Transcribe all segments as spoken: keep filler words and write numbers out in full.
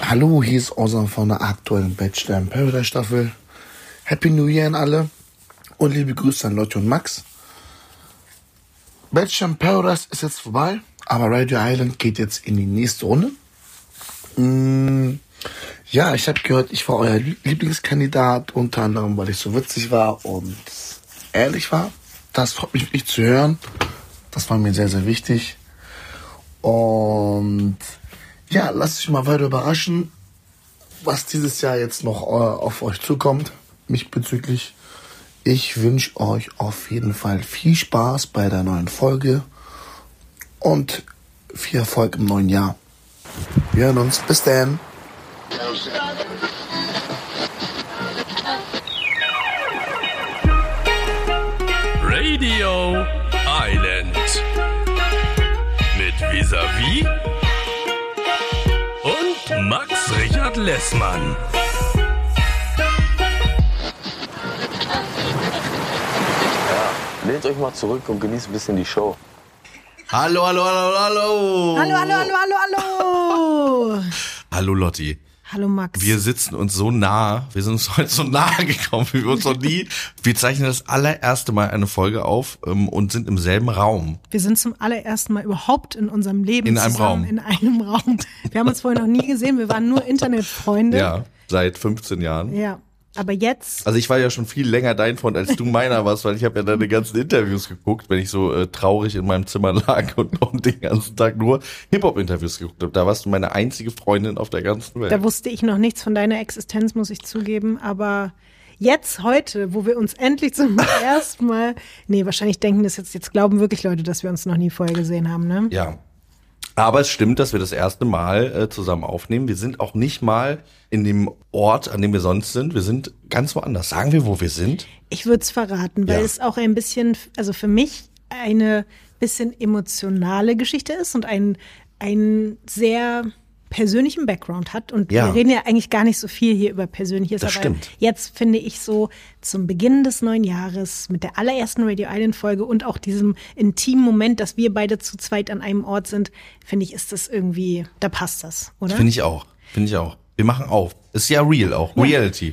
Hallo, hier ist Ozan von der aktuellen Bachelor in Paradise Staffel. Happy New Year an alle und liebe Grüße an Lotti und Max. Bachelor in Paradise ist jetzt vorbei, aber Radio Island geht jetzt in die nächste Runde. Mm, ja, ich habe gehört, ich war euer Lieblingskandidat, unter anderem, weil ich so witzig war und ehrlich war. Das freut mich wirklich zu hören. Das war mir sehr, sehr wichtig. Und ja, lasst euch mal weiter überraschen, was dieses Jahr jetzt noch auf euch zukommt, mich bezüglich. Ich wünsche euch auf jeden Fall viel Spaß bei der neuen Folge und viel Erfolg im neuen Jahr. Wir hören uns. Bis dann. Radio Island mit Vis-a-vis und Max Richard Lessmann. Ja, lehnt euch mal zurück und genießt ein bisschen die Show. Hallo, hallo, hallo, hallo. Hallo, hallo, hallo, hallo, hallo. Hallo Lotti. Hallo Max. Wir sitzen uns so nah, wir sind uns heute so nahe gekommen, wie wir uns noch nie. Wir zeichnen das allererste Mal eine Folge auf ähm, und sind im selben Raum. Wir sind zum allerersten Mal überhaupt in unserem Leben in einem zusammen Raum. in einem Raum. Wir haben uns vorher noch nie gesehen, wir waren nur Internetfreunde. Ja, seit fünfzehn Jahren. Ja, aber jetzt... Also ich war ja schon viel länger dein Freund, als du meiner warst, weil ich habe ja deine ganzen Interviews geguckt, wenn ich so äh, traurig in meinem Zimmer lag und, und den ganzen Tag nur Hip-Hop-Interviews geguckt habe. Da warst du meine einzige Freundin auf der ganzen Welt. Da wusste ich noch nichts von deiner Existenz, muss ich zugeben, aber... Jetzt, heute, wo wir uns endlich zum ersten Mal, nee, wahrscheinlich denken das jetzt, jetzt glauben wirklich Leute, dass wir uns noch nie vorher gesehen haben, ne? Ja, aber es stimmt, dass wir das erste Mal äh, zusammen aufnehmen. Wir sind auch nicht mal in dem Ort, an dem wir sonst sind. Wir sind ganz woanders. Sagen wir, wo wir sind? Ich würde es verraten, weil Ja. es auch ein bisschen, also für mich eine bisschen emotionale Geschichte ist und ein, ein sehr persönlichen Background hat und Ja. wir reden ja eigentlich gar nicht so viel hier über Persönliches, Das aber stimmt. jetzt finde ich so zum Beginn des neuen Jahres mit der allerersten Radio Island Folge und auch diesem intimen Moment, dass wir beide zu zweit an einem Ort sind, finde ich, ist das irgendwie, da passt das, oder? Finde ich auch. Finde ich auch. Wir machen auf. Ist ja real auch. Ja. Reality.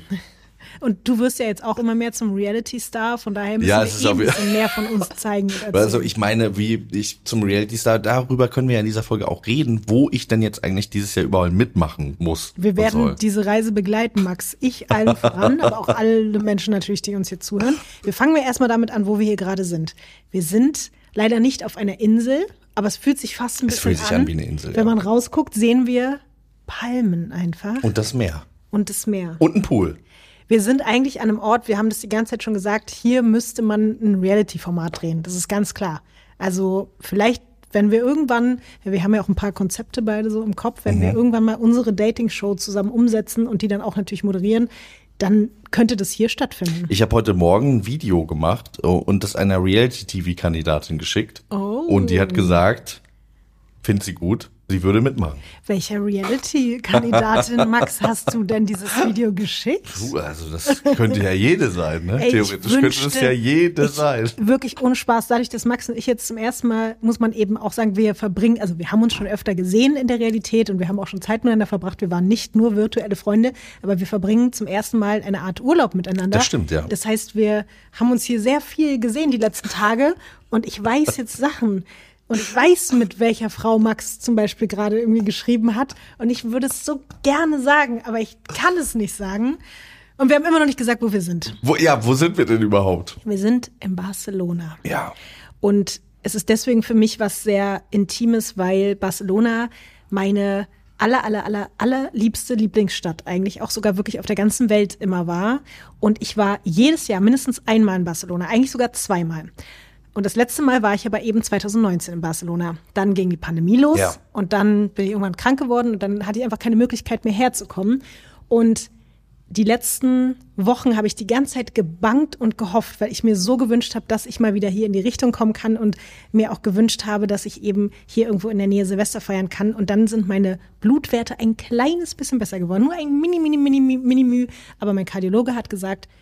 Und du wirst ja jetzt auch immer mehr zum Reality-Star, von daher müssen Ja, wir es ist eh auch- ein bisschen mehr von uns zeigen. Und erzählen. Also ich meine, wie ich zum Reality-Star, darüber können wir ja in dieser Folge auch reden, wo ich denn jetzt eigentlich dieses Jahr überall mitmachen muss. Wir und werden soll. diese Reise begleiten, Max. Ich allen voran, aber auch alle Menschen natürlich, die uns hier zuhören. Wir fangen wir erstmal damit an, wo wir hier gerade sind. Wir sind leider nicht auf einer Insel, aber es fühlt sich fast ein Es bisschen fühlt sich an wie eine Insel, Wenn ja. man rausguckt, sehen wir Palmen einfach Und das Meer. und das Meer. Und ein Pool. Wir sind eigentlich an einem Ort, wir haben das die ganze Zeit schon gesagt, hier müsste man ein Reality-Format drehen. Das ist ganz klar. Also vielleicht, wenn wir irgendwann, wir haben ja auch ein paar Konzepte beide so im Kopf, wenn Mhm. wir irgendwann mal unsere Dating-Show zusammen umsetzen und die dann auch natürlich moderieren, dann könnte das hier stattfinden. Ich habe heute Morgen ein Video gemacht und das einer Reality-T V-Kandidatin geschickt. Oh. Und die hat gesagt, findet sie gut, sie würde mitmachen. Welcher Reality-Kandidatin, Max, hast du denn dieses Video geschickt? Puh, also das könnte ja jede sein, ne? Ey, ich Theoretisch könnte das wünschte- ja jede ich, sein. Wirklich ohne Spaß. Dadurch, dass Max und ich jetzt zum ersten Mal, muss man eben auch sagen, wir verbringen, also wir haben uns schon öfter gesehen in der Realität und wir haben auch schon Zeit miteinander verbracht. Wir waren nicht nur virtuelle Freunde, aber wir verbringen zum ersten Mal eine Art Urlaub miteinander. Das stimmt, ja. Das heißt, wir haben uns hier sehr viel gesehen die letzten Tage und ich weiß jetzt Sachen. Und ich weiß, mit welcher Frau Max zum Beispiel gerade irgendwie geschrieben hat. Und ich würde es so gerne sagen, aber ich kann es nicht sagen. Und wir haben immer noch nicht gesagt, wo wir sind. Wo, ja, wo sind wir denn überhaupt? Wir sind in Barcelona. Ja. Und es ist deswegen für mich was sehr Intimes, weil Barcelona meine aller, aller, aller, allerliebste Lieblingsstadt eigentlich auch sogar wirklich auf der ganzen Welt immer war. Und ich war jedes Jahr mindestens einmal in Barcelona, eigentlich sogar zweimal. Und das letzte Mal war ich aber eben zwanzig neunzehn in Barcelona. Dann ging die Pandemie los Ja. und dann bin ich irgendwann krank geworden und dann hatte ich einfach keine Möglichkeit mehr herzukommen. Und die letzten Wochen habe ich die ganze Zeit gebangt und gehofft, weil ich mir so gewünscht habe, dass ich mal wieder hier in die Richtung kommen kann und mir auch gewünscht habe, dass ich eben hier irgendwo in der Nähe Silvester feiern kann. Und dann sind meine Blutwerte ein kleines bisschen besser geworden. Nur ein mini, mini, mini, mini, mini Mühe. Aber mein Kardiologe hat gesagt,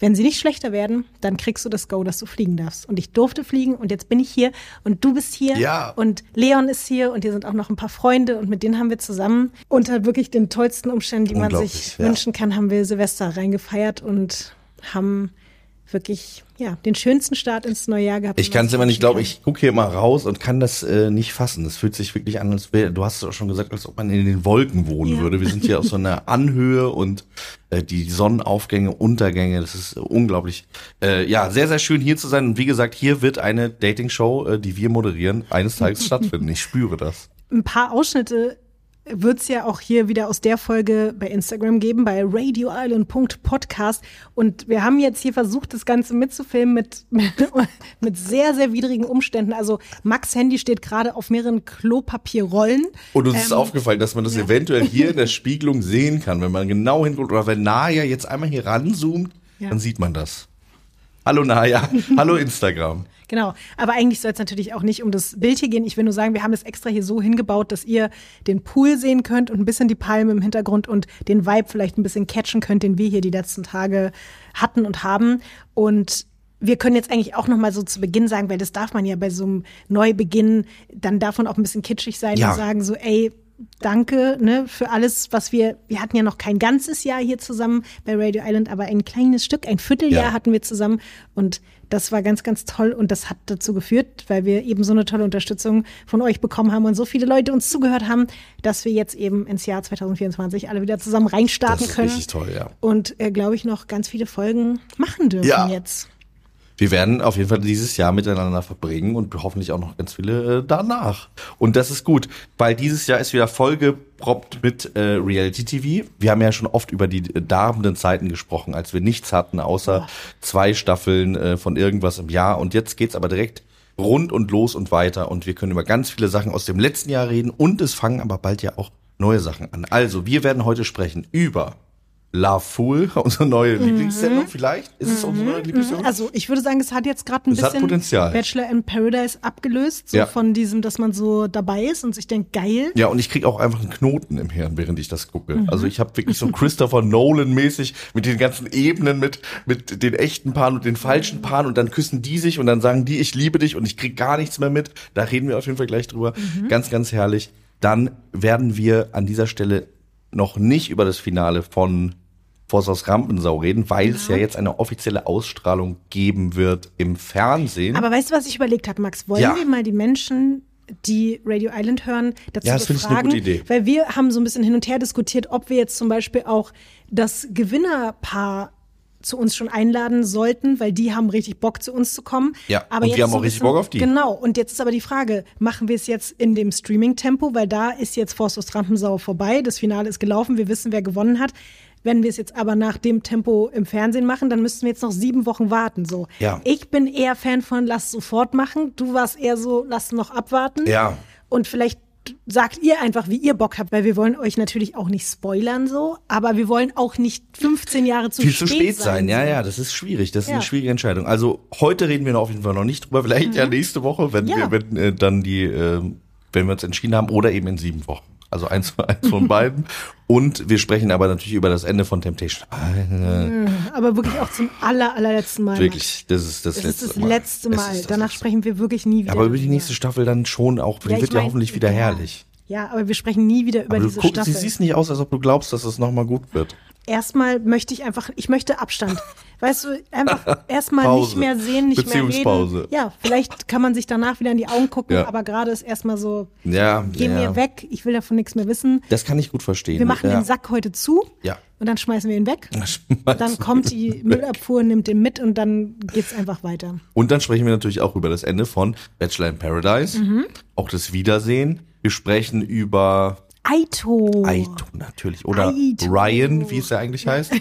wenn sie nicht schlechter werden, dann kriegst du das Go, dass du fliegen darfst. Und ich durfte fliegen und jetzt bin ich hier und du bist hier Ja. und Leon ist hier und hier sind auch noch ein paar Freunde und mit denen haben wir zusammen unter wirklich den tollsten Umständen, die man sich Unglaublich, ja. wünschen kann, haben wir Silvester reingefeiert und haben wirklich ja den schönsten Start ins neue Jahr gehabt. Ich kann es immer nicht glauben, ich gucke hier immer raus und kann das äh, nicht fassen. Das fühlt sich wirklich an, als wäre, du hast es auch schon gesagt, als ob man in den Wolken wohnen Ja. würde. Wir sind hier auf so einer Anhöhe und äh, die Sonnenaufgänge, Untergänge, das ist äh, unglaublich. Äh, ja, sehr, sehr schön hier zu sein. Und wie gesagt, hier wird eine Dating-Show, äh, die wir moderieren, eines Tages stattfinden. Ich spüre das. Ein paar Ausschnitte wird es ja auch hier wieder aus der Folge bei Instagram geben, bei radio island punkt podcast. Und wir haben jetzt hier versucht, das Ganze mitzufilmen mit, mit, mit sehr, sehr widrigen Umständen. Also Max' Handy steht gerade auf mehreren Klopapierrollen. Und uns ist Ähm, aufgefallen, dass man das eventuell hier in der Spiegelung sehen kann, wenn man genau hinguckt. Oder wenn Naya jetzt einmal hier ranzoomt, Ja. dann sieht man das. Hallo Naya, hallo Instagram. Genau, aber eigentlich soll es natürlich auch nicht um das Bild hier gehen. Ich will nur sagen, wir haben das extra hier so hingebaut, dass ihr den Pool sehen könnt und ein bisschen die Palme im Hintergrund und den Vibe vielleicht ein bisschen catchen könnt, den wir hier die letzten Tage hatten und haben. Und wir können jetzt eigentlich auch noch mal so zu Beginn sagen, weil das darf man ja bei so einem Neubeginn, dann darf man auch ein bisschen kitschig sein Ja. und sagen so, ey, danke, ne, für alles, was wir, wir hatten ja noch kein ganzes Jahr hier zusammen bei Radio Island, aber ein kleines Stück, ein Vierteljahr Ja. hatten wir zusammen und das war ganz, ganz toll und das hat dazu geführt, weil wir eben so eine tolle Unterstützung von euch bekommen haben und so viele Leute uns zugehört haben, dass wir jetzt eben ins Jahr zwanzig vierundzwanzig alle wieder zusammen reinstarten Das ist können richtig toll, ja. und, äh, glaube ich, noch ganz viele Folgen machen dürfen Ja. jetzt. Wir werden auf jeden Fall dieses Jahr miteinander verbringen und hoffentlich auch noch ganz viele äh, danach. Und das ist gut, weil dieses Jahr ist wieder vollgeproppt mit äh, Reality-T V. Wir haben ja schon oft über die äh, darbenden Zeiten gesprochen, als wir nichts hatten, außer zwei Staffeln äh, von irgendwas im Jahr. Und jetzt geht's aber direkt rund und los und weiter. Und wir können über ganz viele Sachen aus dem letzten Jahr reden. Und es fangen aber bald ja auch neue Sachen an. Also, wir werden heute sprechen über Love Fool, unsere neue Lieblingssendung vielleicht. Ist es unsere neue Lieblingssendung? Also ich würde sagen, es hat jetzt gerade ein Es hat bisschen Potenzial. Bachelor in Paradise abgelöst, so Ja. von diesem, dass man so dabei ist und sich denkt, geil. Ja, und ich krieg auch einfach einen Knoten im Hirn, während ich das gucke. Mhm. Also ich habe wirklich so Christopher Nolan-mäßig mit den ganzen Ebenen, mit mit den echten Paaren und den falschen Paaren und dann küssen die sich und dann sagen die, ich liebe dich und ich krieg gar nichts mehr mit. Da reden wir auf jeden Fall gleich drüber. Mhm. Ganz, ganz herrlich. Dann werden wir an dieser Stelle noch nicht über das Finale von Voss aus Rampensau reden, weil es ja jetzt eine offizielle Ausstrahlung geben wird im Fernsehen. Aber weißt du, was ich überlegt habe, Max? Wollen Ja. wir mal die Menschen, die Radio Island hören, dazu Ja, das finde ich eine befragen? gute Idee. Weil wir haben so ein bisschen hin und her diskutiert, ob wir jetzt zum Beispiel auch das Gewinnerpaar zu uns schon einladen sollten, weil die haben richtig Bock, zu uns zu kommen. Ja, aber und jetzt wir haben so auch ein richtig bisschen- Bock auf die. Genau, und jetzt ist aber die Frage, machen wir es jetzt in dem Streaming-Tempo, weil da ist jetzt Forst aus Rampensau vorbei, das Finale ist gelaufen, wir wissen, wer gewonnen hat. Wenn wir es jetzt aber nach dem Tempo im Fernsehen machen, dann müssten wir jetzt noch sieben Wochen warten. So. Ja. Ich bin eher Fan von lass sofort machen. Du warst eher so, lass noch abwarten. Ja. Und vielleicht sagt ihr einfach, wie ihr Bock habt, weil wir wollen euch natürlich auch nicht spoilern so, aber wir wollen auch nicht fünfzehn Jahre zu Viel spät zu spät sein, sein. ja, so. ja, das ist schwierig, das ist Ja. eine schwierige Entscheidung. Also heute reden wir noch auf jeden Fall noch nicht drüber, vielleicht ja nächste Woche, wenn Ja. wir wenn, äh, dann die, äh, wenn wir uns entschieden haben, oder eben in sieben Wochen. Also eins, eins von beiden. Und wir sprechen aber natürlich über das Ende von Temptation. Äh, Aber wirklich auch zum aller, allerletzten Mal. wirklich, das ist das, Das letzte ist das Mal. letzte Es Mal. ist das Danach letzte sprechen wir wirklich nie wieder. Aber über die darüber. nächste Staffel dann schon auch, die Ja, ich wird ja mein, hoffentlich wieder ja. herrlich. Ja, aber wir sprechen nie wieder über Aber du, diese guckst, du Staffel. siehst nicht aus, als ob du glaubst, dass es nochmal gut wird. Erstmal möchte ich einfach, ich möchte Abstand. Weißt du, einfach erstmal Pause. nicht mehr sehen, nicht mehr Beziehungspause. reden. Ja, vielleicht kann man sich danach wieder in die Augen gucken, Ja. aber gerade ist erstmal so, Ja, geh ja. mir weg, ich will davon nichts mehr wissen. Das kann ich gut verstehen. Wir machen ja. den Sack heute zu Ja. und dann schmeißen wir ihn weg. Schmeißen Dann kommt die Müllabfuhr, nimmt den mit und dann geht's einfach weiter. Und dann sprechen wir natürlich auch über das Ende von Bachelor in Paradise. Mhm. Auch das Wiedersehen. Wir sprechen über Aito. Aito natürlich. Oder Aito. Ryan, wie es ja eigentlich heißt.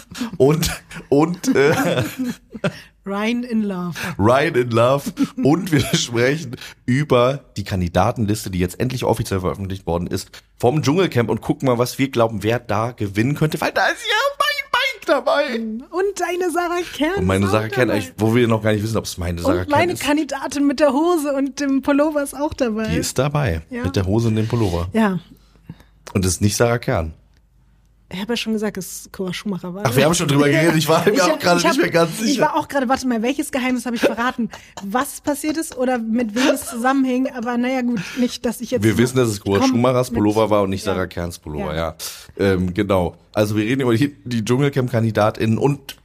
und und äh, Ryan in Love. Ryan in Love. Und wir sprechen über die Kandidatenliste, die jetzt endlich offiziell veröffentlicht worden ist, vom Dschungelcamp und gucken mal, was wir glauben, wer da gewinnen könnte, weil da ist ja mein Mike dabei. Und deine Sarah Kern. Und meine ist Sarah auch Kern, dabei. eigentlich, wo wir noch gar nicht wissen, ob es meine Sarah Und Kern meine ist. Kandidatin mit der Hose und dem Pullover ist auch dabei. Die ist dabei. Ja. Mit der Hose und dem Pullover. Ja. Und das ist nicht Sarah Kern. Ich habe ja schon gesagt, dass Cora Schumacher war. Ach, wir haben schon drüber geredet. Ich war mir Ich auch hab- gerade ich hab- nicht mehr ganz sicher. Ich war auch gerade, warte mal, welches Geheimnis habe ich verraten? Was passiert ist oder mit wem es zusammenhing? Aber naja, gut, nicht, dass ich jetzt. Wir wissen, dass es Cora Komm, Schumachers mit- Pullover war und nicht Ja. Sarah Kerns Pullover, Ja. ja. Ähm, genau. Also wir reden über die, die Dschungelcamp-KandidatInnen und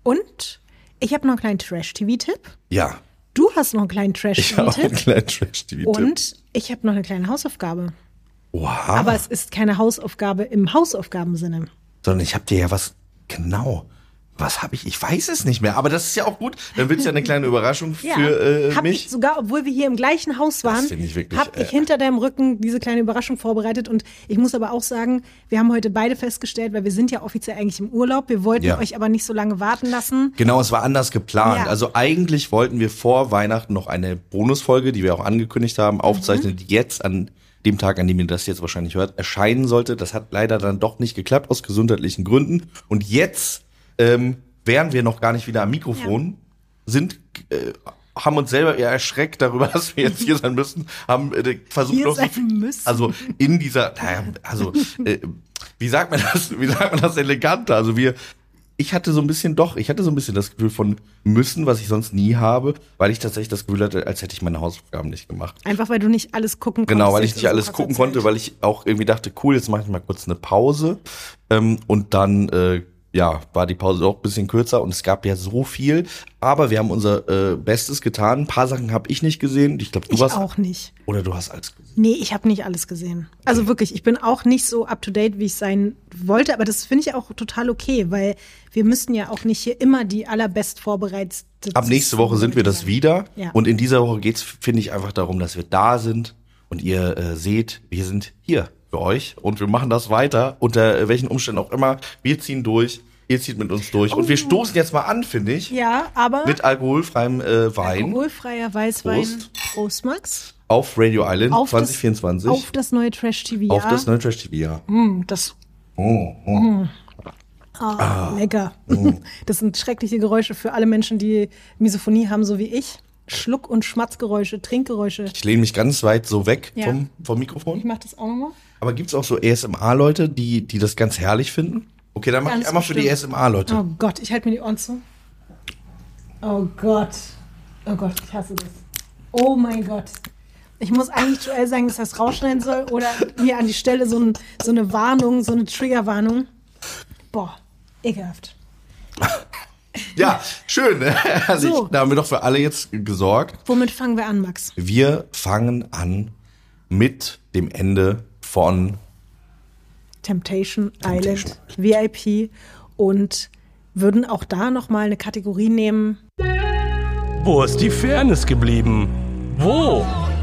Und ich habe noch einen kleinen Trash-T V-Tipp. ja, Du hast noch einen kleinen ich habe auch einen Trash-T V-Tipp. kleinen Trash-T V-Tipp. Und ich habe noch eine kleine Hausaufgabe. Wow. Aber es ist keine Hausaufgabe im Hausaufgabensinne. Sondern ich habe dir ja was, genau, was habe ich, ich weiß es nicht mehr, aber das ist ja auch gut, dann wird es ja eine kleine Überraschung Ja, für äh, hab mich. ich sogar, obwohl wir hier im gleichen Haus waren, finde ich wirklich, habe ich äh, hinter deinem Rücken diese kleine Überraschung vorbereitet. Und ich muss aber auch sagen, wir haben heute beide festgestellt, weil wir sind ja offiziell eigentlich im Urlaub, wir wollten Ja. euch aber nicht so lange warten lassen. Genau, es war anders geplant. Ja. Also eigentlich wollten wir vor Weihnachten noch eine Bonusfolge, die wir auch angekündigt haben, aufzeichnen, die jetzt an dem Tag, an dem ihr das jetzt wahrscheinlich hört, erscheinen sollte. Das hat leider dann doch nicht geklappt, aus gesundheitlichen Gründen. Und jetzt, ähm, während wir noch gar nicht wieder am Mikrofon sind, äh, haben uns selber eher erschreckt darüber, dass wir jetzt hier sein müssen, haben äh, versucht Hier noch so sein viel, müssen. also in dieser, naja, also äh, wie sagt man das, wie sagt man das eleganter? Also wir, ich hatte so ein bisschen doch, ich hatte so ein bisschen das Gefühl von müssen, was ich sonst nie habe, weil ich tatsächlich das Gefühl hatte, als hätte ich meine Hausaufgaben nicht gemacht. Einfach weil du nicht alles gucken konntest. Genau, weil ich in nicht so alles kurzer gucken Zeit. konnte, weil ich auch irgendwie dachte, cool, jetzt mache ich mal kurz eine Pause. Ähm, und dann, äh, ja, war die Pause auch ein bisschen kürzer und es gab ja so viel. Aber wir haben unser äh, Bestes getan. Ein paar Sachen habe ich nicht gesehen. Ich glaube, du Ich warst. auch nicht. Oder du hast alles gesehen. Nee, ich habe nicht alles gesehen. Also wirklich, ich bin auch nicht so up-to-date, wie ich sein wollte, aber das finde ich auch total okay, weil wir müssten ja auch nicht hier immer die allerbest vorbereitete. Ab nächste Woche sind wir das wieder. Ja. Und in dieser Woche geht's, finde ich, einfach darum, dass wir da sind und ihr äh, seht, wir sind hier für euch und wir machen das weiter, unter äh, welchen Umständen auch immer. Wir ziehen durch, ihr zieht mit uns durch. Und wir stoßen jetzt mal an, finde ich, Ja, aber mit alkoholfreiem äh, Wein alkoholfreier Weißwein. Prost. Prost, Max. auf Radio Island Auf zwanzig vierundzwanzig. Das, auf das neue Trash-T V. auf das neue Trash T V, ja. Mm, das Oh, oh. ah, lecker. Das sind schreckliche Geräusche für alle Menschen, die Misophonie haben, so wie ich. Schluck- und Schmatzgeräusche, Trinkgeräusche. Ich lehne mich ganz weit so weg Ja. vom, vom Ich Mikrofon. mach das auch nochmal. Aber gibt's auch so A S M R-Leute, die, die das ganz herrlich finden? Okay, dann mach Ganz ich einmal für die A bestimmt. S M R-Leute. Oh Gott, ich halte mir die Ohren zu. Oh Gott. Oh Gott, ich hasse das. Oh mein Gott. Ich muss eigentlich Joel sagen, dass er es rausschneiden soll oder mir an die Stelle so, ein, so eine Warnung, so eine Triggerwarnung. Boah, ekelhaft. Ja, schön. Ne? Also So. ich, da haben wir doch für alle jetzt gesorgt. Womit fangen wir an, Max? Wir fangen an mit dem Ende von Temptation, Temptation. Island, V I P und würden auch da nochmal eine Kategorie nehmen. Wo ist die Fairness geblieben? Wo?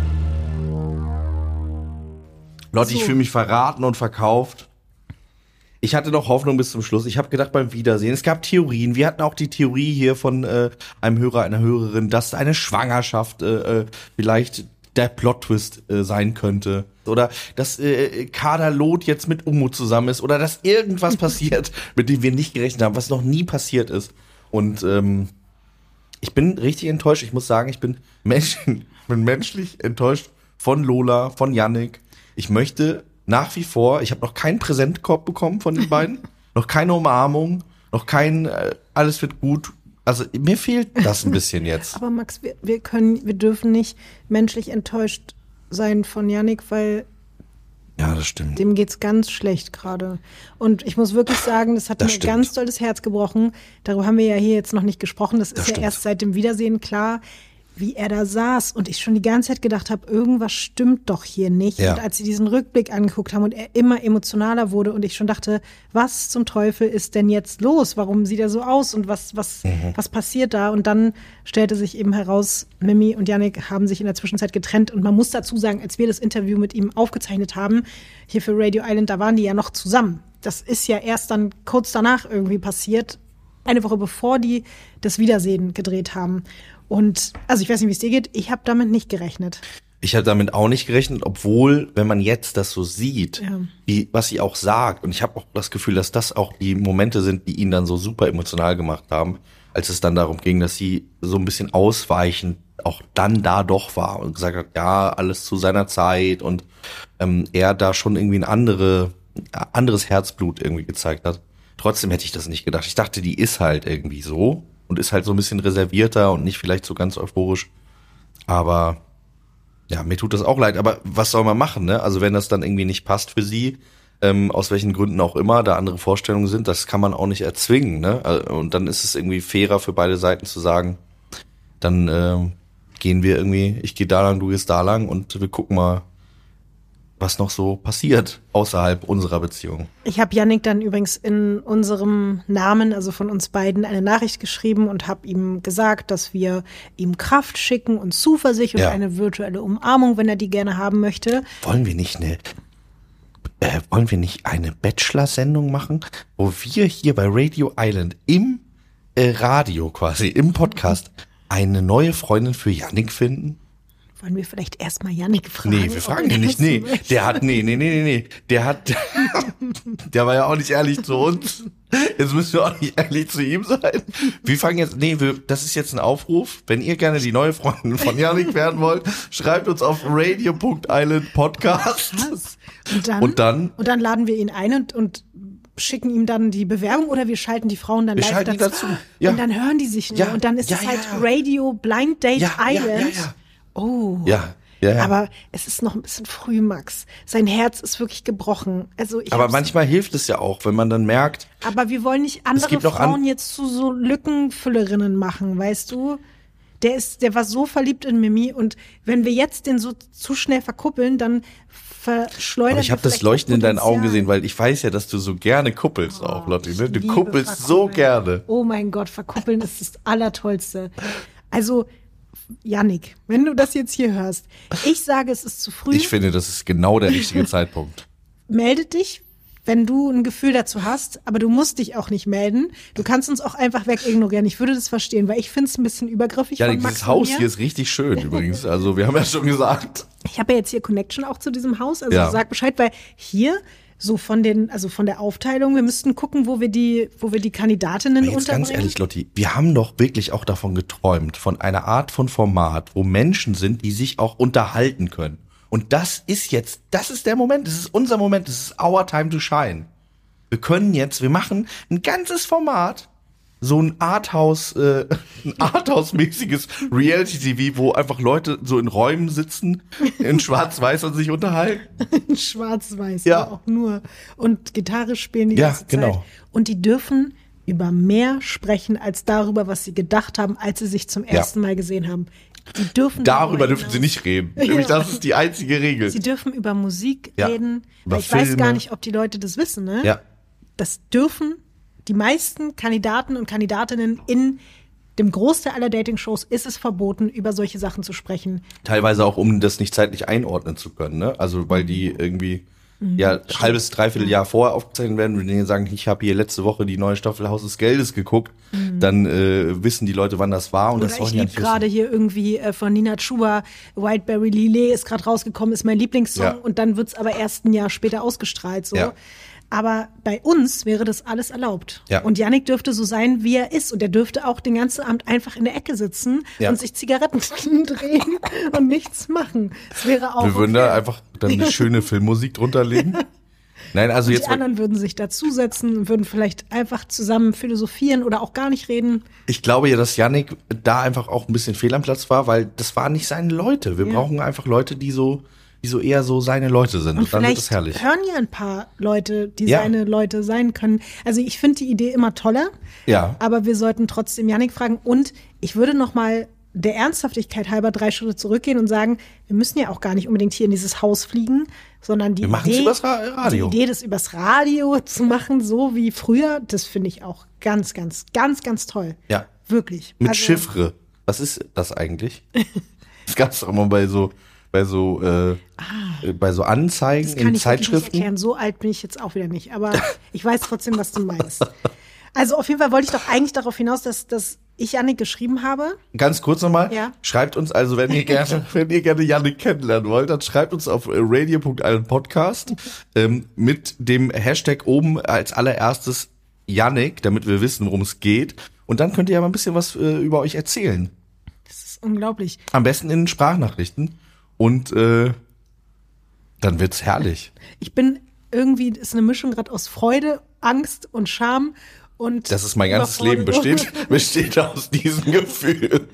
Leute, ich So. fühle mich verraten und verkauft. Ich hatte noch Hoffnung bis zum Schluss. Ich habe gedacht beim Wiedersehen, es gab Theorien. Wir hatten auch die Theorie hier von äh, einem Hörer, einer Hörerin, dass eine Schwangerschaft äh, äh, vielleicht der Plot-Twist äh, sein könnte. Oder dass äh, Kader Loth jetzt mit Umut zusammen ist. Oder dass irgendwas passiert, mit dem wir nicht gerechnet haben, was noch nie passiert ist. Und ähm, ich bin richtig enttäuscht. Ich muss sagen, ich bin, Mensch, bin menschlich enttäuscht von Lola, von Yannick. Ich möchte nach wie vor, ich habe noch keinen Präsentkorb bekommen von den beiden, noch keine Umarmung, noch kein äh, alles wird gut. Also mir fehlt das ein bisschen jetzt. Aber Max, wir, wir können, wir dürfen nicht menschlich enttäuscht sein von Yannick, weil Ja, das stimmt. dem geht's ganz schlecht gerade. Und ich muss wirklich sagen, das hat Das mir stimmt. ganz doll das Herz gebrochen. Darüber haben wir ja hier jetzt noch nicht gesprochen. Das, ist stimmt. ja erst seit dem Wiedersehen klar, wie er da saß. Und ich schon die ganze Zeit gedacht habe, irgendwas stimmt doch hier nicht. Ja. Und als sie diesen Rückblick angeguckt haben und er immer emotionaler wurde und ich schon dachte, was zum Teufel ist denn jetzt los? Warum sieht er so aus und was, was, Mhm. was passiert da? Und dann stellte sich eben heraus, Mimi und Yannick haben sich in der Zwischenzeit getrennt. Und man muss dazu sagen, als wir das Interview mit ihm aufgezeichnet haben, hier für Radio Island, da waren die ja noch zusammen. Das ist ja erst dann kurz danach irgendwie passiert, eine Woche bevor die das Wiedersehen gedreht haben. Und also ich weiß nicht, wie es dir geht, ich habe damit nicht gerechnet. Ich habe damit auch nicht gerechnet, obwohl, wenn man jetzt das so sieht, Ja. wie, was sie auch sagt, und ich habe auch das Gefühl, dass das auch die Momente sind, die ihn dann so super emotional gemacht haben, als es dann darum ging, dass sie so ein bisschen ausweichend auch dann da doch war und gesagt hat, ja, alles zu seiner Zeit und ähm, er da schon irgendwie eine andere anderes Herzblut irgendwie gezeigt hat. Trotzdem hätte ich das nicht gedacht. Ich dachte, die ist halt irgendwie so und ist halt so ein bisschen reservierter und nicht vielleicht so ganz euphorisch. Aber ja, mir tut das auch leid. Aber was soll man machen, ne? Also wenn das dann irgendwie nicht passt für sie, ähm, aus welchen Gründen auch immer, da andere Vorstellungen sind, das kann man auch nicht erzwingen, ne? Und dann ist es irgendwie fairer für beide Seiten zu sagen, dann äh, gehen wir irgendwie, ich gehe da lang, du gehst da lang und wir gucken mal, was noch so passiert außerhalb unserer Beziehung. Ich habe Yannick dann übrigens in unserem Namen, also von uns beiden, eine Nachricht geschrieben und habe ihm gesagt, dass wir ihm Kraft schicken und Zuversicht und Ja. eine virtuelle Umarmung, wenn er die gerne haben möchte. Wollen wir nicht eine, äh, wollen wir nicht eine Bachelor-Sendung machen, wo wir hier bei Radio Island im äh, Radio quasi, im Podcast, eine neue Freundin für Yannick finden? Wollen wir vielleicht erstmal Yannick fragen? Nee, wir ob fragen er den nicht, das nee. möchte? Der hat, nee, nee, nee, nee, nee. Der hat, der war ja auch nicht ehrlich zu uns. Jetzt müssen wir auch nicht ehrlich zu ihm sein. Wir fangen jetzt, nee, wir, das ist jetzt ein Aufruf. Wenn ihr gerne die neue Freundin von Yannick werden wollt, schreibt uns auf radio punkt island podcast. Was? Und dann, Und dann? Und dann laden wir ihn ein und, und schicken ihm dann die Bewerbung oder wir schalten die Frauen dann Wir live schalten die dazu. dazu, ja. Und dann hören die sich nur. Ja, Und dann ist ja, es halt ja. Radio Blind Date Ja, ja, Island. ja, ja. Oh. Ja, ja, ja. Aber es ist noch ein bisschen früh, Max. Sein Herz ist wirklich gebrochen. Also ich Aber hab's- manchmal hilft es ja auch, wenn man dann merkt, aber wir wollen nicht andere gibt noch an- Frauen jetzt zu so Lückenfüllerinnen machen, weißt du? Der ist, der war so verliebt in Mimi und wenn wir jetzt den so zu schnell verkuppeln, dann verschleudern aber ich habe wir das vielleicht Leuchten in deinen Augen Potenzial. gesehen, weil ich weiß ja, dass du so gerne kuppelst auch, Lotti, ne? Du Liebe kuppelst so verkuppeln. gerne. Oh mein Gott, verkuppeln ist das Allertollste. Also, Yannick, wenn du das jetzt hier hörst, ich sage, es ist zu früh. Ich finde, das ist genau der richtige Zeitpunkt. Melde dich, wenn du ein Gefühl dazu hast, aber du musst dich auch nicht melden. Du kannst uns auch einfach wegignorieren. Ich würde das verstehen, weil ich finde es ein bisschen übergriffig Ja, von Max dieses von Haus mir. hier ist richtig schön übrigens. Also wir haben ja schon gesagt. Ich habe ja jetzt hier Connection auch zu diesem Haus, also Ja. sag Bescheid, weil hier so von den, also von der Aufteilung, wir müssten gucken, wo wir die, wo wir die Kandidatinnen Aber jetzt unterbringen. ganz ehrlich, Lotti, wir haben doch wirklich auch davon geträumt, von einer Art von Format, wo Menschen sind, die sich auch unterhalten können. Und das ist jetzt, das ist der Moment, das ist unser Moment, das ist our time to shine. Wir können jetzt, wir machen ein ganzes Format, so ein Arthouse, äh, ein Arthouse-mäßiges Reality-T V, wo einfach Leute so in Räumen sitzen, in Schwarz-Weiß und sich unterhalten. Schwarz-Weiß, Ja. aber auch nur. Und Gitarre spielen die Ja, ganze Zeit. genau. Und die dürfen über mehr sprechen, als darüber, was sie gedacht haben, als sie sich zum ersten Mal gesehen haben. Die dürfen Darüber darüber dürfen sie hinaus- nicht reden. Nämlich, das ist die einzige Regel. Sie dürfen über Musik Ja. reden. Über Weil ich weiß Filme. gar nicht, ob die Leute das wissen, ne? Ja. Das dürfen die meisten Kandidaten und Kandidatinnen in dem Großteil aller Dating-Shows ist es verboten, über solche Sachen zu sprechen. Teilweise auch, um das nicht zeitlich einordnen zu können, ne? Also, weil die irgendwie, ja, halbes, dreiviertel Jahr vorher aufgezeichnet werden, wenn die sagen, ich habe hier letzte Woche die neue Staffel Haus des Geldes geguckt, dann äh, wissen die Leute, wann das war und das Oder wollen ich die ja liebe nicht gerade wissen. hier irgendwie äh, von Nina Chuba, Whiteberry Lillet ist gerade rausgekommen, ist mein Lieblingssong Ja. und dann wird's aber erst ein Jahr später ausgestrahlt. So. Ja. Aber bei uns wäre das alles erlaubt. Ja. Und Yannick dürfte so sein, wie er ist. Und er dürfte auch den ganzen Abend einfach in der Ecke sitzen Ja. und sich Zigaretten drehen und nichts machen. Das wäre auch Wir würden okay. da einfach dann eine schöne Filmmusik drunter legen. Nein, also Die jetzt, anderen würden sich dazusetzen und würden vielleicht einfach zusammen philosophieren oder auch gar nicht reden. ich glaube ja, dass Yannick da einfach auch ein bisschen fehl am Platz war, weil das waren nicht seine Leute. Wir Ja. brauchen einfach Leute, die so, die so eher so seine Leute sind. Und Und dann wird es vielleicht herrlich. hören ja ein paar Leute, die Ja. seine Leute sein können. Also ich finde die Idee immer toller, Ja. aber wir sollten trotzdem Yannick fragen. Und ich würde noch mal der Ernsthaftigkeit halber drei Schritte zurückgehen und sagen, wir müssen ja auch gar nicht unbedingt hier in dieses Haus fliegen, sondern die Wir machen's Idee, übers Ra- Radio. die Idee, das übers Radio zu machen, so wie früher, das finde ich auch ganz, ganz, ganz, ganz toll. Ja. Wirklich. Mit Also, Chiffre. Was ist das eigentlich? Das gab's doch immer bei so, bei so, äh, äh, bei so Anzeigen Das kann in ich wirklich nicht Zeitschriften. erklären. So alt bin ich jetzt auch wieder nicht. Aber ich weiß trotzdem, was du meinst. Also auf jeden Fall wollte ich doch eigentlich darauf hinaus, dass, dass ich Yannick geschrieben habe. Ganz kurz nochmal. Ja. Schreibt uns also, wenn ihr gerne, wenn ihr gerne Yannick kennenlernen wollt, dann schreibt uns auf äh, radio punkt island podcast ähm, mit dem Hashtag oben als allererstes Yannick, damit wir wissen, worum es geht. Und dann könnt ihr ja mal ein bisschen was äh, über euch erzählen. Das ist unglaublich. Am besten in Sprachnachrichten. Und äh, dann wird's herrlich. Ich bin irgendwie ist eine Mischung gerade aus Freude, Angst und Scham. Und Das ist mein ganzes Leben, besteht, besteht aus diesen Gefühlen.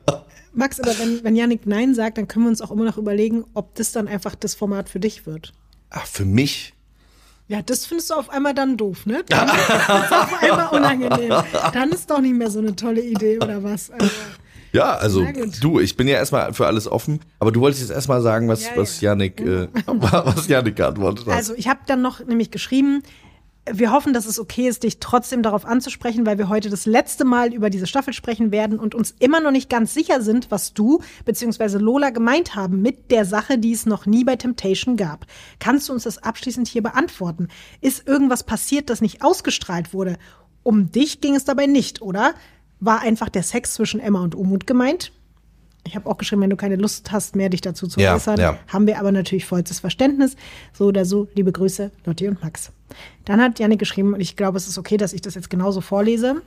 Max, aber wenn, wenn Yannick Nein sagt, dann können wir uns auch immer noch überlegen, ob das dann einfach das Format für dich wird. Ach, für mich? Ja, das findest du auf einmal dann doof, ne? Dann ist es auf einmal unangenehm. Dann ist doch nicht mehr so eine tolle Idee oder was. Also, Ja, also Na gut. du, ich bin ja erstmal für alles offen, aber du wolltest jetzt erstmal sagen, was, Ja, was ja. Yannick, äh, was Yannick geantwortet hat. Also ich habe dann noch nämlich geschrieben, wir hoffen, dass es okay ist, dich trotzdem darauf anzusprechen, weil wir heute das letzte Mal über diese Staffel sprechen werden und uns immer noch nicht ganz sicher sind, was du bzw. Lola gemeint haben mit der Sache, die es noch nie bei Temptation gab. Kannst du uns das abschließend hier beantworten? Ist irgendwas passiert, das nicht ausgestrahlt wurde? Um dich ging es dabei nicht, oder? War einfach der Sex zwischen Emma und Umut gemeint? Ich habe auch geschrieben, wenn du keine Lust hast, mehr dich dazu zu Ja, äußern, ja. haben wir aber natürlich vollstes Verständnis. So oder so, liebe Grüße, Lotti und Max. Dann hat Jannik geschrieben, und ich glaube, es ist okay, dass ich das jetzt genauso vorlese.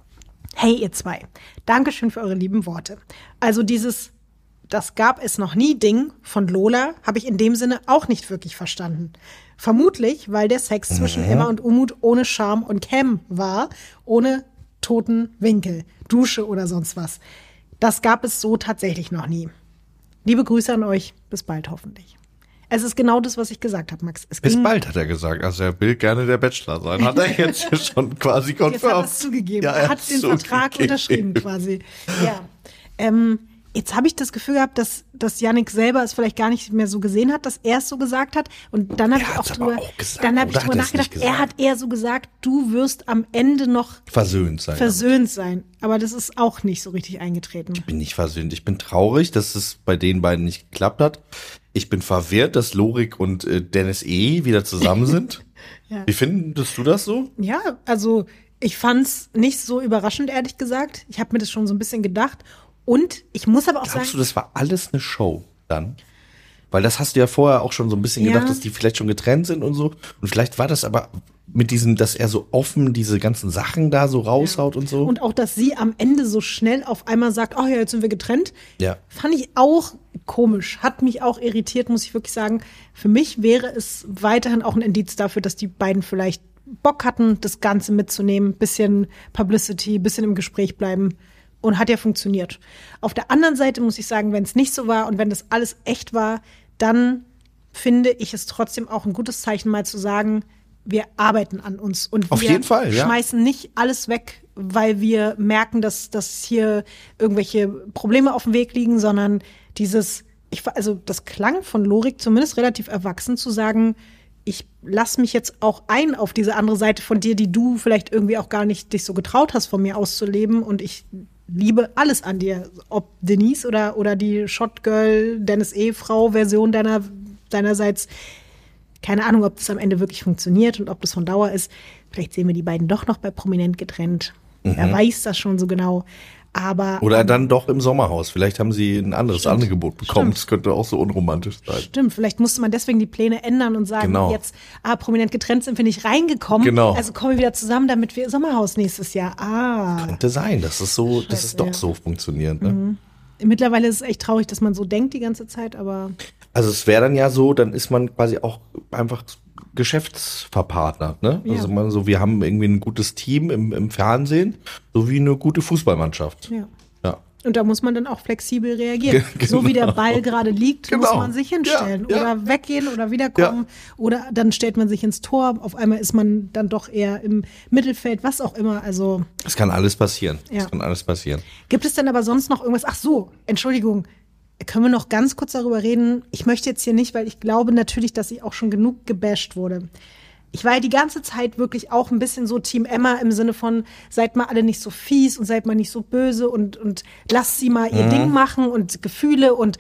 Hey, ihr zwei, Dankeschön für eure lieben Worte. Also dieses, das gab es noch nie Ding von Lola, habe ich in dem Sinne auch nicht wirklich verstanden. Vermutlich, weil der Sex zwischen Emma und Umut ohne Charme und Cam war, ohne toten Winkel, Dusche oder sonst was. Das gab es so tatsächlich noch nie. Liebe Grüße an euch. Bis bald hoffentlich. Es ist genau das, was ich gesagt habe, Max. Es Bis ging, bald, hat er gesagt. Also er will gerne der Bachelor sein. Hat er jetzt hier schon quasi Jetzt hat er confirmed. es zugegeben. Ja, er hat hat's den Vertrag zugegeben. unterschrieben quasi. Ja. Ähm, jetzt habe ich das Gefühl gehabt, dass, dass Yannick selber es vielleicht gar nicht mehr so gesehen hat, dass er es so gesagt hat. Und dann habe Er ich auch hat's aber drüber, auch gesagt, dann habe ich oder drüber hat er's nicht nachgedacht. Er gesagt? hat eher so gesagt, du wirst am Ende noch Versöhnt sein. versöhnt sein. Aber das ist auch nicht so richtig eingetreten. Ich bin nicht versöhnt. Ich bin traurig, dass es bei den beiden nicht geklappt hat. Ich bin verwirrt, dass Lorik und äh, Dennis E. wieder zusammen sind. Ja. Wie findest du das so? Ja, also ich fand's nicht so überraschend, ehrlich gesagt. Ich habe mir das schon so ein bisschen gedacht. Und ich muss aber auch Glaubst sagen, du, das war alles eine Show dann? Weil das hast du ja vorher auch schon so ein bisschen Ja. gedacht, dass die vielleicht schon getrennt sind und so. Und vielleicht war das aber mit diesem, dass er so offen diese ganzen Sachen da so raushaut und so. und auch, dass sie am Ende so schnell auf einmal sagt, oh ja, jetzt sind wir getrennt, Ja. fand ich auch komisch. Hat mich auch irritiert, muss ich wirklich sagen. Für mich wäre es weiterhin auch ein Indiz dafür, dass die beiden vielleicht Bock hatten, das Ganze mitzunehmen. Bisschen Publicity, bisschen im Gespräch bleiben. Und hat ja funktioniert. Auf der anderen Seite muss ich sagen, wenn es nicht so war und wenn das alles echt war, dann finde ich es trotzdem auch ein gutes Zeichen, mal zu sagen, wir arbeiten an uns und Auf wir jeden Fall, ja. schmeißen nicht alles weg, weil wir merken, dass, dass hier irgendwelche Probleme auf dem Weg liegen, sondern dieses, ich, also das klang von Lorik zumindest relativ erwachsen zu sagen, ich lass mich jetzt auch ein auf diese andere Seite von dir, die du vielleicht irgendwie auch gar nicht dich so getraut hast, von mir auszuleben, und ich liebe alles an dir, ob Denise oder, oder die Shotgirl, Dennis E-Frau-Version deiner, deinerseits. Keine Ahnung, ob das am Ende wirklich funktioniert und ob das von Dauer ist. Vielleicht sehen wir die beiden doch noch bei Prominent getrennt. Wer weiß das schon so genau. Aber Oder dann doch im Sommerhaus. Vielleicht haben sie ein anderes Stimmt. Angebot bekommen. Stimmt. Das könnte auch so unromantisch sein. Stimmt, vielleicht musste man deswegen die Pläne ändern und sagen, Genau. jetzt, ah, Prominent getrennt sind wir nicht reingekommen. Genau. Also kommen wir wieder zusammen, damit wir Sommerhaus nächstes Jahr. Ah. Könnte sein, dass es so, dass es Scheiße, doch ja. so funktioniert. Ne? Mittlerweile ist es echt traurig, dass man so denkt die ganze Zeit, aber Also es wäre dann ja so, dann ist man quasi auch einfach Geschäftsverpartner. Ne? Ja. Also man so, wir haben irgendwie ein gutes Team im, im Fernsehen, sowie eine gute Fußballmannschaft. ja. Ja. Und da muss man dann auch flexibel reagieren. Ge- So wie der genau. Ball gerade liegt, muss Genau. man sich hinstellen. Ja, ja. Oder weggehen oder wiederkommen. Oder dann stellt man sich ins Tor. Auf einmal ist man dann doch eher im Mittelfeld, was auch immer. Also Es kann alles passieren. Ja. Es kann alles passieren. gibt es denn aber sonst noch irgendwas? Ach so, Entschuldigung. Können wir noch ganz kurz darüber reden? Ich möchte jetzt hier nicht, weil ich glaube natürlich, dass sie auch schon genug gebasht wurde. Ich war ja die ganze Zeit wirklich auch ein bisschen so Team Emma im Sinne von, seid mal alle nicht so fies und seid mal nicht so böse und, und lasst sie mal ihr Ding machen und Gefühle. Und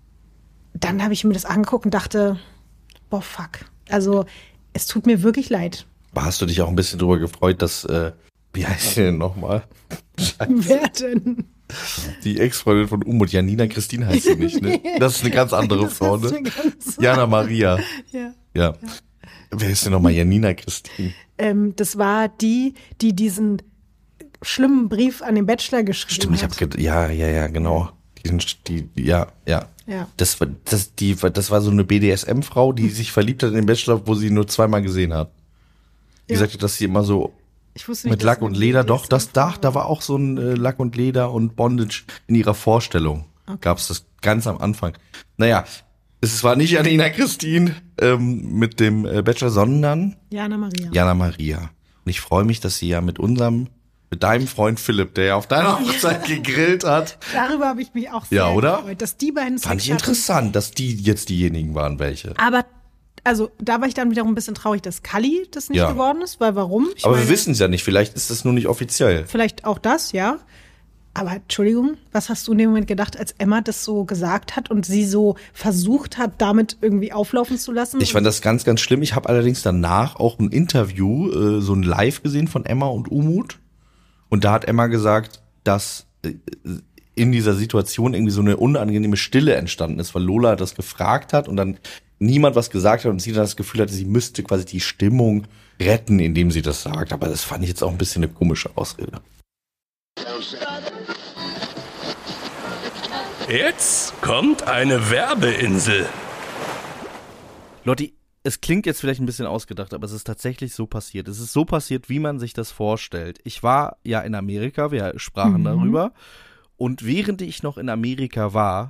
dann habe ich mir das angeguckt und dachte, boah, fuck. Also es tut mir wirklich leid. Aber hast du dich auch ein bisschen drüber gefreut, dass, äh, wie heißt sie denn nochmal? Wer denn? Die Ex-Freundin von Umut, Janina Christine heißt sie nicht, ne? Das ist eine ganz andere Das Frau, ist ne? eine ganz- Jana Maria. Ja. Ja. Wer ist denn nochmal Janina Christine? Ähm, das war die, die diesen schlimmen Brief an den Bachelor geschrieben Stimmt, ich hat. hab gedacht, ja, ja, ja, genau. Die Die, die, ja, ja. Ja. Das war, das, die, das war so eine B D S M-Frau, die sich verliebt hat in den Bachelor, wo sie nur zweimal gesehen hat. Die Ja. sagte, dass sie immer so Ich wusste nicht, mit dass Lack es und eine Leder, B D S doch, das da, M-Frau da war auch so ein äh, Lack und Leder und Bondage in ihrer Vorstellung. Okay. Gab's das ganz am Anfang. Naja, es war nicht Alina Christine ähm, mit dem äh, Bachelor, sondern Jana Maria. Jana Maria. Und ich freue mich, dass sie ja mit unserem, mit deinem Freund Philipp, der ja auf deiner Hochzeit gegrillt hat. Darüber habe ich mich auch sehr Ja, oder? gefreut, dass die beiden Fand ich Sex hatten. interessant, dass die jetzt diejenigen waren, welche. Aber also da war ich dann wiederum ein bisschen traurig, dass Kalli das nicht Ja. geworden ist, weil warum? Ich Aber meine, wir wissen es ja nicht, vielleicht ist das nur nicht offiziell. Vielleicht auch das, ja. Aber Entschuldigung, was hast du in dem Moment gedacht, als Emma das so gesagt hat und sie so versucht hat, damit irgendwie auflaufen zu lassen? Ich fand das ganz, ganz schlimm. Ich habe allerdings danach auch ein Interview, äh, so ein Live gesehen von Emma und Umut. Und da hat Emma gesagt, dass äh, in dieser Situation irgendwie so eine unangenehme Stille entstanden ist, weil Lola das gefragt hat und dann niemand was gesagt hat und sie dann das Gefühl hatte, sie müsste quasi die Stimmung retten, indem sie das sagt. Aber das fand ich jetzt auch ein bisschen eine komische Ausrede. Jetzt kommt eine Werbeinsel. Lotti, es klingt jetzt vielleicht ein bisschen ausgedacht, aber es ist tatsächlich so passiert. Es ist so passiert, wie man sich das vorstellt. Ich war ja in Amerika, wir sprachen Mhm. darüber. Und während ich noch in Amerika war,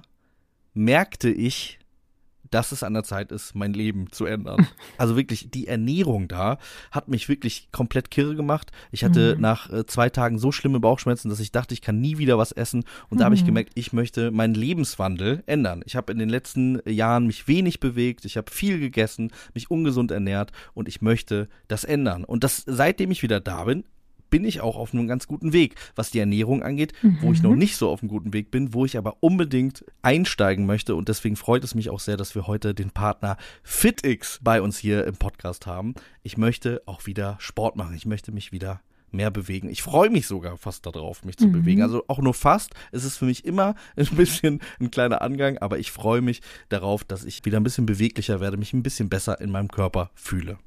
merkte ich, dass es an der Zeit ist, mein Leben zu ändern. Also wirklich, die Ernährung da hat mich wirklich komplett kirre gemacht. Ich hatte Mhm. nach äh, zwei Tagen so schlimme Bauchschmerzen, dass ich dachte, ich kann nie wieder was essen. Und da habe ich Mhm. gemerkt, ich möchte meinen Lebenswandel ändern. Ich habe in den letzten Jahren mich wenig bewegt, ich habe viel gegessen, mich ungesund ernährt und ich möchte das ändern. Und das, seitdem ich wieder da bin, bin ich auch auf einem ganz guten Weg, was die Ernährung angeht, wo ich noch nicht so auf einem guten Weg bin, wo ich aber unbedingt einsteigen möchte und deswegen freut es mich auch sehr, dass wir heute den Partner FitX bei uns hier im Podcast haben. Ich möchte auch wieder Sport machen, ich möchte mich wieder mehr bewegen. Ich freue mich sogar fast darauf, mich zu Mhm. bewegen. Also auch nur fast. Es ist für mich immer ein bisschen ein kleiner Angang, aber ich freue mich darauf, dass ich wieder ein bisschen beweglicher werde, mich ein bisschen besser in meinem Körper fühle.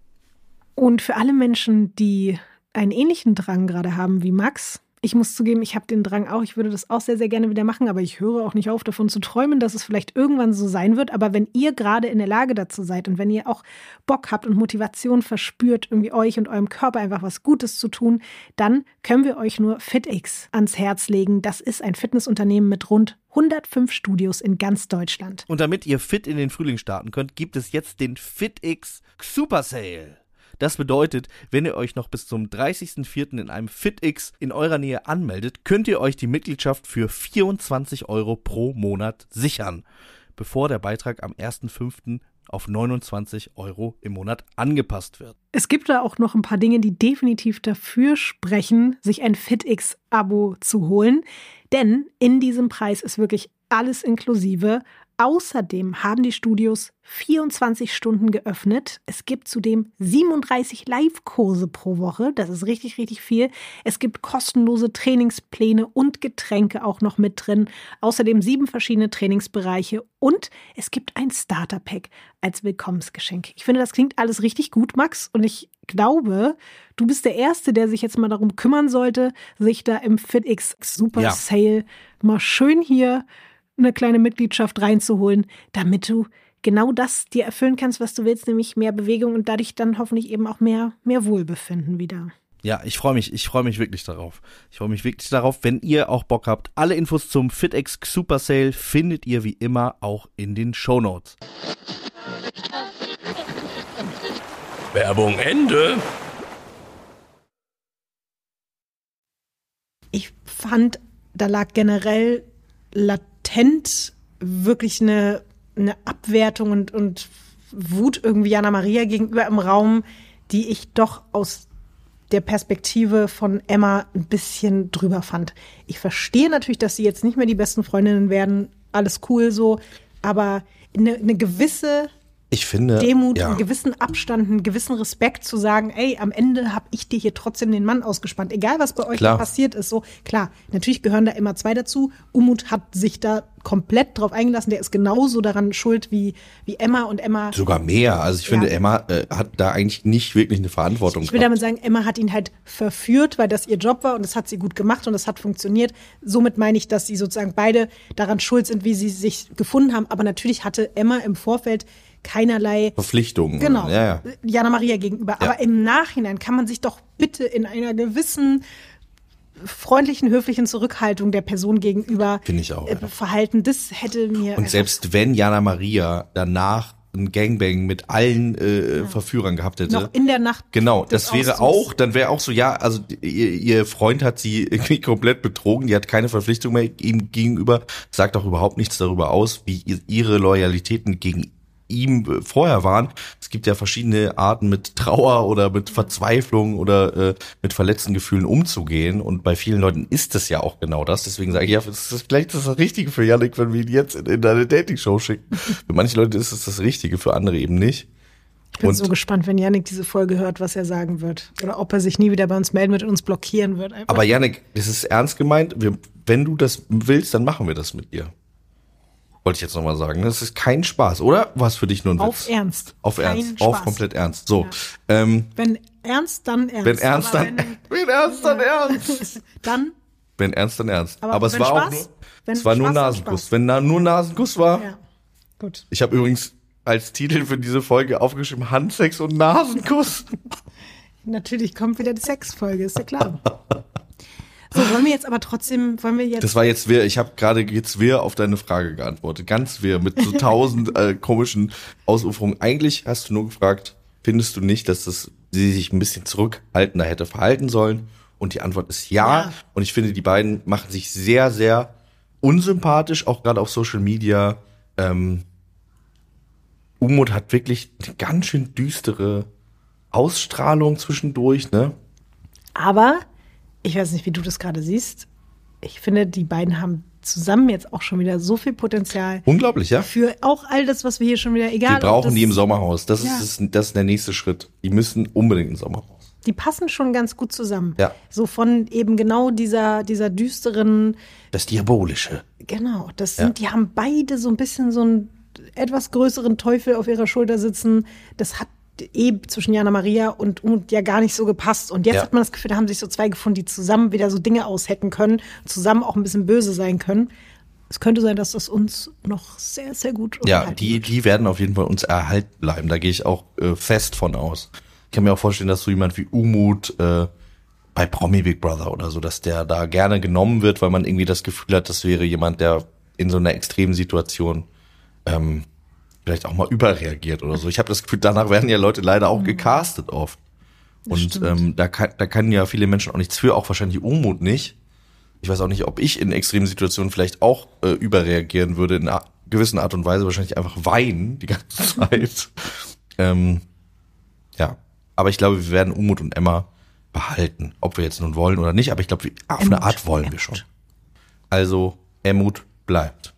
Und für alle Menschen, die einen ähnlichen Drang gerade haben wie Max, ich muss zugeben, ich habe den Drang auch, ich würde das auch sehr, sehr gerne wieder machen, aber ich höre auch nicht auf, davon zu träumen, dass es vielleicht irgendwann so sein wird. Aber wenn ihr gerade in der Lage dazu seid und wenn ihr auch Bock habt und Motivation verspürt, irgendwie euch und eurem Körper einfach was Gutes zu tun, dann können wir euch nur FitX ans Herz legen. Das ist ein Fitnessunternehmen mit rund hundertfünf Studios in ganz Deutschland. Und damit ihr fit in den Frühling starten könnt, gibt es jetzt den FitX Super Sale. Das bedeutet, wenn ihr euch noch bis zum dreißigsten vierten in einem FitX in eurer Nähe anmeldet, könnt ihr euch die Mitgliedschaft für vierundzwanzig Euro pro Monat sichern, bevor der Beitrag am ersten fünften auf neunundzwanzig Euro im Monat angepasst wird. Es gibt da auch noch ein paar Dinge, die definitiv dafür sprechen, sich ein FitX-Abo zu holen. Denn in diesem Preis ist wirklich alles inklusive. Außerdem haben die Studios vierundzwanzig Stunden geöffnet. Es gibt zudem siebenunddreißig Live-Kurse pro Woche. Das ist richtig, richtig viel. Es gibt kostenlose Trainingspläne und Getränke auch noch mit drin. Außerdem sieben verschiedene Trainingsbereiche. Und es gibt ein Starter-Pack als Willkommensgeschenk. Ich finde, das klingt alles richtig gut, Max. Und ich glaube, du bist der Erste, der sich jetzt mal darum kümmern sollte, sich da im FitX Super Ja. Sale mal schön hier eine kleine Mitgliedschaft reinzuholen, damit du genau das dir erfüllen kannst, was du willst, nämlich mehr Bewegung und dadurch dann hoffentlich eben auch mehr, mehr Wohlbefinden wieder. Ja, ich freue mich, ich freue mich wirklich darauf. Ich freue mich wirklich darauf, wenn ihr auch Bock habt. Alle Infos zum FitX Super Sale findet ihr wie immer auch in den Shownotes. Werbung Ende. Ich fand, da lag generell latent wirklich eine, eine Abwertung und, und Wut irgendwie Jana Maria gegenüber im Raum, die ich doch aus der Perspektive von Emma ein bisschen drüber fand. Ich verstehe natürlich, dass sie jetzt nicht mehr die besten Freundinnen werden, alles cool so, aber eine, eine gewisse Ich finde, Demut, ja. einen gewissen Abstand, einen gewissen Respekt zu sagen, ey, am Ende habe ich dir hier trotzdem den Mann ausgespannt. Egal, was bei euch Klar. passiert ist. So, klar, natürlich gehören da immer zwei dazu. Umut hat sich da komplett drauf eingelassen. Der ist genauso daran schuld wie, wie Emma und Emma. Sogar mehr. Also ich finde, Ja. Emma äh, hat da eigentlich nicht wirklich eine Verantwortung. Ich will damit sagen, Emma hat ihn halt verführt, weil das ihr Job war und das hat sie gut gemacht und das hat funktioniert. Somit meine ich, dass sie sozusagen beide daran schuld sind, wie sie sich gefunden haben. Aber natürlich hatte Emma im Vorfeld keinerlei Verpflichtungen. Genau, Ja, ja. Jana Maria gegenüber. Ja. Aber im Nachhinein kann man sich doch bitte in einer gewissen freundlichen, höflichen Zurückhaltung der Person gegenüber Finde ich auch, äh, ja. verhalten. Das hätte mir Und einfach- selbst wenn Jana Maria danach ein Gangbang mit allen äh, Verführern gehabt hätte. noch in der Nacht. Genau, des das wäre Auszugs. auch, dann wäre auch so, ja, also ihr, ihr Freund hat sie irgendwie komplett betrogen, die hat keine Verpflichtung mehr ihm gegenüber, sagt auch überhaupt nichts darüber aus, wie ihre Loyalitäten gegen ihm vorher waren. Es gibt ja verschiedene Arten, mit Trauer oder mit Verzweiflung oder äh, mit verletzten Gefühlen umzugehen. Und bei vielen Leuten ist das ja auch genau das. Deswegen sage ich, ja, das ist vielleicht das Richtige für Yannick, wenn wir ihn jetzt in, in eine Dating-Show schicken. Für manche Leute ist es das Richtige, für andere eben nicht. Ich bin Und- so gespannt, wenn Yannick diese Folge hört, was er sagen wird. Oder ob er sich nie wieder bei uns melden wird und uns blockieren wird. Einfach. Aber Yannick, das ist ernst gemeint. Wir, wenn du das willst, dann machen wir das mit dir. Wollte ich jetzt nochmal sagen. Das ist kein Spaß, oder? Was für dich nur ein Auf Witz? Ernst. Auf Kein Ernst. Auf Spaß. komplett ernst. So. Ähm, Wenn ernst, dann ernst. wenn ernst, Aber dann, wenn, wenn ernst, dann ernst. dann, Wenn ernst, dann ernst. Aber Aber, es wenn war auch Spaß, nur, wenn es war nur Spaß, dann Nasenkuss. Spaß. Wenn na, nur Nasenkuss war. ja, gut. Ich habe übrigens als Titel für diese Folge aufgeschrieben, Handsex und Nasenkuss. Natürlich kommt wieder die Sexfolge, ist ja klar. So, wollen wir jetzt aber trotzdem, wollen wir jetzt. Das war jetzt wirr. Ich habe gerade jetzt wirr auf deine Frage geantwortet. Ganz wirr, mit so tausend äh, komischen Ausuferungen. Eigentlich hast du nur gefragt, findest du nicht, dass das, sie sich ein bisschen zurückhaltender hätte verhalten sollen? Und die Antwort ist ja. Ja. Und ich finde, die beiden machen sich sehr, sehr unsympathisch, auch gerade auf Social Media. Ähm, Umut hat wirklich eine ganz schön düstere Ausstrahlung zwischendurch, ne? Aber, ich weiß nicht, wie du das gerade siehst. Ich finde, die beiden haben zusammen jetzt auch schon wieder so viel Potenzial Unglaublich, ja? für auch all das, was wir hier schon wieder, egal. Wir brauchen ob das, die im Sommerhaus. Das, Ja. ist, das, das ist der nächste Schritt. Die müssen unbedingt ins Sommerhaus. Die passen schon ganz gut zusammen. Ja. So von eben genau dieser, dieser düsteren, Das Diabolische. genau, das sind, die haben beide so ein bisschen so einen etwas größeren Teufel auf ihrer Schulter sitzen. Das hat eh zwischen Jana Maria und Umut ja gar nicht so gepasst. Und jetzt Ja. hat man das Gefühl, da haben sich so zwei gefunden, die zusammen wieder so Dinge aushacken können, zusammen auch ein bisschen böse sein können. Es könnte sein, dass das uns noch sehr, sehr gut Ja, unterhalten die, wird. die werden auf jeden Fall uns erhalten bleiben. Da gehe ich auch äh, fest von aus. Ich kann mir auch vorstellen, dass so jemand wie Umut äh, bei Promi Big Brother oder so, dass der da gerne genommen wird, weil man irgendwie das Gefühl hat, das wäre jemand, der in so einer extremen Situation ähm, vielleicht auch mal überreagiert oder so. Ich habe das Gefühl, danach werden ja Leute leider auch gecastet oft. Und stimmt. ähm, da, kann, da können ja viele Menschen auch nichts für, auch wahrscheinlich Umut nicht. Ich weiß auch nicht, ob ich in extremen Situationen vielleicht auch äh, überreagieren würde, in einer gewissen Art und Weise, wahrscheinlich einfach weinen die ganze Zeit. ähm, ja, aber ich glaube, wir werden Umut und Emma behalten, ob wir jetzt nun wollen oder nicht, aber ich glaube, wir- auf eine Emmut, Art wollen wir schon. Also, Emmut bleibt.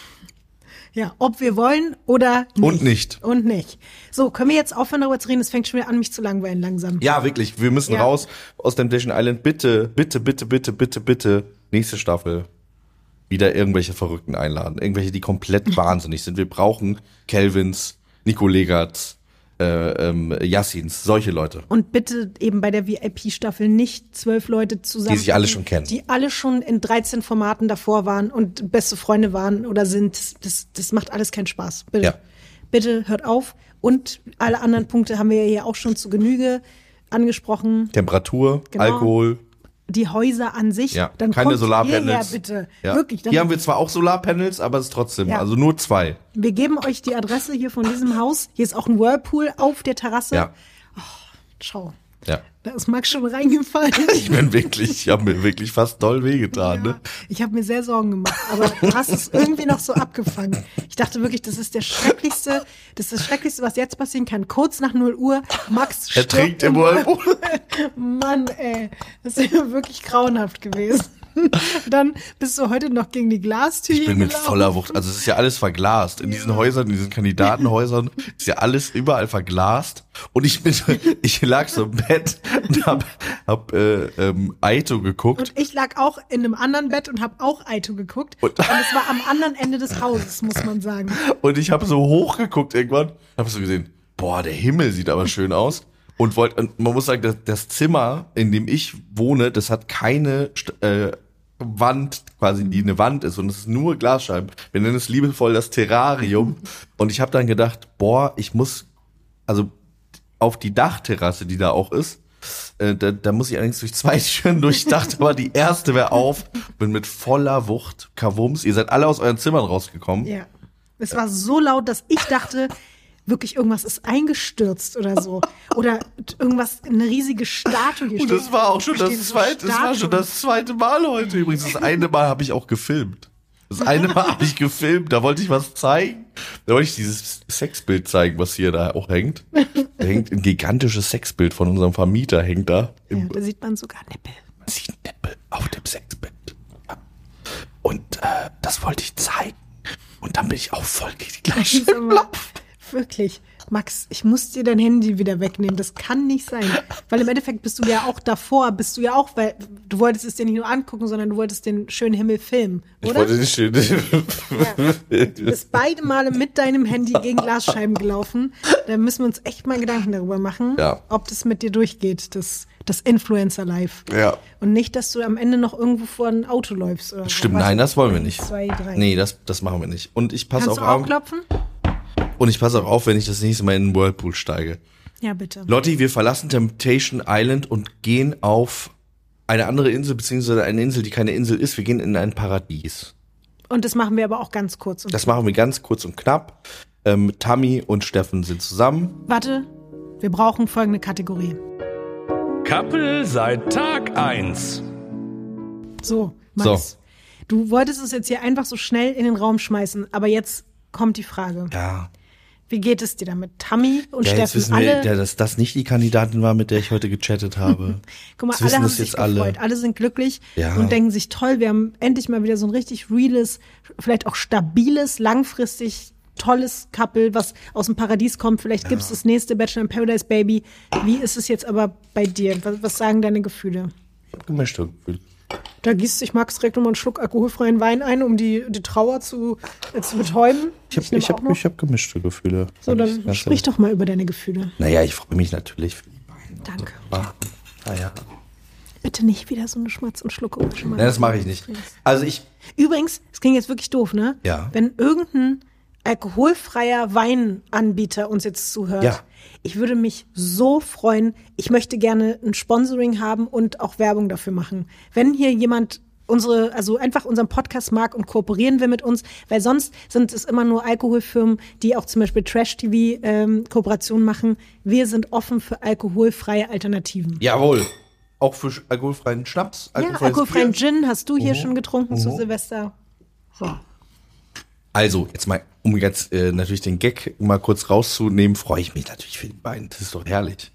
Ja, ob wir wollen oder nicht. Und nicht. Und nicht. So, können wir jetzt aufhören, darüber zu reden? Es fängt schon wieder an, mich zu langweilen langsam. Ja, wirklich, wir müssen Ja. raus aus Temptation Island. Bitte, bitte, bitte, bitte, bitte, bitte, nächste Staffel wieder irgendwelche Verrückten einladen. Irgendwelche, die komplett wahnsinnig sind. Wir brauchen Kelvins, Nico Legerts, äh, ähm, Yassins, solche Leute. Und bitte eben bei der V I P-Staffel nicht zwölf Leute zusammen. Die sich alle schon kennen. Die alle schon in dreizehn Formaten davor waren und beste Freunde waren oder sind. Das, das macht alles keinen Spaß. Bitte. Ja. Bitte hört auf. Und alle anderen Punkte haben wir ja hier auch schon zu Genüge angesprochen. Temperatur, Genau. Alkohol, Die Häuser an sich. ja, Dann keine kommt Solarpanels. hierher, bitte. Ja. Wirklich. Dann Hier haben wir zwar auch Solarpanels, aber es ist trotzdem, Ja. also nur zwei. Wir geben euch die Adresse hier von diesem Haus. Hier ist auch ein Whirlpool auf der Terrasse. Ja, Schau. ja. Da ist Max schon reingefallen. Ich bin wirklich, ich habe mir wirklich fast doll wehgetan, Ja, ne? ich habe mir sehr Sorgen gemacht, aber du hast es irgendwie noch so abgefangen. Ich dachte wirklich, das ist der schrecklichste, das ist das Schrecklichste, was jetzt passieren kann. Kurz nach null Uhr, Max Er stirbt trinkt im Whirlpool. Mann, ey, das ist ja wirklich grauenhaft gewesen. Dann bist du heute noch gegen die Glastür Ich bin mit gelaufen. voller Wucht. Also es ist ja alles verglast. In diesen Häusern, in diesen Kandidatenhäusern ist ja alles überall verglast. Und ich bin, ich lag so im Bett und hab, hab äh, ähm, Aito geguckt. Und ich lag auch in einem anderen Bett und habe auch Aito geguckt. Und, und es war am anderen Ende des Hauses, muss man sagen. Und ich habe so hochgeguckt irgendwann. Hab so gesehen, boah, der Himmel sieht aber schön aus. Und wollte, und man muss sagen, das, das Zimmer, in dem ich wohne, das hat keine äh, Wand, quasi, die eine Wand ist, und es ist nur Glasscheiben. Wir nennen es liebevoll das Terrarium. Und ich habe dann gedacht, boah, ich muss, also auf die Dachterrasse, die da auch ist, äh, da, da muss ich allerdings durch zwei Türen durch. Ich dachte aber, die erste wäre auf. Bin mit voller Wucht, Kavums. Ihr seid alle aus euren Zimmern rausgekommen. Ja. Es war so laut, dass ich dachte, wirklich irgendwas ist eingestürzt oder so. Oder irgendwas, eine riesige Statue hier Und steht. das war auch schon Stehen das so zweite, das war schon Statuen. das zweite Mal heute übrigens. Das eine Mal habe ich auch gefilmt. Das eine Mal habe ich gefilmt, da wollte ich was zeigen. Da wollte ich dieses Sexbild zeigen, was hier da auch hängt. Da hängt ein gigantisches Sexbild von unserem Vermieter, hängt da. Ja, Im, da sieht man sogar Nippel. man sieht Nippel auf dem Sexbild. Ja. Und äh, das wollte ich zeigen. Und dann bin ich auch voll gegen die Glasscheibe gelaufen. Wirklich. Max, ich muss dir dein Handy wieder wegnehmen. Das kann nicht sein. Weil im Endeffekt bist du ja auch davor, bist du ja auch, weil du wolltest es dir nicht nur angucken, sondern du wolltest den schönen Himmel filmen, Ich oder? wollte nicht schön. Du bist beide Male mit deinem Handy gegen Glasscheiben gelaufen. Da müssen wir uns echt mal Gedanken darüber machen, Ja. ob das mit dir durchgeht, das, das Influencer-Life. Ja. Und nicht, dass du am Ende noch irgendwo vor ein Auto läufst. Oder so. Stimmt, Warte, nein, das wollen wir nicht. Zwei, drei. Nee, das, das machen wir nicht. Und ich passe Kannst auch du auch auf. klopfen? Und ich passe auch auf, wenn ich das nächste Mal in den Whirlpool steige. Ja, bitte. Lotti, wir verlassen Temptation Island und gehen auf eine andere Insel, beziehungsweise eine Insel, die keine Insel ist. Wir gehen in ein Paradies. Und das machen wir aber auch ganz kurz. Und Das machen wir ganz kurz und knapp. Ähm, Tammy und Steffen sind zusammen. Warte, wir brauchen folgende Kategorie. Couple seit Tag eins. So, Max. So. Du wolltest es jetzt hier einfach so schnell in den Raum schmeißen, aber jetzt kommt die Frage. Ja. Wie geht es dir damit? Tammy und Ja, jetzt Steffen, wissen alle, wir, ja, dass das nicht die Kandidatin war, mit der ich heute gechattet habe. guck mal, das alle wissen haben das sich jetzt alle. gefreut. Alle sind glücklich Ja. und denken sich, toll, wir haben endlich mal wieder so ein richtig reales, vielleicht auch stabiles, langfristig tolles Couple, was aus dem Paradies kommt. Vielleicht gibt's das nächste Bachelor in Paradise Baby. Wie ist es jetzt aber bei dir? Was, was sagen deine Gefühle? Gemischte Gefühle. Da gießt sich Max direkt nochmal einen Schluck alkoholfreien Wein ein, um die, die Trauer zu, äh, zu betäuben. Ich habe nehm ich auch hab, noch. ich hab gemischte Gefühle. So, Sag ich dann ganz sprich doch mal über deine Gefühle. Naja, ich freue mich natürlich für die beiden. Danke. Ah, naja. Bitte nicht wieder so eine Schmatz- und Schlucke. Nein, das mache ich nicht. Also ich, Übrigens, es klingt jetzt wirklich doof, ne? Ja. Wenn irgendein alkoholfreier Weinanbieter uns jetzt zuhört, Ja. ich würde mich so freuen. Ich möchte gerne ein Sponsoring haben und auch Werbung dafür machen. Wenn hier jemand unsere, also einfach unseren Podcast mag und kooperieren will mit uns, weil sonst sind es immer nur Alkoholfirmen, die auch zum Beispiel Trash-T V-Kooperationen machen. Wir sind offen für alkoholfreie Alternativen. jawohl, auch für sch- alkoholfreien Schnaps, Ja, alkoholfreies alkoholfreien Bier. Gin hast du hier Mhm. schon getrunken zu Mhm. Silvester. So. Also, jetzt mal, um jetzt äh, natürlich den Gag mal kurz rauszunehmen, freue ich mich natürlich für die beiden. Das ist doch herrlich.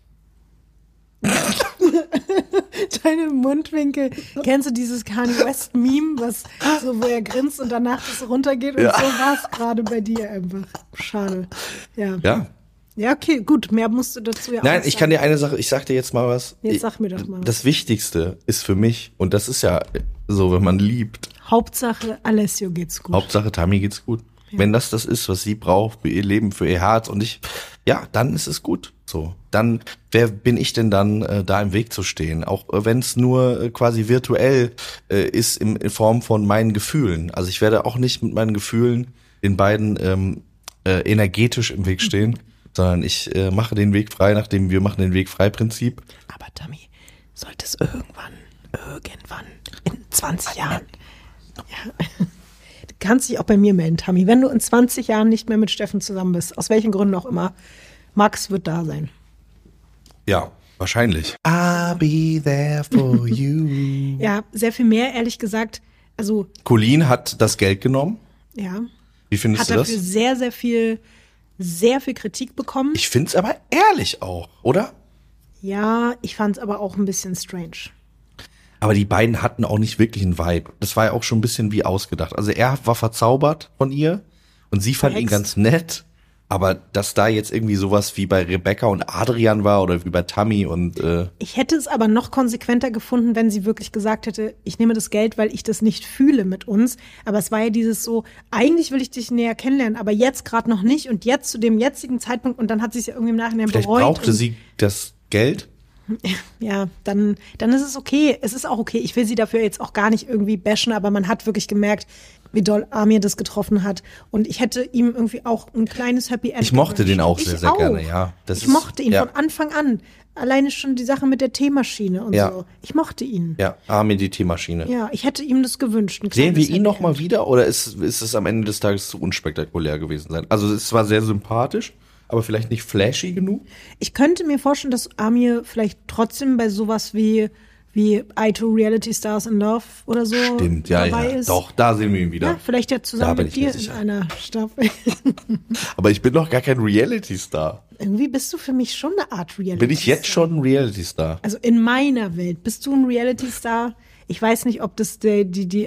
Deine Mundwinkel. Kennst du dieses Kanye West Meme, was so, wo er grinst und danach das runtergeht? Und Ja. so war es gerade bei dir einfach. Schade. Ja. Ja. Ja, okay, gut. Mehr musst du dazu ja Nein, auch ich kann dir eine Sache, ich sag dir jetzt mal was. Jetzt sag mir doch mal was. Das Wichtigste ist für mich, und das ist ja so, wenn man liebt, Hauptsache, Alessio geht's gut. Hauptsache Tammy geht's gut. Wenn das das ist, was sie braucht für ihr Leben, für ihr Herz und ich, ja, dann ist es gut. So, dann, wer bin ich denn dann, äh, da im Weg zu stehen? Auch äh, wenn es nur äh, quasi virtuell äh, ist im, in Form von meinen Gefühlen. Also ich werde auch nicht mit meinen Gefühlen den beiden ähm, äh, energetisch im Weg stehen, sondern ich äh, mache den Weg frei nach dem wir machen den Weg frei Prinzip. Aber Tammy, sollte es irgendwann, irgendwann, in zwanzig Jahren, ja, du kannst dich auch bei mir melden, Tammy. Wenn du in zwanzig Jahren nicht mehr mit Steffen zusammen bist, aus welchen Gründen auch immer, Max wird da sein. Ja, wahrscheinlich. I'll be there for you. Ja, sehr viel mehr, ehrlich gesagt. Also, Colleen hat das Geld genommen. ja, Wie findest hat du das? dafür sehr, sehr viel, sehr viel Kritik bekommen. Ich find's aber ehrlich auch, oder? Ja, ich fand es aber auch ein bisschen strange. Aber die beiden hatten auch nicht wirklich einen Vibe. Das war ja auch schon ein bisschen wie ausgedacht. Also er war verzaubert von ihr und sie fand ihn ganz nett. Aber dass da jetzt irgendwie sowas wie bei Rebecca und Adrian war oder wie bei Tammy und äh Ich hätte es aber noch konsequenter gefunden, wenn sie wirklich gesagt hätte, ich nehme das Geld, weil ich das nicht fühle mit uns. Aber es war ja dieses so, eigentlich will ich dich näher kennenlernen, aber jetzt gerade noch nicht und jetzt zu dem jetzigen Zeitpunkt und dann hat sie es ja irgendwie im Nachhinein vielleicht bereut. brauchte sie das Geld. Ja, dann, dann ist es okay. Es ist auch okay. Ich will sie dafür jetzt auch gar nicht irgendwie bashen, aber man hat wirklich gemerkt, wie doll Amir das getroffen hat. Und ich hätte ihm irgendwie auch ein kleines Happy End Ich mochte gewünscht. den auch Ich sehr, sehr auch. gerne, ja. Das ich ist- mochte ihn ja. von Anfang an. Alleine schon die Sache mit der Teemaschine und Ja. so. Ich mochte ihn. Ja, Armin die Teemaschine. Ja, ich hätte ihm das gewünscht. ein Sehen wir kleines ihn Happy noch mal End. wieder oder ist, ist es am Ende des Tages zu unspektakulär gewesen sein? Also es war sehr sympathisch, aber vielleicht nicht flashy genug. Ich könnte mir vorstellen, dass Amir vielleicht trotzdem bei sowas wie, wie I Two Reality Stars in Love oder so Stimmt, ja, dabei ja. ist. Doch, da sehen wir ihn wieder. Ja, vielleicht ja Da zusammen bin mit ich mir dir in sicher. einer Staffel. Aber ich bin doch gar kein Reality-Star. Irgendwie bist du für mich schon eine Art Reality. Bin ich jetzt schon ein Reality-Star? Also in meiner Welt bist du ein Reality-Star. Ich weiß nicht, ob das die, die, die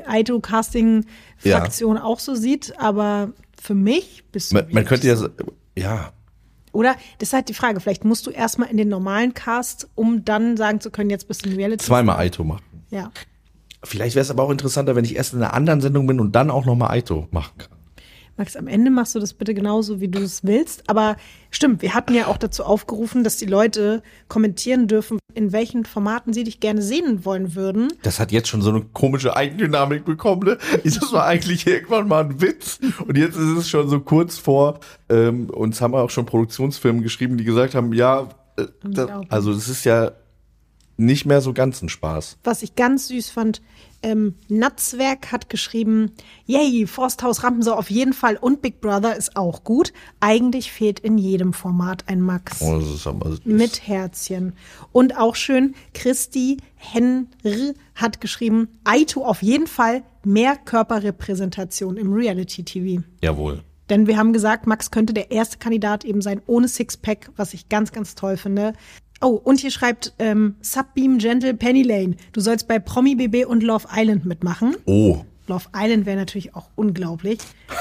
Aito-Casting-Fraktion auch so sieht, aber für mich bist du. Man, man könnte ja, Reality-Star. so- ja, Oder, das ist halt die Frage, vielleicht musst du erstmal in den normalen Cast, um dann sagen zu können, jetzt bist du ein Reality. zweimal Aito machen. Ja. Vielleicht wäre es aber auch interessanter, wenn ich erst in einer anderen Sendung bin und dann auch nochmal Aito machen kann. Max, am Ende machst du das bitte genauso, wie du es willst. Aber stimmt, wir hatten ja auch dazu aufgerufen, dass die Leute kommentieren dürfen, in welchen Formaten sie dich gerne sehen wollen würden. Das hat jetzt schon so eine komische Eigendynamik bekommen, ne? Das war eigentlich irgendwann mal ein Witz. Und jetzt ist es schon so kurz vor, ähm, uns haben auch schon Produktionsfirmen geschrieben, die gesagt haben, ja, äh, das, also es ist ja nicht mehr so ganz ein Spaß. Was ich ganz süß fand, ähm, Natzwerk hat geschrieben, yay, Forsthaus Rampensau auf jeden Fall und Big Brother ist auch gut. Eigentlich fehlt in jedem Format ein Max. Oh, das ist aber Mit Herzchen. Und auch schön, Christi Henr hat geschrieben, Aito auf jeden Fall mehr Körperrepräsentation im Reality-T V. Jawohl. Denn wir haben gesagt, Max könnte der erste Kandidat eben sein, ohne Sixpack, was ich ganz, ganz toll finde. Oh, und hier schreibt ähm, Subbeam Gentle Penny Lane, du sollst bei Promi B B und Love Island mitmachen. Oh. Love Island wäre natürlich auch unglaublich.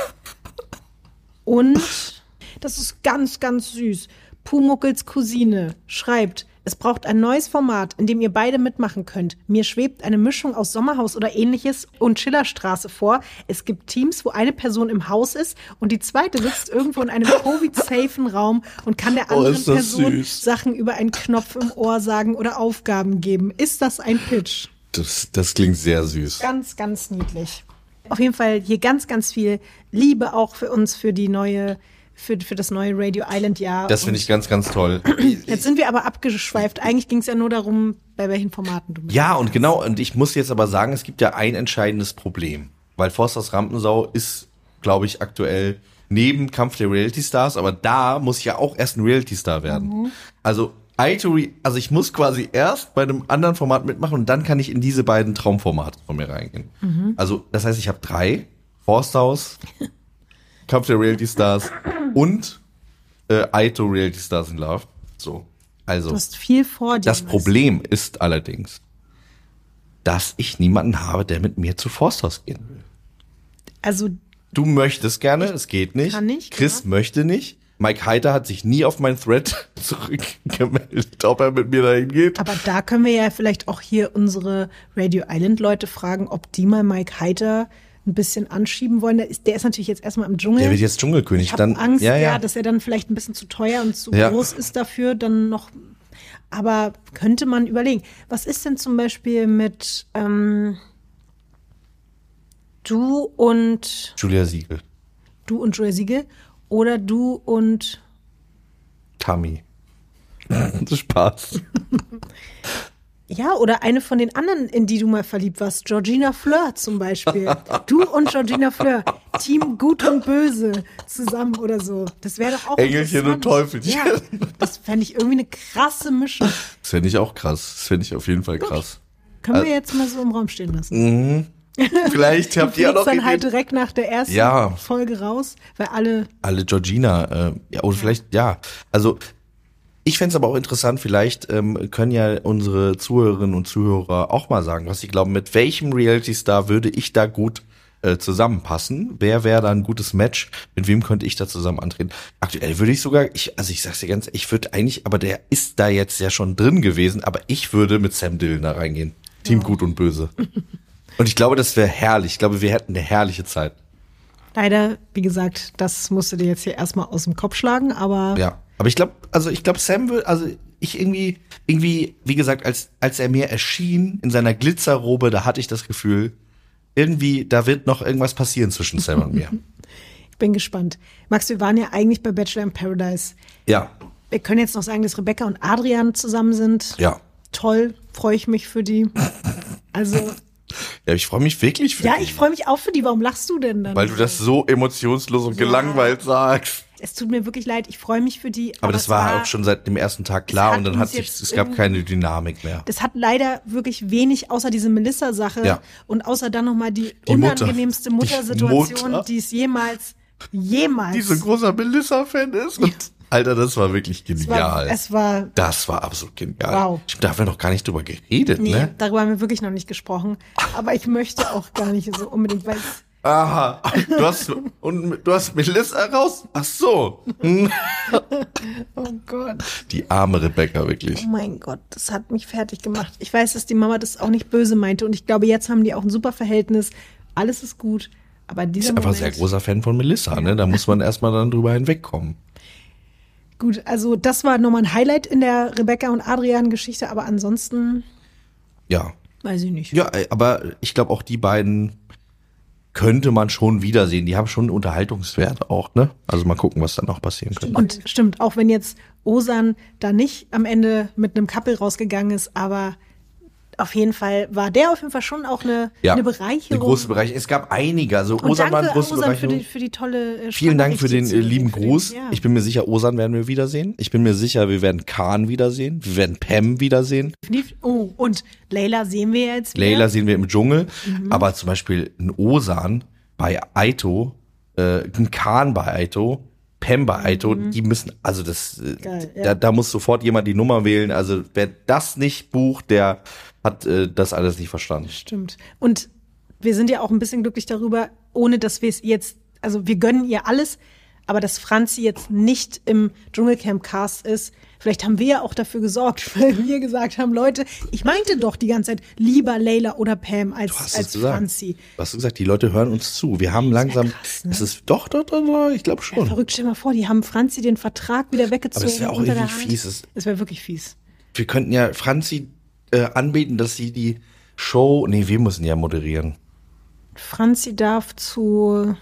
Und das ist ganz, ganz süß. Pumuckels Cousine schreibt, es braucht ein neues Format, in dem ihr beide mitmachen könnt. Mir schwebt eine Mischung aus Sommerhaus oder ähnliches und Schillerstraße vor. Es gibt Teams, wo eine Person im Haus ist und die zweite sitzt irgendwo in einem Covid-safen Raum und kann der Oh, anderen ist das Person süß. Sachen über einen Knopf im Ohr sagen oder Aufgaben geben. Ist das ein Pitch? Das, das klingt sehr süß. Ganz, ganz niedlich. Auf jeden Fall hier ganz, ganz viel Liebe auch für uns, für die neue, für, für das neue Radio Island Jahr. Das finde ich ganz, ganz toll. Jetzt sind wir aber abgeschweift. Eigentlich ging es ja nur darum, bei welchen Formaten du mitmachst. Ja, und genau, und ich muss jetzt aber sagen, es gibt ja ein entscheidendes Problem. Weil Forsthaus Rampensau ist, glaube ich, aktuell neben Kampf der Reality Stars, aber da muss ich ja auch erst ein Reality Star werden. Mhm. Also, Aito, also ich muss quasi erst bei einem anderen Format mitmachen und dann kann ich in diese beiden Traumformate von mir reingehen. Mhm. Also, das heißt, ich habe drei: Forsthaus, Kampf der Reality Stars und äh, Aito Reality Stars in Love. So, also. Du hast viel vor dir. Das Max. Problem ist allerdings, dass ich niemanden habe, der mit mir zu Forsthaus gehen will. Also, Du möchtest gerne, es geht nicht. Kann nicht, Chris ja. möchte nicht. Mike Heiter hat sich nie auf meinen Thread zurückgemeldet, ob er mit mir dahin geht. aber da können wir ja vielleicht auch hier unsere Radio Island Leute fragen, ob die mal Mike Heiter ein bisschen anschieben wollen. Der ist, der ist natürlich jetzt erstmal im Dschungel. Der wird jetzt Dschungelkönig. Ich habe dann, Angst, ja, ja, ja. dass er dann vielleicht ein bisschen zu teuer und zu Ja. groß ist dafür, dann noch. Aber könnte man überlegen. Was ist denn zum Beispiel mit ähm, du und Julia Siegel, du und Joel Siegel oder du und Tammy. Spaß. ja, oder eine von den anderen, in die du mal verliebt warst, Georgina Fleur zum Beispiel. Du und Georgina Fleur, Team Gut und Böse zusammen oder so. Das wäre doch auch Engelchen und interessant. Teufelchen. Ja, das fände ich irgendwie eine krasse Mischung. Das fände ich auch krass. Das fände ich auf jeden Fall krass. Können wir Also- jetzt mal so im Raum stehen lassen. Vielleicht habt Du ihr ja fliegst noch dann halt Ideen. direkt nach der ersten Folge raus, weil alle Alle Georgina, äh, ja, oder vielleicht, ja. Also, Ich fänd's aber auch interessant, vielleicht ähm, können ja unsere Zuhörerinnen und Zuhörer auch mal sagen, was sie glauben, mit welchem Reality-Star würde ich da gut äh, zusammenpassen? Wer wäre da ein gutes Match? Mit wem könnte ich da zusammen antreten? Aktuell würde ich sogar, ich, also ich sag's dir ganz, ich würde eigentlich, aber der ist da jetzt ja schon drin gewesen, aber ich würde mit Sam Dillon da reingehen. Team Ja. Gut und Böse. Und ich glaube, das wäre herrlich. Ich glaube, wir hätten eine herrliche Zeit. Leider, wie gesagt, das musst du dir jetzt hier erstmal aus dem Kopf schlagen, aber Ja, aber ich glaube, also ich glaube, Sam will, also ich irgendwie, irgendwie, wie gesagt, als als er mir erschien in seiner Glitzerrobe, da hatte ich das Gefühl, irgendwie, da wird noch irgendwas passieren zwischen Sam und mir. ich bin gespannt. Max, wir waren ja eigentlich bei Bachelor in Paradise. Ja, Wir können jetzt noch sagen, dass Rebecca und Adrian zusammen sind. ja, Toll, freue ich mich für die. Also, ja, ich freue mich wirklich für ja, dich, ich freue mich auch für die. Warum lachst du denn dann? weil du das so emotionslos und gelangweilt sagst. Es tut mir wirklich leid, ich freue mich für die. Aber das es war auch schon seit dem ersten Tag klar hat und dann uns hat sich, jetzt es gab irgendwie- keine Dynamik mehr. Das hat leider wirklich wenig, außer diese Melissa-Sache Ja. und außer dann nochmal die, Die Mutter. unangenehmste Die Muttersituation, Mutter. die es jemals, jemals. Die so ein großer Melissa-Fan ist. Und, Alter, das war wirklich es war, genial. es war, Das war absolut genial. Wow. Da haben wir noch gar nicht drüber geredet, nee, ne? darüber haben wir wirklich noch nicht gesprochen. Aber ich möchte auch gar nicht so unbedingt, weil es, Aha, du hast, und du hast Melissa raus? Ach so. Hm. oh Gott, Die arme Rebecca, wirklich. oh mein Gott, das hat mich fertig gemacht. Ich weiß, dass die Mama das auch nicht böse meinte und ich glaube, jetzt haben die auch ein super Verhältnis. Alles ist gut. Aber dieser Ist einfach Moment, sehr großer Fan von Melissa, ne? Da muss man erstmal dann drüber hinwegkommen. Gut, also das war nochmal ein Highlight in der Rebecca und Adrian-Geschichte, aber ansonsten Ja. weiß ich nicht. Ja, aber ich glaube auch die beiden könnte man schon wiedersehen. Die haben schon einen Unterhaltungswert auch, ne? Also mal gucken, was dann noch passieren könnte. Und stimmt, auch wenn jetzt Osan da nicht am Ende mit einem Couple rausgegangen ist, aber auf jeden Fall war der auf jeden Fall schon auch eine, Ja, eine Bereicherung. Eine große Bereicherung. Es gab einige. Also Und Osan war eine danke, große Osan, für Bereicherung. die, für die tolle äh, Vielen Dank für den äh, Sprachnachricht, lieben für den- Gruß. ja. Ich bin mir sicher, Osan werden wir wiedersehen. Ich bin mir sicher, wir werden Khan wiedersehen. Wir werden Pam wiedersehen. Oh, und Layla sehen wir jetzt wieder. Layla sehen wir im Dschungel. Mhm. Aber zum Beispiel ein Osan bei Aito, äh, ein Khan bei Aito, Pam bei Aito, die müssen, also das, äh, Mhm. Geil, ja. da, da muss sofort jemand die Nummer wählen. Also wer das nicht bucht, der hat äh, das alles nicht verstanden. Stimmt. Und wir sind ja auch ein bisschen glücklich darüber, ohne dass wir es jetzt, also wir gönnen ihr alles, aber dass Franzi jetzt nicht im Dschungelcamp-Cast ist. Vielleicht haben wir ja auch dafür gesorgt, weil wir gesagt haben, Leute, ich meinte doch die ganze Zeit lieber Layla oder Pam als, Du hast es als gesagt. Franzi. Du hast gesagt, die Leute hören uns zu. Wir haben langsam, krass, ne? es ist doch, doch, doch, doch ich glaube schon. Verrückt, stell dir mal vor, die haben Franzi den Vertrag wieder weggezogen. Aber es wäre auch unter der irgendwie Hand. fies. Es- Es wäre wirklich fies. Wir könnten ja Franzi äh, anbieten, dass sie die Show, nee, wir müssen ja moderieren. Franzi darf zu.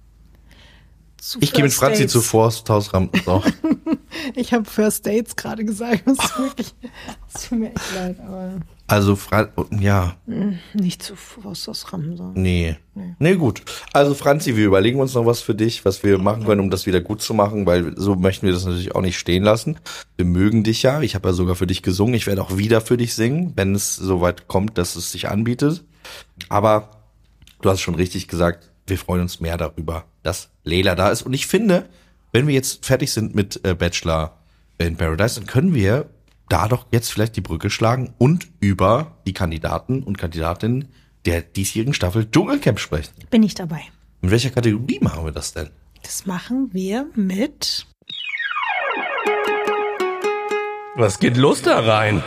zu Ich gehe mit First Franzi Dates. zu Forsthaus Rampensau. Ich habe First Dates gerade gesagt. Das ist wirklich. Das tut mir echt leid, aber Also, Fra ja, nicht zu Forsthaus Ramsau. nee. Nee, gut. Also, Franzi, wir überlegen uns noch was für dich, was wir machen können, um das wieder gut zu machen, weil so möchten wir das natürlich auch nicht stehen lassen. Wir mögen dich ja. Ich habe ja sogar für dich gesungen. Ich werde auch wieder für dich singen, wenn es soweit kommt, dass es sich anbietet. Aber du hast schon richtig gesagt, wir freuen uns mehr darüber, dass Layla da ist. Und ich finde, wenn wir jetzt fertig sind mit äh, Bachelor in Paradise, dann können wir da doch jetzt vielleicht die Brücke schlagen und über die Kandidaten und Kandidatinnen der diesjährigen Staffel Dschungelcamp sprechen. Bin ich dabei. In welcher Kategorie machen wir das denn? Das machen wir mit. Was geht los da rein?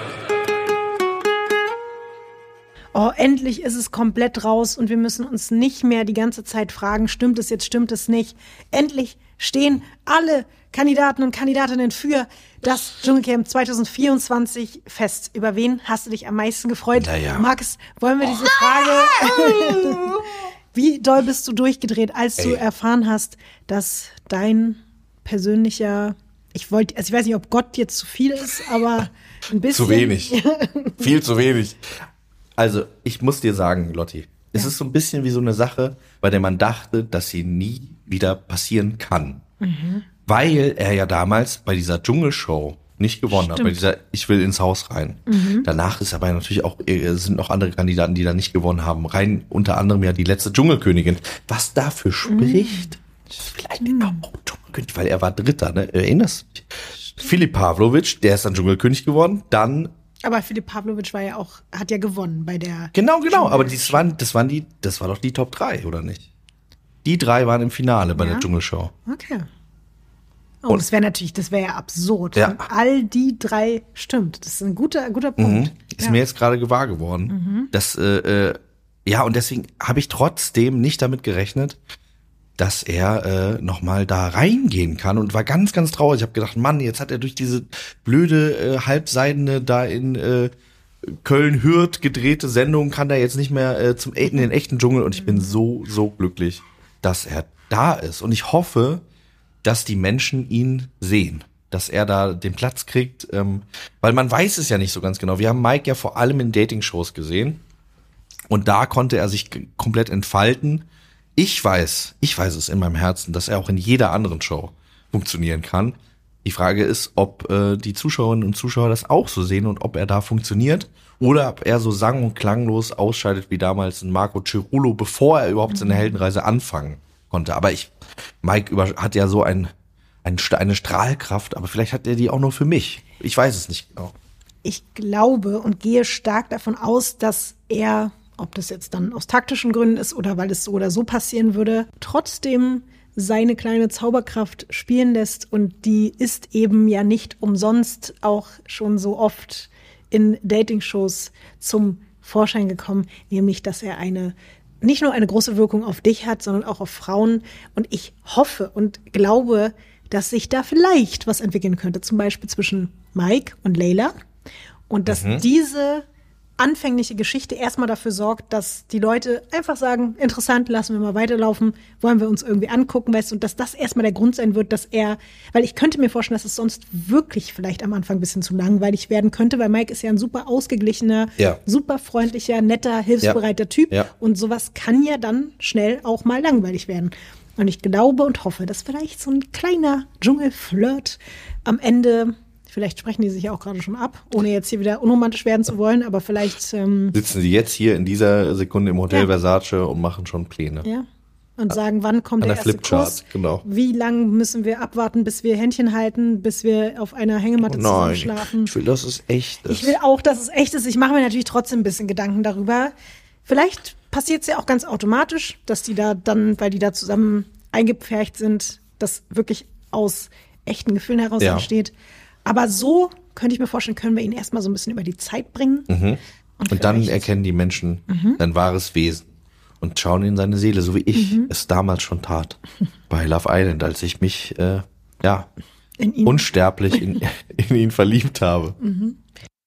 Oh, endlich ist es komplett raus und wir müssen uns nicht mehr die ganze Zeit fragen, stimmt es jetzt, stimmt es nicht. Endlich stehen alle Kandidaten und Kandidatinnen für das Dschungelcamp zwanzig vierundzwanzig fest. Über wen hast du dich am meisten gefreut? Naja. Max, wollen wir diese Frage... Wie doll bist du durchgedreht, als du Ey. erfahren hast, dass dein persönlicher... Ich wollte, also ich weiß nicht, ob Gott jetzt zu viel ist, aber ein bisschen... Zu wenig. Viel zu wenig. Also, ich muss dir sagen, Lotti, es ist so ein bisschen wie so eine Sache, bei der man dachte, dass sie nie wieder passieren kann. Mhm. Weil er ja damals bei dieser Dschungelshow nicht gewonnen hat, bei dieser Ich will ins Haus rein. Mhm. Danach ist aber natürlich auch, äh, sind noch andere Kandidaten, die da nicht gewonnen haben. Rein unter anderem ja die letzte Dschungelkönigin. Was dafür spricht, vielleicht auch Dschungel Dschungelkönig, weil er war Dritter, ne? Erinnerst du dich? Filip Pawlovic, der ist dann Dschungelkönig geworden, dann Aber Filip Pawlovic war ja auch, hat ja gewonnen bei der. Genau, genau, aber das waren, das waren die, das war doch die Top drei, oder nicht? Die drei waren im Finale bei Ja? der Dschungelshow. Okay. Oh, Und- das wäre natürlich, das wäre ja absurd. Ja. Wenn all die drei stimmt. Das ist ein guter, guter Punkt. Mhm. Ist ja. mir jetzt gerade gewahr geworden. Mhm. Das, äh, äh, ja, und deswegen habe ich trotzdem nicht damit gerechnet, dass er äh, nochmal da reingehen kann und war ganz, ganz traurig. Ich habe gedacht, Mann, jetzt hat er durch diese blöde, äh, halbseidene da in äh, Köln-Hürth gedrehte Sendung, kann er jetzt nicht mehr äh, zum in den echten Dschungel und ich bin so, so glücklich, dass er da ist. Und ich hoffe, dass die Menschen ihn sehen, dass er da den Platz kriegt, ähm, weil man weiß es ja nicht so ganz genau. Wir haben Mike ja vor allem in Dating-Shows gesehen und da konnte er sich g- komplett entfalten. Ich weiß, ich weiß es in meinem Herzen, dass er auch in jeder anderen Show funktionieren kann. Die Frage ist, ob äh, die Zuschauerinnen und Zuschauer das auch so sehen und ob er da funktioniert oder ob er so sang- und klanglos ausscheidet wie damals in Marco Cirulo, bevor er überhaupt seine Heldenreise anfangen konnte. Aber ich, Mike über, hat ja so ein, ein, eine Strahlkraft, aber vielleicht hat er die auch nur für mich. Ich weiß es nicht genau. Ich glaube und gehe stark davon aus, dass er, ob das jetzt dann aus taktischen Gründen ist oder weil es so oder so passieren würde, trotzdem seine kleine Zauberkraft spielen lässt und die ist eben ja nicht umsonst auch schon so oft in Dating-Shows zum Vorschein gekommen, nämlich, dass er eine nicht nur eine große Wirkung auf dich hat, sondern auch auf Frauen und ich hoffe und glaube, dass sich da vielleicht was entwickeln könnte, zum Beispiel zwischen Mike und Layla und dass Mhm. diese anfängliche Geschichte erstmal dafür sorgt, dass die Leute einfach sagen, interessant, lassen wir mal weiterlaufen, wollen wir uns irgendwie angucken, weißt du, und dass das erstmal der Grund sein wird, dass er, weil ich könnte mir vorstellen, dass es sonst wirklich vielleicht am Anfang ein bisschen zu langweilig werden könnte, weil Mike ist ja ein super ausgeglichener, Ja. super freundlicher, netter, hilfsbereiter Typ Ja. und sowas kann ja dann schnell auch mal langweilig werden. Und ich glaube und hoffe, dass vielleicht so ein kleiner Dschungelflirt am Ende, vielleicht sprechen die sich ja auch gerade schon ab, ohne jetzt hier wieder unromantisch werden zu wollen, aber vielleicht, ähm, Sitzen sie jetzt hier in dieser Sekunde im Hotel Ja. Versace und machen schon Pläne. ja, und sagen, wann kommt An der der erste Flipchart, Kurs? genau. Wie lang müssen wir abwarten, bis wir Händchen halten, bis wir auf einer Hängematte zusammen schlafen? ich will, dass es echt ist. Ich will auch, dass es echt ist. Ich mache mir natürlich trotzdem ein bisschen Gedanken darüber. Vielleicht passiert es ja auch ganz automatisch, dass die da dann, weil die da zusammen eingepfercht sind, das wirklich aus echten Gefühlen heraus Ja. entsteht. Aber so könnte ich mir vorstellen, können wir ihn erstmal so ein bisschen über die Zeit bringen. Mhm. Und, dann vielleicht- erkennen die Menschen Mhm. sein wahres Wesen und schauen in seine Seele, so wie ich Mhm. es damals schon tat bei Love Island, als ich mich äh, ja In ihn. unsterblich in, in ihn verliebt habe. Mhm.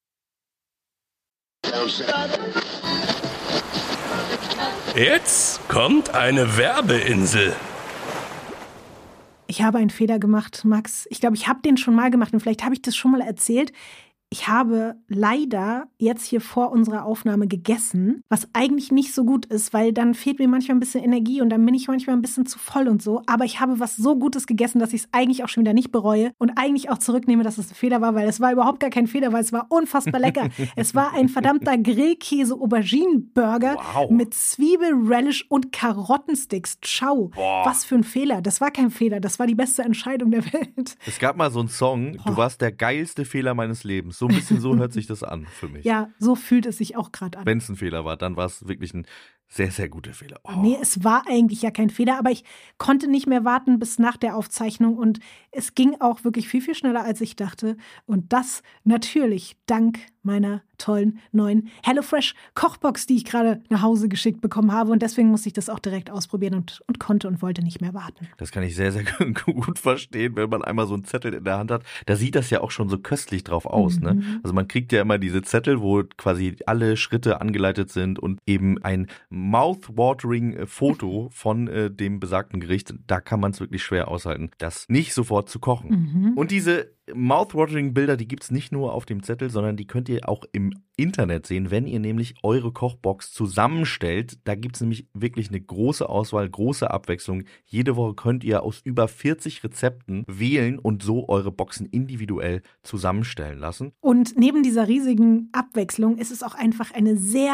Jetzt kommt eine Werbeinsel. Ich habe einen Fehler gemacht, Max. Ich glaube, ich habe den schon mal gemacht und vielleicht habe ich das schon mal erzählt. Ich habe leider jetzt hier vor unserer Aufnahme gegessen, was eigentlich nicht so gut ist, weil dann fehlt mir manchmal ein bisschen Energie und dann bin ich manchmal ein bisschen zu voll und so. Aber ich habe was so Gutes gegessen, dass ich es eigentlich auch schon wieder nicht bereue und eigentlich auch zurücknehme, dass es ein Fehler war, weil es war überhaupt gar kein Fehler, weil es war unfassbar lecker. Es war ein verdammter Grillkäse-Auberginen-Burger Wow. mit Zwiebel, Relish und Karottensticks. Ciao. Boah. Was für ein Fehler. Das war kein Fehler. Das war die beste Entscheidung der Welt. Es gab mal so einen Song, du warst der geilste Fehler meines Lebens. So ein bisschen so hört sich das an für mich. Ja, so fühlt es sich auch gerade an. Wenn es ein Fehler war, dann war es wirklich ein sehr, sehr guter Fehler. Oh. Nee, es war eigentlich ja kein Fehler, aber ich konnte nicht mehr warten bis nach der Aufzeichnung und es ging auch wirklich viel, viel schneller, als ich dachte. Und das natürlich dank meiner tollen neuen HelloFresh Kochbox, die ich gerade nach Hause geschickt bekommen habe. Und deswegen musste ich das auch direkt ausprobieren und, und konnte und wollte nicht mehr warten. Das kann ich sehr, sehr gut verstehen, wenn man einmal so einen Zettel in der Hand hat. Da sieht das ja auch schon so köstlich drauf aus. Mhm. Ne? Also man kriegt ja immer diese Zettel, wo quasi alle Schritte angeleitet sind und eben ein mouthwatering Foto von äh, dem besagten Gericht. Da kann man es wirklich schwer aushalten, das nicht sofort zu kochen. Mhm. Und diese mouthwatering Bilder, die gibt's nicht nur auf dem Zettel, sondern die könnt ihr auch im Internet sehen, wenn ihr nämlich eure Kochbox zusammenstellt. Da gibt's nämlich wirklich eine große Auswahl, große Abwechslung. Jede Woche könnt ihr aus über vierzig Rezepten wählen und so eure Boxen individuell zusammenstellen lassen. Und neben dieser riesigen Abwechslung ist es auch einfach eine sehr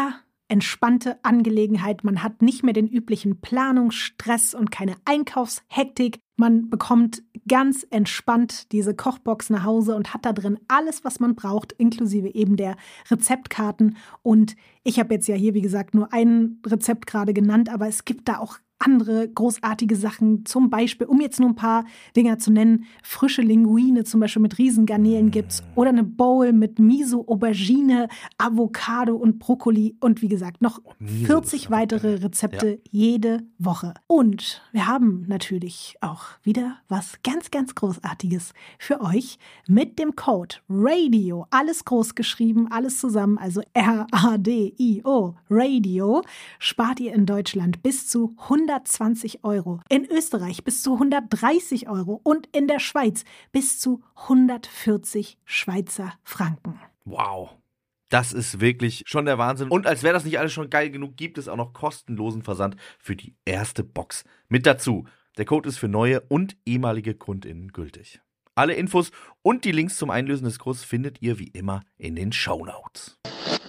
entspannte Angelegenheit. Man hat nicht mehr den üblichen Planungsstress und keine Einkaufshektik. Man bekommt ganz entspannt diese Kochbox nach Hause und hat da drin alles, was man braucht, inklusive eben der Rezeptkarten. Und ich habe jetzt ja hier, wie gesagt, nur ein Rezept gerade genannt, aber es gibt da auch andere großartige Sachen, zum Beispiel, um jetzt nur ein paar Dinger zu nennen, frische Linguine zum Beispiel mit Riesengarnelen gibt's oder eine Bowl mit Miso, Aubergine, Avocado und Brokkoli und wie gesagt noch vierzig weitere Rezepte ja. jede Woche. Und wir haben natürlich auch wieder was ganz, ganz Großartiges für euch mit dem Code RADIO, alles groß geschrieben, alles zusammen, also R A D I O, RADIO, spart ihr in Deutschland bis zu hundertzwanzig Euro, in Österreich bis zu hundertdreißig Euro und in der Schweiz bis zu hundertvierzig Schweizer Franken. Wow. Das ist wirklich schon der Wahnsinn. Und als wäre das nicht alles schon geil genug, gibt es auch noch kostenlosen Versand für die erste Box mit dazu. Der Code ist für neue und ehemalige KundInnen gültig. Alle Infos und die Links zum Einlösen des Codes findet ihr wie immer in den Shownotes.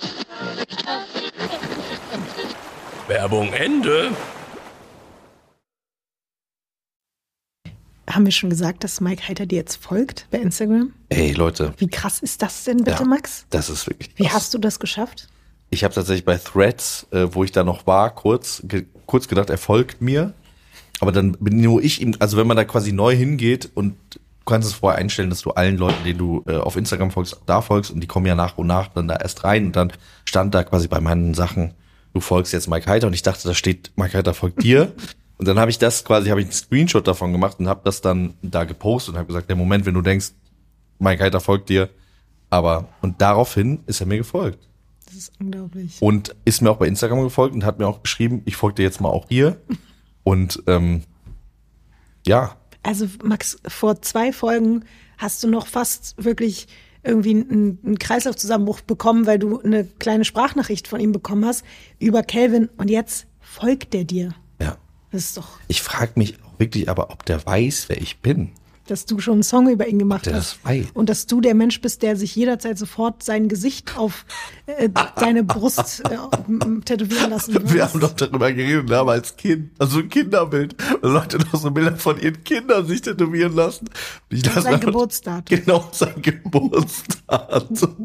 Werbung Ende. Haben wir schon gesagt, dass Mike Heiter dir jetzt folgt bei Instagram? Ey, Leute. Wie krass ist das denn bitte, Ja, Max? Das ist wirklich krass. Wie hast du das geschafft? Ich habe tatsächlich bei Threads, äh, wo ich da noch war, kurz, ge- kurz gedacht, er folgt mir. Aber dann bin nur ich ihm, also wenn man da quasi neu hingeht und du kannst es vorher einstellen, dass du allen Leuten, denen du äh, auf Instagram folgst, da folgst und die kommen ja nach und nach dann da erst rein und dann stand da quasi bei meinen Sachen, du folgst jetzt Mike Heiter und ich dachte, da steht, Mike Heiter folgt dir. Und dann habe ich das quasi, habe ich einen Screenshot davon gemacht und habe das dann da gepostet und habe gesagt, der Moment, wenn du denkst, Mike Heiter folgt dir, aber, und daraufhin ist er mir gefolgt. Das ist unglaublich. Und ist mir auch bei Instagram gefolgt und hat mir auch geschrieben, ich folge dir jetzt mal auch hier. Und ähm, ja. Also Max, vor zwei Folgen hast du noch fast wirklich irgendwie einen, einen Kreislaufzusammenbruch bekommen, weil du eine kleine Sprachnachricht von ihm bekommen hast über Kelvin und jetzt folgt der dir. Ja. Das ist doch, Ich frage mich auch wirklich aber, ob der weiß, wer ich bin. dass du schon einen Song über ihn gemacht Der hast. das weiß. Und dass du der Mensch bist, der sich jederzeit sofort sein Gesicht auf äh, deine Brust äh, m- tätowieren lassen würde. Wir haben doch darüber geredet, aber als Kind, also ein Kinderbild, weil Leute noch so Bilder von ihren Kindern sich tätowieren lassen. Und ich lasse Sein einfach- Geburtsdatum. Genau, sein Geburtsdatum.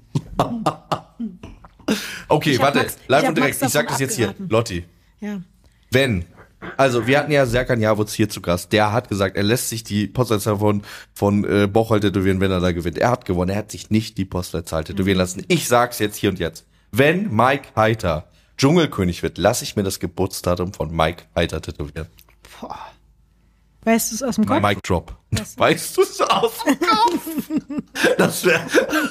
Okay, Ich hab warte, Max- ich live hab und direkt, Max ich sag davon das jetzt hier, abgeraten. Lotti. Ja. Wenn, also wir hatten ja Serkan Yavuz hier zu Gast, der hat gesagt, er lässt sich die Postleitzahl von, von äh, Bocholt tätowieren, wenn er da gewinnt. Er hat gewonnen, er hat sich nicht die Postleitzahl tätowieren lassen. Ich sag's jetzt hier und jetzt. Wenn Mike Heiter Dschungelkönig wird, lasse ich mir das Geburtsdatum von Mike Heiter tätowieren. Boah. Weißt du es aus dem Kopf? Mike Drop. Weißt du es aus dem Kopf? Das wäre...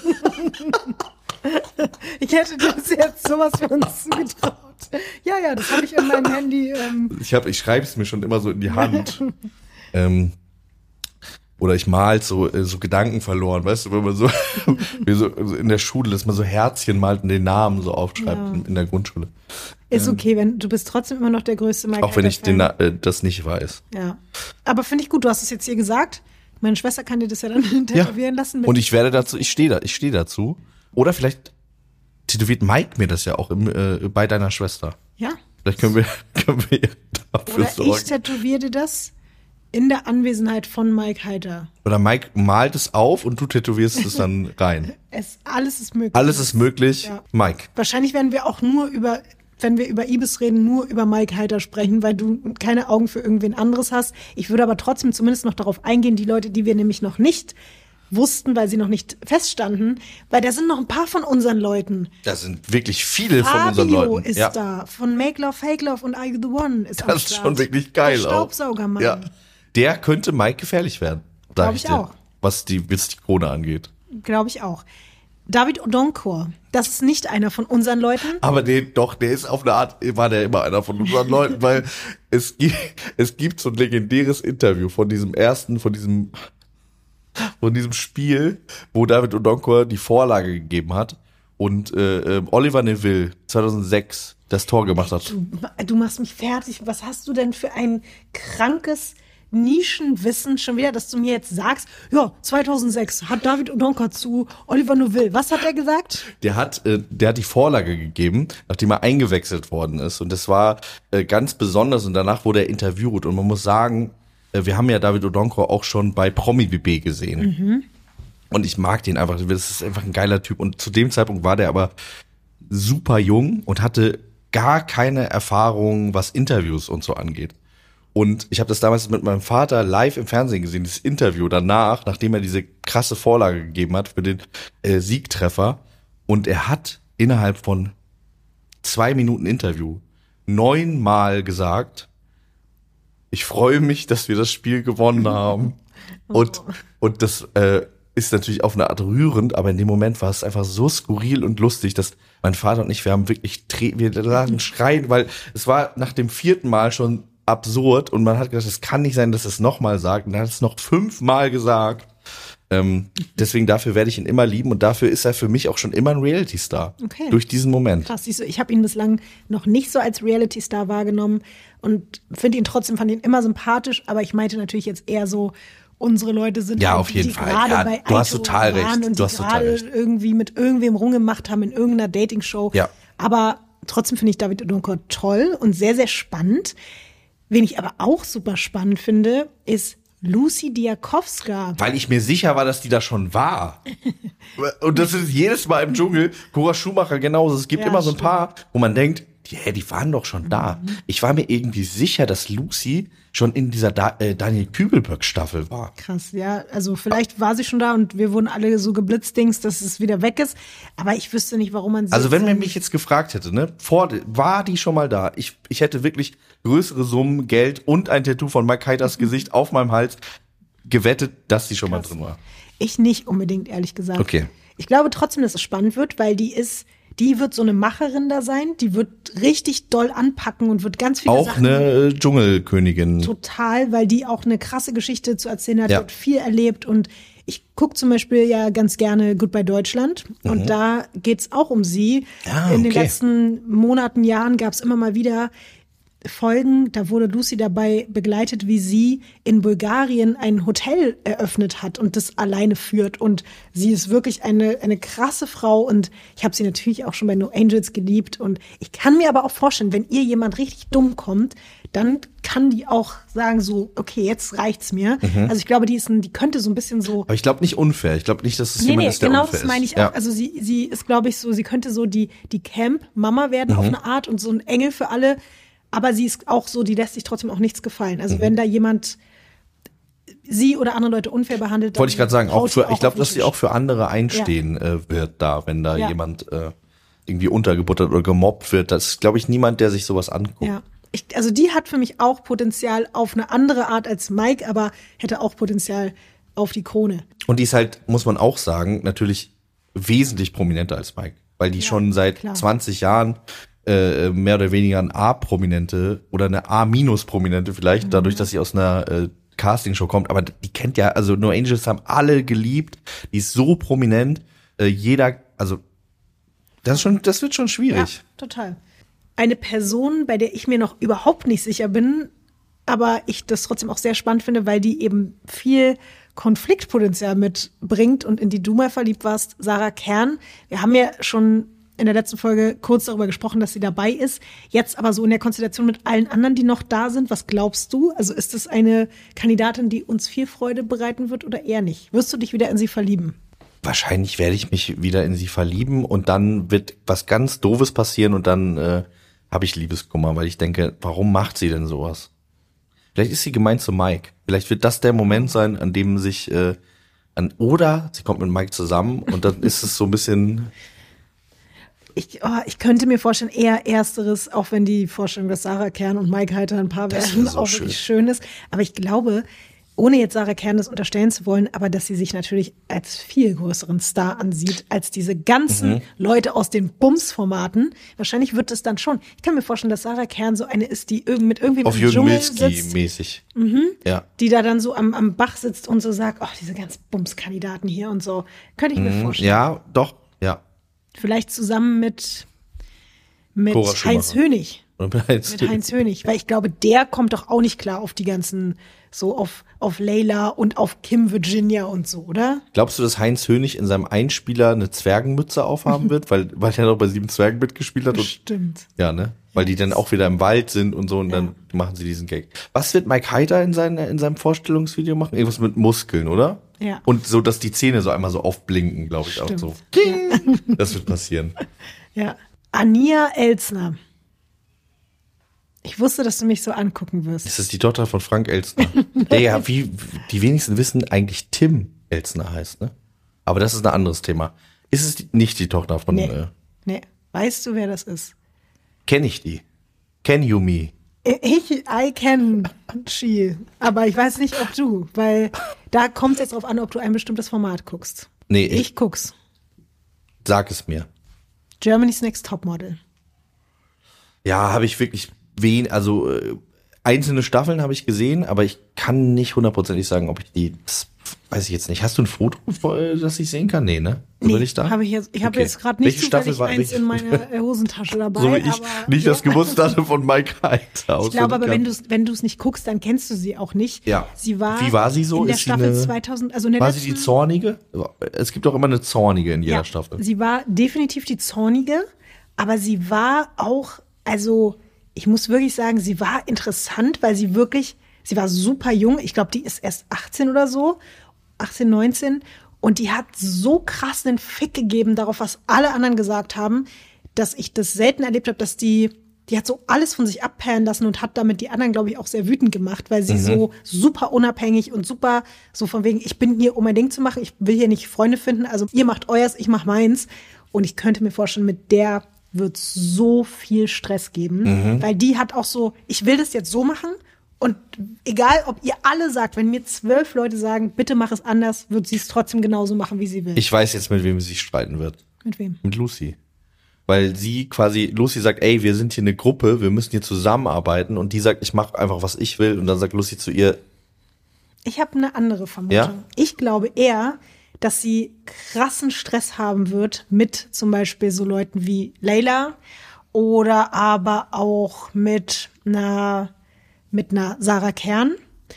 Ich hätte das jetzt sowas von uns zugetraut. Ja, ja, das habe ich in meinem Handy. Ähm, Ich hab, ich schreibe es mir schon immer so in die Hand. ähm, oder ich mal so äh, so Gedanken verloren, weißt du, wenn man so wie so so in der Schule, dass man so Herzchen malt und den Namen so aufschreibt Ja. in, in der Grundschule. ist okay, wenn du bist trotzdem immer noch der größte Mike Auch wenn ich Heiter-Fan. den, Na- äh, das nicht weiß. Ja. Aber finde ich gut, du hast es jetzt hier gesagt. Meine Schwester kann dir das ja dann tätowieren lassen. Mit Und ich werde dazu, ich stehe da, ich stehe dazu. Oder vielleicht tätowiert Mike mir das ja auch im, äh, bei deiner Schwester. ja. Vielleicht können wir, können wir dafür Oder ich sorgen. tätowiere dir das in der Anwesenheit von Mike Heiter. Oder Mike malt es auf und du tätowierst es dann rein. Es, alles ist möglich. Alles ist möglich. Ja. Mike. Wahrscheinlich werden wir auch nur über, wenn wir über Ibis reden, nur über Mike Heiter sprechen, weil du keine Augen für irgendwen anderes hast. Ich würde aber trotzdem zumindest noch darauf eingehen, die Leute, die wir nämlich noch nicht wussten, weil sie noch nicht feststanden, weil da sind noch ein paar von unseren Leuten. Da sind wirklich viele von unseren Fabio Leuten. ist ja. da, von Make Love, Fake Love und Are You The One ist am Das ist Start. schon wirklich geil Der auch. Staubsaugermann. Ja. Der könnte Mike gefährlich werden. Sag Glaub ich ich dir. auch. Was die, was die Krone angeht. Glaube ich auch. David Odonkor, das ist nicht einer von unseren Leuten. Aber den, doch, der ist auf eine Art, war der immer einer von unseren Leuten, weil es gibt, es gibt so ein legendäres Interview von diesem ersten, von diesem, von diesem Spiel, wo David Odonkor die Vorlage gegeben hat und äh, äh, Oliver Neville zweitausendsechs das Tor gemacht hat. Du, du machst mich fertig. Was hast du denn für ein krankes Nischenwissen schon wieder, dass du mir jetzt sagst, ja, zweitausendsechs hat David Odonkor zu Oliver Neuville. Was hat er gesagt? Der hat, äh, der hat die Vorlage gegeben, nachdem er eingewechselt worden ist. Und das war äh, ganz besonders. Und danach wurde er interviewt. Und man muss sagen, äh, wir haben ja David Odonkor auch schon bei Promi B B gesehen. Mhm. Und ich mag den einfach. Das ist einfach ein geiler Typ. Und zu dem Zeitpunkt war der aber super jung und hatte gar keine Erfahrung, was Interviews und so angeht. Und ich habe das damals mit meinem Vater live im Fernsehen gesehen, das Interview danach, nachdem er diese krasse Vorlage gegeben hat für den äh, Siegtreffer. Und er hat innerhalb von zwei Minuten Interview neunmal gesagt, ich freue mich, dass wir das Spiel gewonnen haben. Und, und das äh, ist natürlich auf eine Art rührend, aber in dem Moment war es einfach so skurril und lustig, dass mein Vater und ich, wir haben wirklich, wir lagen schreien, weil es war nach dem vierten Mal schon absurd und man hat gedacht, es kann nicht sein, dass es nochmal sagt. Und er hat es noch fünfmal gesagt. Ähm, deswegen dafür werde ich ihn immer lieben und dafür ist er für mich auch schon immer ein Reality-Star. Okay. Durch diesen Moment. Krass, siehst du, ich habe ihn bislang noch nicht so als Reality-Star wahrgenommen und finde ihn trotzdem, fand ihn immer sympathisch, aber ich meinte natürlich jetzt eher so, unsere Leute sind ja, halt, auf jeden die Fall. gerade Ja, bei du hast Aito total waren recht. und Du die hast total gerade recht. irgendwie mit irgendwem rumgemacht haben in irgendeiner Dating-Show. Ja. Aber trotzdem finde ich David Odonkor toll und sehr, sehr spannend. Wen ich aber auch super spannend finde, ist Lucy Diakowska. Weil ich mir sicher war, dass die da schon war. Und das ist jedes Mal im Dschungel. Cora Schumacher genauso. Es gibt Ja, immer so ein stimmt. paar, wo man denkt, die, hä, die waren doch schon da. Mhm. Ich war mir irgendwie sicher, dass Lucy schon in dieser da äh, Daniel Kübelberg-Staffel war. Krass, ja. Also vielleicht war sie schon da und wir wurden alle so geblitzdings, dass es wieder weg ist. Aber ich wüsste nicht, warum man sie Also wenn jetzt man mich jetzt gefragt hätte, ne, vor, war die schon mal da? Ich, ich hätte wirklich größere Summen Geld und ein Tattoo von Mike Heiters Gesicht auf meinem Hals gewettet, dass die schon Krass. mal drin war. Ich nicht unbedingt, ehrlich gesagt. Okay. Ich glaube trotzdem, dass es spannend wird, weil die ist, die wird so eine Macherin da sein, die wird richtig doll anpacken und wird ganz viele Auch Sachen eine äh, Dschungelkönigin. total, weil die auch eine krasse Geschichte zu erzählen hat, Ja. die hat viel erlebt und ich gucke zum Beispiel ja ganz gerne Goodbye Deutschland und da geht's auch um sie. Ah, In den okay. letzten Monaten, Jahren gab's immer mal wieder Folgen, da wurde Lucy dabei begleitet, wie sie in Bulgarien ein Hotel eröffnet hat und das alleine führt. Und sie ist wirklich eine, eine krasse Frau und ich habe sie natürlich auch schon bei No Angels geliebt. Und ich kann mir aber auch vorstellen, wenn ihr jemand richtig dumm kommt, dann kann die auch sagen so, okay, jetzt reicht's mir. Mhm. Also ich glaube, die ist ein, die könnte so ein bisschen so Aber ich glaube nicht unfair. Ich glaube nicht, dass es Nee, jemand nee, ist, der genau unfair das meine ist. ich auch. Also sie, sie ist, glaube ich, so, sie könnte so die, die Camp-Mama werden Mhm. auf eine Art und so ein Engel für alle. Aber sie ist auch so, die lässt sich trotzdem auch nichts gefallen. Also Mhm. wenn da jemand sie oder andere Leute unfair behandelt, dann Wollte ich gerade sagen, auch haut für, die ich glaube, auf den dass sie Tisch. auch für andere einstehen äh, wird da, wenn da Ja. jemand äh, irgendwie untergebuttert oder gemobbt wird. Das ist, glaube ich, niemand, der sich sowas anguckt. Ja. Ich, also die hat für mich auch Potenzial auf eine andere Art als Mike, aber hätte auch Potenzial auf die Krone. Und die ist halt, muss man auch sagen, natürlich wesentlich prominenter als Mike. Weil die Ja, schon seit klar. zwanzig Jahren äh, mehr oder weniger ein A-Prominente oder eine A-Prominente vielleicht, Mhm. dadurch, dass sie aus einer äh, Castingshow kommt. Aber die kennt ja, also No Angels haben alle geliebt. Die ist so prominent. Äh, jeder, also das ist schon, das wird schon schwierig. Ja, total. Eine Person, bei der ich mir noch überhaupt nicht sicher bin, aber ich das trotzdem auch sehr spannend finde, weil die eben viel Konfliktpotenzial mitbringt und in die du mal verliebt warst, Sarah Kern. Wir haben ja schon in der letzten Folge kurz darüber gesprochen, dass sie dabei ist. Jetzt aber so in der Konstellation mit allen anderen, die noch da sind. Was glaubst du? Also ist es eine Kandidatin, die uns viel Freude bereiten wird oder eher nicht? Wirst du dich wieder in sie verlieben? Wahrscheinlich werde ich mich wieder in sie verlieben und dann wird was ganz Doofes passieren und dann äh, habe ich Liebeskummer, weil ich denke, warum macht sie denn sowas? Vielleicht ist sie gemein zu Mike. Vielleicht wird das der Moment sein, an dem sich äh, an oder sie kommt mit Mike zusammen und dann ist es so ein bisschen. Ich, oh, ich könnte mir vorstellen, eher Ersteres, auch wenn die Vorstellung, dass Sarah Kern und Mike Heiter ein Paar Das werden, wär so auch wirklich schön ist. Aber ich glaube, ohne jetzt Sarah Kern das unterstellen zu wollen, aber dass sie sich natürlich als viel größeren Star ansieht, als diese ganzen Mhm. Leute aus den Bums-Formaten. Wahrscheinlich wird es dann schon. Ich kann mir vorstellen, dass Sarah Kern so eine ist, die irgendwie mit irgendwie Auf im Jürgen Dschungel Milski sitzt, mäßig. Ja. die da dann so am, am Bach sitzt und so sagt, oh, diese ganzen Bums-Kandidaten hier und so. Könnte ich mir vorstellen. Ja, doch, ja. Vielleicht zusammen mit, mit Cora Heinz Schumacher. Hönig. Oder mit Heinz, Mit Heinz Hönig. Weil ich glaube, der kommt doch auch nicht klar auf die ganzen, so auf, auf Layla und auf Kim Virginia und so, oder? Glaubst du, dass Heinz Hönig in seinem Einspieler eine Zwergenmütze aufhaben wird? weil, weil er noch bei Sieben Zwergen mitgespielt hat. Und, Stimmt. ja, ne? Weil die dann auch wieder im Wald sind und so und Ja. dann machen sie diesen Gag. Was wird Mike Heiter in, seinen, in seinem Vorstellungsvideo machen? Irgendwas mit Muskeln, oder? Ja. Und so, dass die Zähne so einmal so aufblinken, glaube ich Stimmt. auch so. Ding! Das wird passieren. Ja. Ania Elsner. Ich wusste, dass du mich so angucken wirst. Das ist die Tochter von Frank Elstner. Der ja, wie die wenigsten wissen, eigentlich Tim Elstner heißt, ne? Aber das ist ein anderes Thema. Ist es die, nicht die Tochter von, Nee. äh, Nee. Weißt du, wer das ist? kenn ich die? Can you me? Ich, I can she. Aber ich weiß nicht, ob du, weil da kommt es jetzt drauf an, ob du ein bestimmtes Format guckst. Nee, Ich, ich, guck's. sag es mir. Germany's Next Topmodel. Ja, habe ich wirklich wen, also äh, einzelne Staffeln habe ich gesehen, aber ich kann nicht hundertprozentig sagen, ob ich die, das weiß ich jetzt nicht. Hast du ein Foto, äh, das ich sehen kann? Nee, ne? Nee, Will ich da? habe ich jetzt, ich habe Okay. jetzt gerade nicht Welche Staffel zufällig war- eins welche- in meiner äh, Hosentasche dabei. So wie ich aber, nicht das ja. gewusst hatte von Mike Heiter. Ich glaube aber, wenn du es wenn du's nicht guckst, dann kennst du sie auch nicht. Ja. Sie war, Wie war sie so? in der Ist sie Staffel eine- zweitausend, also in der War letzten, sie die Zornige? Es gibt auch immer eine Zornige in jeder ja, Staffel. Sie war definitiv die Zornige, aber sie war auch, also ich muss wirklich sagen, sie war interessant, weil sie wirklich, sie war super jung. Ich glaube, die ist erst achtzehn oder so, achtzehn, neunzehn. Und die hat so krass einen Fick gegeben darauf, was alle anderen gesagt haben, dass ich das selten erlebt habe, dass die, die hat so alles von sich abperren lassen und hat damit die anderen, glaube ich, auch sehr wütend gemacht, weil sie so super unabhängig und super so von wegen, ich bin hier, um mein Ding zu machen, ich will hier nicht Freunde finden, also ihr macht euers, ich mach meins. Und ich könnte mir vorstellen, mit der wird so viel Stress geben, weil die hat auch so, ich will das jetzt so machen und egal, ob ihr alle sagt, wenn mir zwölf Leute sagen, bitte mach es anders, wird sie es trotzdem genauso machen, wie sie will. Ich weiß jetzt, mit wem sie sich streiten wird. Mit wem? Mit Lucy. Weil sie quasi, Lucy sagt, ey, wir sind hier eine Gruppe, wir müssen hier zusammenarbeiten und die sagt, ich mache einfach, was ich will und dann sagt Lucy zu ihr, Ich habe eine andere Vermutung. Ja? Ich glaube eher, dass sie krassen Stress haben wird mit zum Beispiel so Leuten wie Layla oder aber auch mit einer, mit einer Sarah Kern.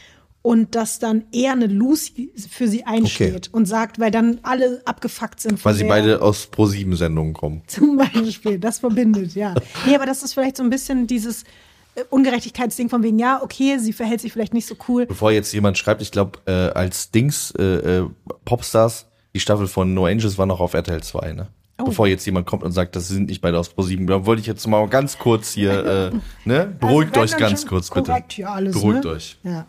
Und dass dann eher eine Lucy für sie einsteht Okay. und sagt, weil dann alle abgefuckt sind. von weil sie der- beide aus Pro sieben Sendungen kommen. Zum Beispiel, das verbindet, ja. Nee, aber das ist vielleicht so ein bisschen dieses äh, Ungerechtigkeitsding von wegen, ja, okay, sie verhält sich vielleicht nicht so cool. Bevor jetzt jemand schreibt, ich glaube, äh, als Dings, äh, äh, Popstars, die Staffel von No Angels war noch auf R T L zwei, ne? Oh. Bevor jetzt jemand kommt und sagt, das sind nicht beide aus Pro sieben, da wollte ich jetzt mal ganz kurz hier, äh, ne? Beruhigt Also wenn euch dann ganz schon kurz, bitte. korrekt hier alles, Beruhigt ne? euch. Ja.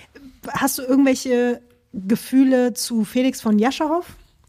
Hast du irgendwelche Gefühle zu Felix von Jascharow?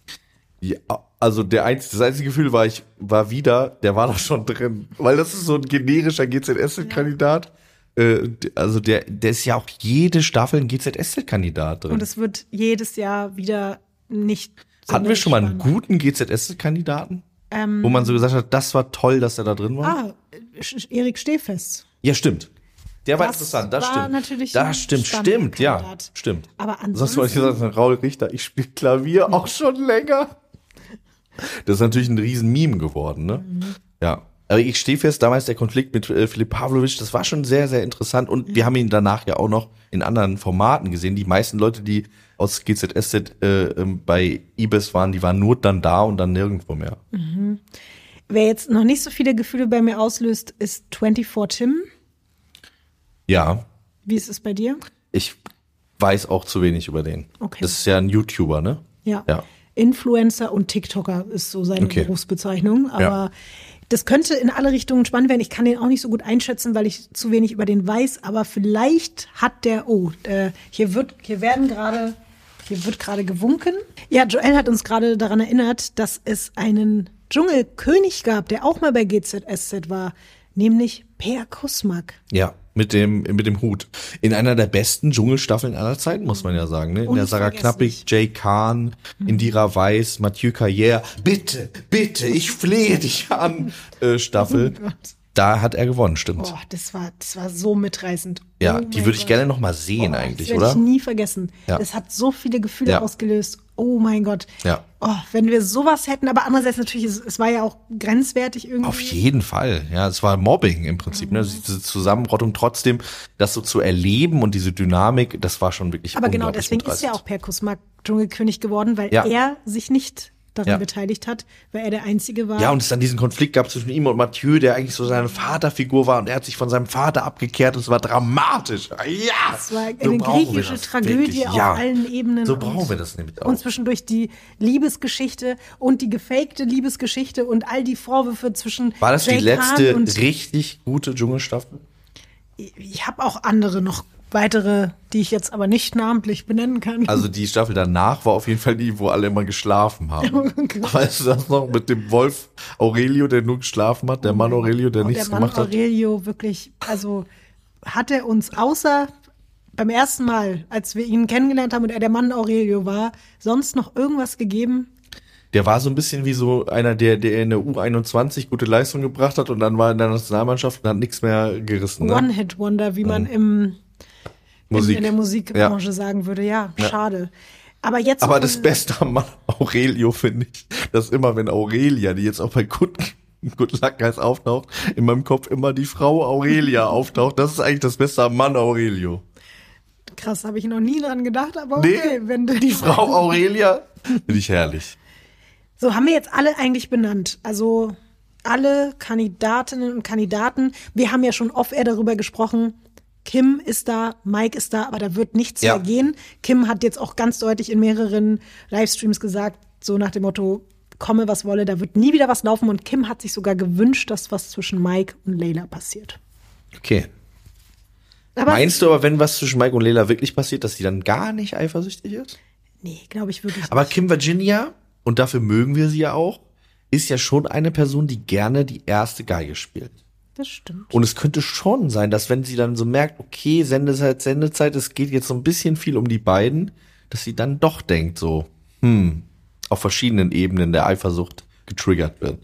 Ja, also der einzige, das einzige Gefühl war, ich war wieder, der war da schon drin, weil das ist so ein generischer G Z S Z-Kandidat. Äh, also der, der ist ja auch jede Staffel ein G Z S Z-Kandidat drin. Und es wird jedes Jahr wieder nicht so Hatten wir schon mal einen spannend. guten G Z S Z-Kandidaten? Ähm, Wo man so gesagt hat, das war toll, dass er da drin war? Ah, Sch- Erik Stehfest. Ja, stimmt. Der war Das interessant, das war stimmt. natürlich ein das stimmt, spannender stimmt, ja, Kandidat. stimmt. Aber Sonst wollte ich ansonsten- sagen, Raul Richter, ich spiele Klavier auch schon länger. Das ist natürlich ein riesen Meme geworden, ne? Mhm. Ja. Aber ich stehe fest, damals der Konflikt mit äh, Philipp Pavlovic, das war schon sehr, sehr interessant. Und wir haben ihn danach ja auch noch in anderen Formaten gesehen. Die meisten Leute, die aus G Z S Z äh, ähm, bei I B E S waren, die waren nur dann da und dann nirgendwo mehr. Wer jetzt noch nicht so viele Gefühle bei mir auslöst, ist vierundzwanzig Tim. Ja, Wie ist es bei dir? ich weiß auch zu wenig über den. Okay. Das ist ja ein YouTuber, ne? Ja. Ja. Influencer und TikToker ist so seine Okay. Berufsbezeichnung. Aber Ja. das könnte in alle Richtungen spannend werden. Ich kann den auch nicht so gut einschätzen, weil ich zu wenig über den weiß. Aber vielleicht hat der, oh, äh, hier wird, hier werden gerade, hier wird gerade gewunken. Ja, Joel hat uns gerade daran erinnert, dass es einen Dschungelkönig gab, der auch mal bei G Z S Z war, nämlich Per Kusmak. Ja, mit dem, mit dem Hut. In einer der besten Dschungelstaffeln aller Zeiten, muss man ja sagen. Ne? In der Sarah Unvergesslich. Knappig, Jay Kahn, Indira Weiss, Mathieu Carrière, bitte, bitte, ich flehe dich an, äh, Staffel. Oh Gott. Da hat er gewonnen, stimmt. Boah, das war, das war so mitreißend. Ja, Oh die mein würde ich Gott. gerne noch mal sehen Oh, eigentlich, das oder? werde ich nie vergessen. Ja. Das hat so viele Gefühle Ja. ausgelöst. Oh mein Gott. Ja. Oh, wenn wir sowas hätten, aber andererseits natürlich, es, es war ja auch grenzwertig irgendwie. Auf jeden Fall, ja, es war Mobbing im Prinzip, Mhm. ne? Diese Zusammenrottung trotzdem, das so zu erleben und diese Dynamik, das war schon wirklich Aber genau unglaublich deswegen ist mitreißend. ja auch Per Kusmak Dschungelkönig geworden, weil Ja. er sich nicht daran Ja. beteiligt hat, weil er der Einzige war. Ja, und es dann diesen Konflikt gab zwischen ihm und Mathieu, der eigentlich so seine Vaterfigur war und er hat sich von seinem Vater abgekehrt und es war dramatisch. Ja! Es war So eine brauchen wir griechische das Tragödie wirklich. auf Ja. allen Ebenen. So und- brauchen wir das nämlich auch. Und zwischendurch die Liebesgeschichte und die gefakte Liebesgeschichte und all die Vorwürfe zwischen War das die Jay letzte Khan und richtig gute Dschungelstaffel? ich habe auch andere noch weitere, die ich jetzt aber nicht namentlich benennen kann. Also die Staffel danach war auf jeden Fall die, wo alle immer geschlafen haben. Weißt du das noch mit dem Wolf Aurelio, der nur geschlafen hat, der Mann Aurelio, der und nichts der Mann gemacht hat? Aurelio wirklich, also hat er uns außer beim ersten Mal, als wir ihn kennengelernt haben und er der Mann Aurelio war, sonst noch irgendwas gegeben? Der war so ein bisschen wie so einer, der, der in der U einundzwanzig gute Leistung gebracht hat und dann war in der Nationalmannschaft und hat nichts mehr gerissen. Ne? One-Hit-Wonder, wie man im, Musik. in, in der Musikbranche sagen würde. Ja, Ja. schade. Aber jetzt Aber so das von- Beste am Mann Aurelio finde ich, dass immer, wenn Aurelia, die jetzt auch bei Good, Good Luck Guys auftaucht, in meinem Kopf immer die Frau Aurelia auftaucht. Das ist eigentlich das Beste am Mann Aurelio. Krass, habe ich noch nie dran gedacht, aber okay, Nee, wenn du die Frau Aurelia finde ich herrlich. So, haben wir jetzt alle eigentlich benannt. Also alle Kandidatinnen und Kandidaten. Wir haben ja schon off-air darüber gesprochen. Kim ist da, Mike ist da, aber da wird nichts Ja. mehr gehen. Kim hat jetzt auch ganz deutlich in mehreren Livestreams gesagt, so nach dem Motto, komme was wolle, da wird nie wieder was laufen. Und Kim hat sich sogar gewünscht, dass was zwischen Mike und Layla passiert. Okay. Aber Meinst du aber, wenn was zwischen Mike und Lela wirklich passiert, dass sie dann gar nicht eifersüchtig ist? nee, glaube ich wirklich Aber nicht. Kim Virginia, und dafür mögen wir sie ja auch, ist ja schon eine Person, die gerne die erste Geige spielt. Das stimmt. Und es könnte schon sein, dass wenn sie dann so merkt, okay, Sendezeit, Sendezeit, es geht jetzt so ein bisschen viel um die beiden, dass sie dann doch denkt so, hm, auf verschiedenen Ebenen der Eifersucht getriggert wird.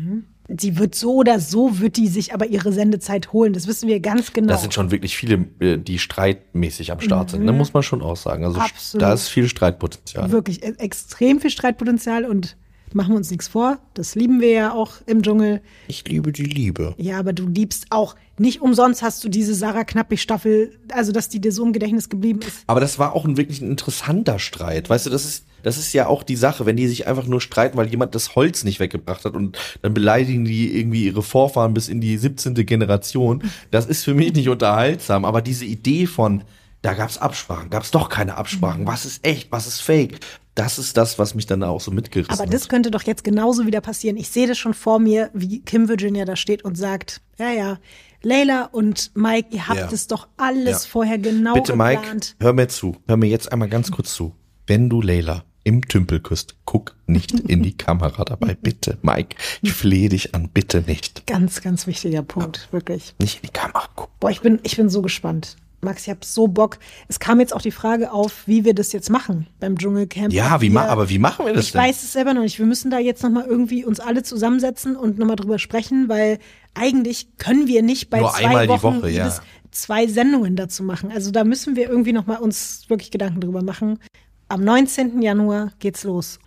Sie wird so oder so, wird die sich aber ihre Sendezeit holen. Das wissen wir ganz genau. Da sind schon wirklich viele, äh, die streitmäßig am Start sind, ne, muss man schon auch sagen. Also Absolut. da ist viel Streitpotenzial. Wirklich e- extrem viel Streitpotenzial und machen wir uns nichts vor. Das lieben wir ja auch im Dschungel. Ich liebe die Liebe. Ja, aber du liebst auch, nicht umsonst hast du diese Sarah Knappig-Staffel, also dass die dir so im Gedächtnis geblieben ist. Aber das war auch ein wirklich ein interessanter Streit. Weißt du, das ist, das ist ja auch die Sache, wenn die sich einfach nur streiten, weil jemand das Holz nicht weggebracht hat und dann beleidigen die irgendwie ihre Vorfahren bis in die siebzehnte Generation. Das ist für mich nicht unterhaltsam. Aber diese Idee von, da gab's Absprachen, gab's doch keine Absprachen. Was ist echt, was ist fake? Das ist das, was mich dann auch so mitgerissen Aber hat. das könnte doch jetzt genauso wieder passieren. Ich sehe das schon vor mir, wie Kim Virginia da steht und sagt, ja, ja, Layla und Mike, ihr habt Ja. es doch alles Ja. vorher genau Bitte, geplant. Mike, hör mir zu. Hör mir jetzt einmal ganz kurz zu. Wenn du Layla im Tümpel küsst, guck nicht in die Kamera dabei. Bitte, Mike, ich flehe dich an, bitte nicht. Ganz, ganz wichtiger Punkt, wirklich. Nicht in die Kamera gucken. Boah, ich bin, ich bin so gespannt. Max, ich habe so Bock. Es kam jetzt auch die Frage auf, wie wir das jetzt machen beim Dschungelcamp. Ja, Ob wie wir- ma aber wie machen wir das Ich denn? weiß es selber noch nicht. Wir müssen da jetzt noch mal irgendwie uns alle zusammensetzen und noch mal drüber sprechen, weil eigentlich können wir nicht bei Nur zwei einmal die Wochen Woche, ja. jedes zwei Sendungen dazu machen. Also da müssen wir irgendwie noch mal uns wirklich Gedanken drüber machen. Am neunzehnten Januar geht's los.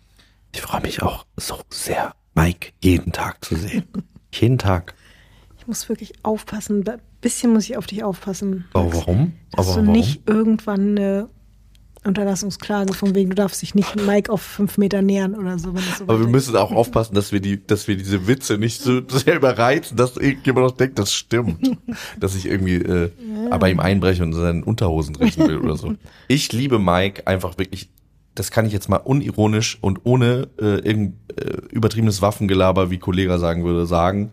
Ich freue mich auch so sehr, Mike jeden Tag zu sehen. jeden Tag. Ich muss wirklich aufpassen. Ein bisschen muss ich auf dich aufpassen. Aber Max, warum? Dass Aber du warum? nicht irgendwann eine Unterlassungsklage von wegen, du darfst dich nicht Mike auf fünf Meter nähern oder so. Wenn es so Aber wir weitergeht. müssen auch aufpassen, dass wir die, dass wir diese Witze nicht so sehr überreizen, dass irgendjemand noch denkt, das stimmt. Dass ich irgendwie äh, bei ihm einbreche und in seinen Unterhosen riechen will oder so. Ich liebe Mike einfach wirklich, das kann ich jetzt mal unironisch und ohne äh, irgend äh, übertriebenes Waffengelaber, wie Kollega sagen würde, sagen.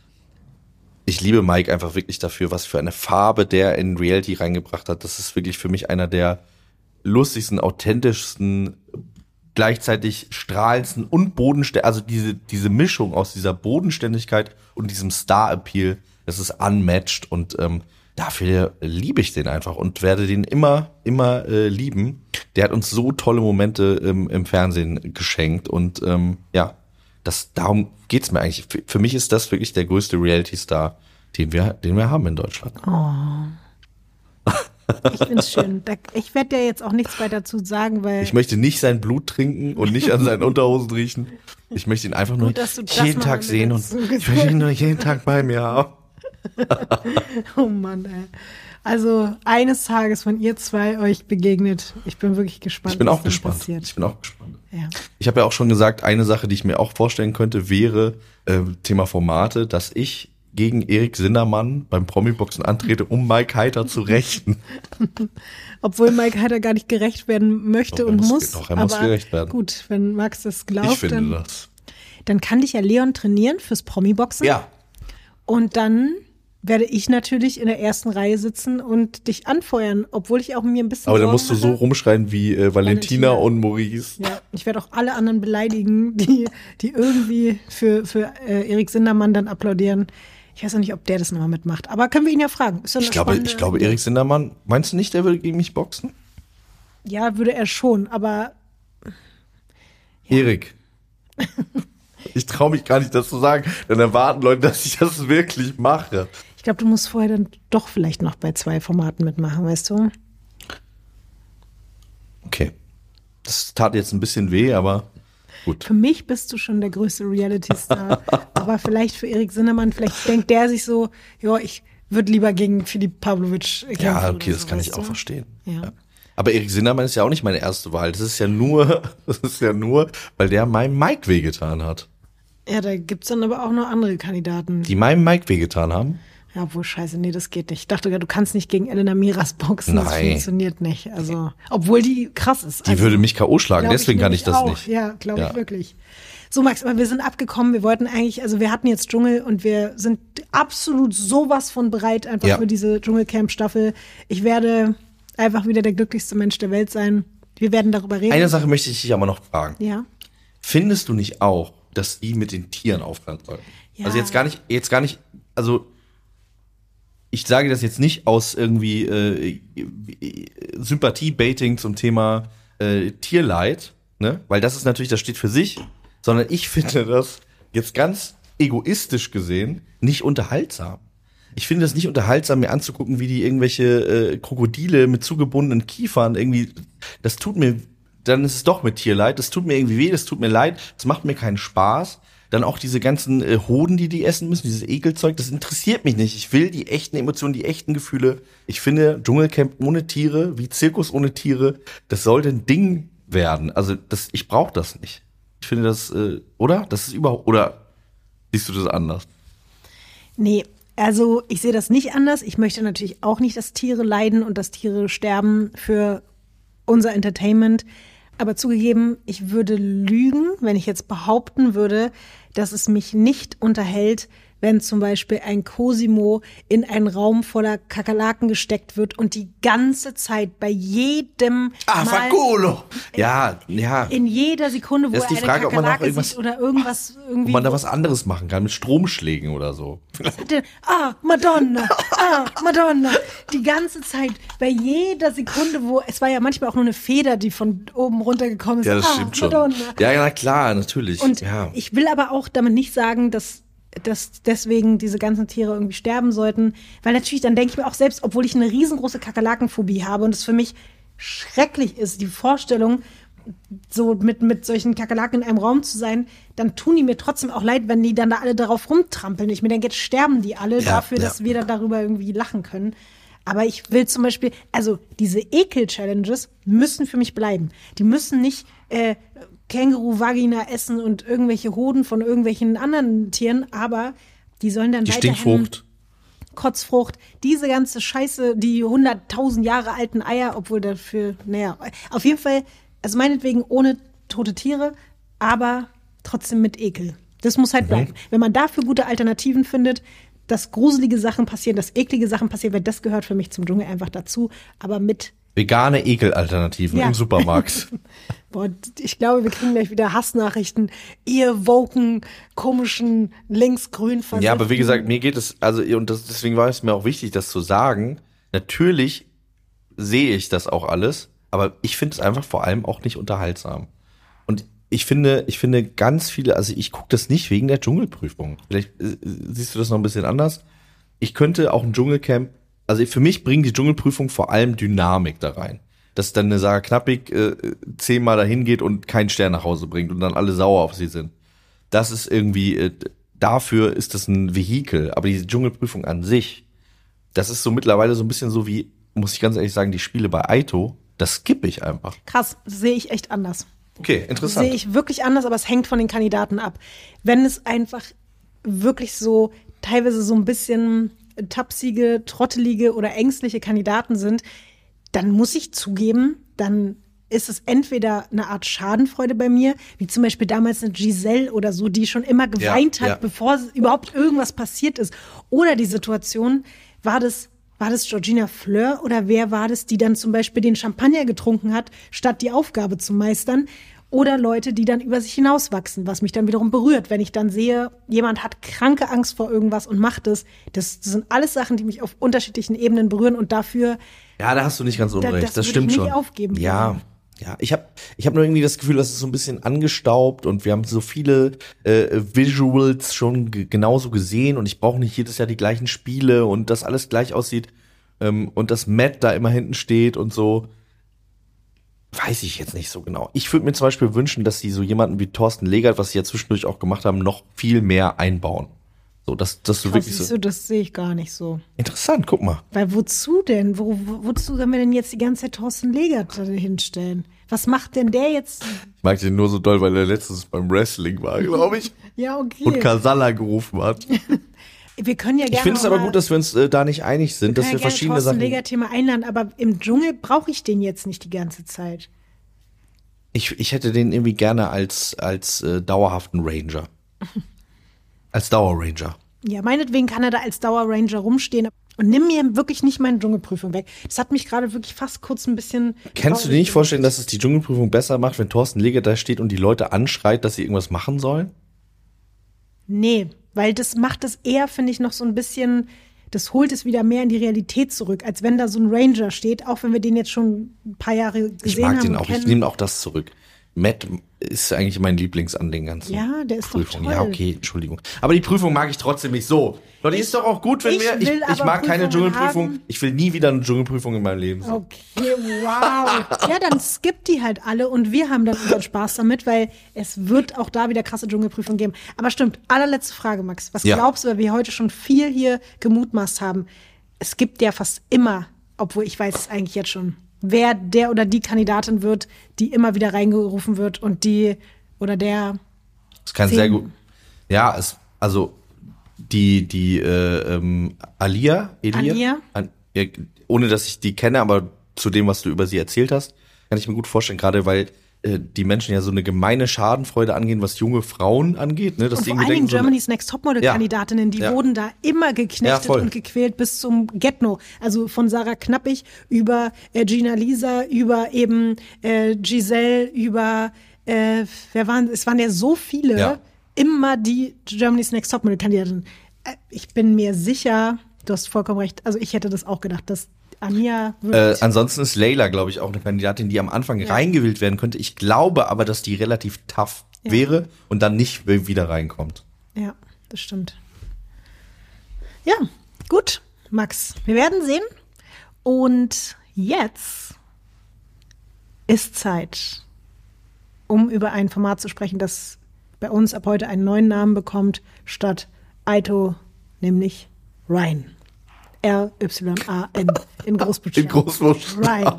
Ich liebe Mike einfach wirklich dafür, was für eine Farbe der in Reality reingebracht hat. Das ist wirklich für mich einer der lustigsten, authentischsten, gleichzeitig strahlendsten und bodenständig, also diese, diese Mischung aus dieser Bodenständigkeit und diesem Star-Appeal, das ist unmatched und ähm, dafür liebe ich den einfach und werde den immer, immer äh, lieben. Der hat uns so tolle Momente ähm, im Fernsehen geschenkt und ähm, ja, das, darum geht's mir eigentlich. Für, für mich ist das wirklich der größte Reality-Star, den wir, den wir haben in Deutschland. Oh. Ich find's schön. Da, ich werde ja jetzt auch nichts weiter dazu sagen, weil... Ich möchte nicht sein Blut trinken und nicht an seinen Unterhosen riechen. Ich möchte ihn einfach nur Gut, dass du das jeden mal Tag mit sehen und dazu ich gesagt möchte ihn nur jeden Tag bei mir haben. Oh Mann, ey. Also eines Tages, wenn ihr zwei euch begegnet, ich bin wirklich gespannt. Ich bin was auch dann gespannt. passiert. Ich bin auch gespannt. Ja. Ich habe ja auch schon gesagt, eine Sache, die ich mir auch vorstellen könnte, wäre äh, Thema Formate, dass ich gegen Erik Sindermann beim Promi-Boxen antrete, um Mike Heiter zu rächen. Obwohl Mike Heiter gar nicht gerecht werden möchte Doch, er und muss- muss. doch, er muss aber gerecht werden. Gut, wenn Max das glaubt, Ich finde dann, das. dann kann dich ja Leon trainieren fürs Promi-Boxen. Ja. Und dann werde ich natürlich in der ersten Reihe sitzen und dich anfeuern, obwohl ich auch mir ein bisschen Aber dann Sorgen musst du so mache. rumschreien wie äh, Valentina, Valentina. und Maurice. Ja, ich werde auch alle anderen beleidigen, die, die irgendwie für, für äh, Erik Sindermann dann applaudieren. Ich weiß auch nicht, ob der das nochmal mitmacht. Aber können wir ihn ja fragen. Ist ja eine Ich glaube, spannende ich glaube, Idee. Erik Sindermann, meinst du nicht, der würde gegen mich boxen? Ja, würde er schon, aber Erik. Ich traue mich gar nicht, das zu sagen. Dann erwarten Leute, dass ich das wirklich mache. ich glaube, du musst vorher dann doch vielleicht noch bei zwei Formaten mitmachen, weißt du? Okay. Das tat jetzt ein bisschen weh, aber gut. Für mich bist du schon der größte Reality-Star. Aber vielleicht für Erik Sindermann, vielleicht denkt der sich so, ja, ich würde lieber gegen Filip Pavlovic kämpfen. Ja, oder okay, das so, kann ich weißt auch du? verstehen. Ja. Ja. Aber Erik Sindermann ist ja auch nicht meine erste Wahl. Das ist ja nur, das ist ja nur, weil der meinem Mike wehgetan hat. Ja, da gibt's dann aber auch noch andere Kandidaten. Die meinem Mike wehgetan haben. Ja, obwohl, scheiße, nee, das geht nicht. Ich dachte, du kannst nicht gegen Elena Miras boxen. Das Nein. funktioniert nicht. Also, obwohl die krass ist. Die also, würde mich K O schlagen, glaub deswegen kann nämlich ich das auch. nicht. Ja, glaube ich Ja. wirklich. So, Max, aber wir sind abgekommen. Wir wollten eigentlich, also wir hatten jetzt Dschungel und wir sind absolut sowas von bereit einfach Ja. für diese Dschungelcamp-Staffel. Ich werde einfach wieder der glücklichste Mensch der Welt sein. Wir werden darüber reden. Eine Sache möchte ich dich aber noch fragen. Ja. Findest du nicht auch, dass die mit den Tieren aufhören sollten? Ja. Also jetzt gar nicht, jetzt gar nicht, also ich sage das jetzt nicht aus irgendwie äh, Sympathie-Baiting zum Thema äh, Tierleid, ne? Weil das ist natürlich, das steht für sich, sondern ich finde das jetzt ganz egoistisch gesehen nicht unterhaltsam. Ich finde das nicht unterhaltsam, mir anzugucken, wie die irgendwelche äh, Krokodile mit zugebundenen Kiefern irgendwie, das tut mir, dann ist es doch mit Tierleid, das tut mir irgendwie weh, das tut mir leid, das macht mir keinen Spaß. Dann auch diese ganzen äh, Hoden, die die essen müssen, dieses Ekelzeug, das interessiert mich nicht. Ich will die echten Emotionen, die echten Gefühle. Ich finde, Dschungelcamp ohne Tiere, wie Zirkus ohne Tiere, das sollte ein Ding werden. Also das, ich brauche das nicht. Ich finde das, äh, oder? Das ist überhaupt, oder siehst du das anders? Nee, also ich sehe das nicht anders. Ich möchte natürlich auch nicht, dass Tiere leiden und dass Tiere sterben für unser Entertainment. Aber zugegeben, ich würde lügen, wenn ich jetzt behaupten würde, dass es mich nicht unterhält, wenn zum Beispiel ein Cosimo in einen Raum voller Kakerlaken gesteckt wird und die ganze Zeit bei jedem Ah, Mal, Faculo! Ja, ja. in jeder Sekunde, wo Das ist die er Frage, eine ob man noch Kakerlake irgendwas- sieht oder irgendwas irgendwie. Ob man da wo- was anderes machen kann, mit Stromschlägen oder so. Ah, Madonna, ah, Madonna. Die ganze Zeit, bei jeder Sekunde, wo, es war ja manchmal auch nur eine Feder, die von oben runtergekommen ist. Ja, das ah, stimmt schon. Madonna. Ja, ja, na klar, natürlich. Und ja. ich will aber auch damit nicht sagen, dass, dass deswegen diese ganzen Tiere irgendwie sterben sollten. Weil natürlich, dann denke ich mir auch selbst, obwohl ich eine riesengroße Kakerlakenphobie habe und es für mich schrecklich ist, die Vorstellung, so mit, mit solchen Kakerlaken in einem Raum zu sein, dann tun die mir trotzdem auch leid, wenn die dann da alle darauf rumtrampeln. Ich mir denke, jetzt sterben die alle Ja, dafür, ja. dass wir dann darüber irgendwie lachen können. Aber ich will zum Beispiel, also diese Ekel-Challenges müssen für mich bleiben. Die müssen nicht äh, Känguru-Vagina essen und irgendwelche Hoden von irgendwelchen anderen Tieren, aber die sollen dann Die weiterhin Stinkfrucht. Kotzfrucht, diese ganze Scheiße, die hunderttausend Jahre alten Eier, obwohl dafür, naja, auf jeden Fall, also meinetwegen ohne tote Tiere, aber trotzdem mit Ekel. Das muss halt bleiben. Wenn man dafür gute Alternativen findet, dass gruselige Sachen passieren, dass eklige Sachen passieren, weil das gehört für mich zum Dschungel einfach dazu, aber mit, Vegane Ekelalternativen Ja. im Supermarkt. boah, ich glaube, wir kriegen gleich wieder Hassnachrichten, ihr woken, komischen, linksgrün Ja, aber wie gesagt, mir geht es, also, und das, deswegen war es mir auch wichtig, das zu sagen. Natürlich sehe ich das auch alles, aber ich finde es einfach vor allem auch nicht unterhaltsam. Und ich finde, ich finde ganz viele, also ich gucke das nicht wegen der Dschungelprüfung. Vielleicht äh, siehst du das noch ein bisschen anders. Ich könnte auch ein Dschungelcamp, also für mich bringt die Dschungelprüfung vor allem Dynamik da rein. Dass dann eine Sarah Knappig äh, zehnmal dahin geht und keinen Stern nach Hause bringt und dann alle sauer auf sie sind. Das ist irgendwie, äh, dafür ist das ein Vehikel. Aber die Dschungelprüfung an sich, das ist so mittlerweile so ein bisschen so wie, muss ich ganz ehrlich sagen, die Spiele bei Aito, das skippe ich einfach. Krass, sehe ich echt anders. Okay, interessant. Sehe ich wirklich anders, aber es hängt von den Kandidaten ab. Wenn es einfach wirklich so teilweise so ein bisschen tapsige, trottelige oder ängstliche Kandidaten sind, dann muss ich zugeben, dann ist es entweder eine Art Schadenfreude bei mir, wie zum Beispiel damals eine Giselle oder so, die schon immer geweint Ja, hat, ja. bevor überhaupt irgendwas passiert ist. Oder die Situation, war das, war das Georgina Fleur oder wer war das, die dann zum Beispiel den Champagner getrunken hat, statt die Aufgabe zu meistern? Oder Leute, die dann über sich hinauswachsen, was mich dann wiederum berührt, wenn ich dann sehe, jemand hat kranke Angst vor irgendwas und macht es. Das, das sind alles Sachen, die mich auf unterschiedlichen Ebenen berühren und dafür Ja, da hast du nicht ganz unrecht, das das, würde stimmt ich nicht schon. aufgeben ja, wollen. ja, ich habe ich hab nur irgendwie das Gefühl, dass es so ein bisschen angestaubt und wir haben so viele äh, Visuals schon g- genauso gesehen und ich brauche nicht jedes Jahr die gleichen Spiele und dass alles gleich aussieht ähm, und dass Matt da immer hinten steht und so. Weiß ich jetzt nicht so genau. Ich würde mir zum Beispiel wünschen, dass sie so jemanden wie Thorsten Legert, was sie ja zwischendurch auch gemacht haben, noch viel mehr einbauen. So, dass, dass du Krass, wirklich siehst so. du, das sehe ich gar nicht so. Interessant, guck mal. Weil wozu denn? Wo, wo, wozu sollen wir denn jetzt die ganze Zeit Thorsten Legert da hinstellen? Was macht denn der jetzt? Ich mag den nur so doll, weil er letztens beim Wrestling war, glaube ich. Ja, okay. Und Kasala gerufen hat. wir können ja gerne Ich finde es auch aber mal- gut, dass wir uns äh, da nicht einig sind, dass können wir ja gerne verschiedene Thorsten Sachen. Legert-Thema einladen, aber im Dschungel brauche ich den jetzt nicht die ganze Zeit. Ich, ich hätte den irgendwie gerne als, als äh, dauerhaften Ranger. Als Dauerranger. Ja, meinetwegen kann er da als Dauerranger rumstehen und nimm mir wirklich nicht meine Dschungelprüfung weg. Das hat mich gerade wirklich fast kurz ein bisschen. Kannst du dir nicht vorstellen, dass es die Dschungelprüfung besser macht, wenn Thorsten Legert da steht und die Leute anschreit, dass sie irgendwas machen sollen? Nee, weil das macht es eher, finde ich, noch so ein bisschen, das holt es wieder mehr in die Realität zurück, als wenn da so ein Ranger steht, auch wenn wir den jetzt schon ein paar Jahre gesehen haben. Ich mag den und auch, kennen. ich nehme auch das zurück. Matt ist eigentlich mein Lieblings an den ganzen Ja, der ist doch Prüfungen. toll. Ja, okay, Entschuldigung. Aber die Prüfung mag ich trotzdem nicht so. Leute, ist doch auch gut, wenn ich wir, ich, will ich aber mag keine Prüfungen Dschungelprüfung. haben. Ich will nie wieder eine Dschungelprüfung in meinem Leben. Okay, wow. Ja, dann skippt die halt alle und wir haben dann unseren Spaß damit, weil es wird auch da wieder krasse Dschungelprüfungen geben. Aber stimmt, allerletzte Frage, Max. Was Ja. glaubst du, weil wir heute schon viel hier gemutmaßt haben? Es gibt ja fast immer, obwohl ich weiß es eigentlich jetzt schon, wer der oder die Kandidatin wird, die immer wieder reingerufen wird und die oder der. Das kann Zehn. sehr gut. Ja, es, also die, die äh, ähm, Alia, Elia, Alia? An, ja, ohne dass ich die kenne, aber zu dem, was du über sie erzählt hast, kann ich mir gut vorstellen, gerade weil äh, die Menschen ja so eine gemeine Schadenfreude angehen, was junge Frauen angeht. Ne, dass Und die vor irgendwie allen Dingen denken, so, Germany's Next Topmodel-Kandidatinnen, die Ja. wurden da immer Ja, geknechtet voll. und gequält bis zum Get-No. Also von Sarah Knappig über äh, Gina Lisa, über eben äh, Giselle, über, äh, wer waren, es waren ja so viele, Ja. immer die Germany's Next Topmodel-Kandidatinnen. Äh, ich bin mir sicher, du hast vollkommen recht, also ich hätte das auch gedacht, dass Anja Äh, wird. ansonsten ist Layla, glaube ich, auch eine Kandidatin, die am Anfang reingewählt werden könnte. Ich glaube aber, dass die relativ tough Ja. wäre und dann nicht wieder reinkommt. Ja, das stimmt. Ja, gut, Max. Wir werden sehen. Und jetzt ist Zeit, um über ein Format zu sprechen, das bei uns ab heute einen neuen Namen bekommt, statt Aito, nämlich Ryan. R Y A N in Großbuchstaben. In Großbuchstaben. Ryan.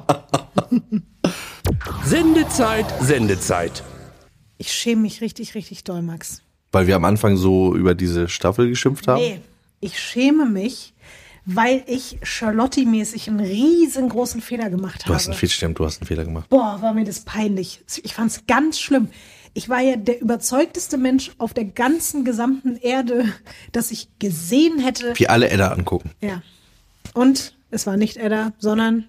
Sendezeit, Sendezeit. Ich schäme mich richtig, richtig doll, Max. Weil wir am Anfang so über diese Staffel geschimpft haben. Nee, ich schäme mich, weil ich Charlotte-mäßig einen riesengroßen Fehler gemacht Du habe. hast einen Fehler, stimmt, du hast einen Fehler gemacht. Boah, war mir das peinlich. Ich fand's ganz schlimm. Ich war ja der überzeugteste Mensch auf der ganzen gesamten Erde, dass ich gesehen hätte. Wir alle Edda angucken. Ja. Und es war nicht Edda, sondern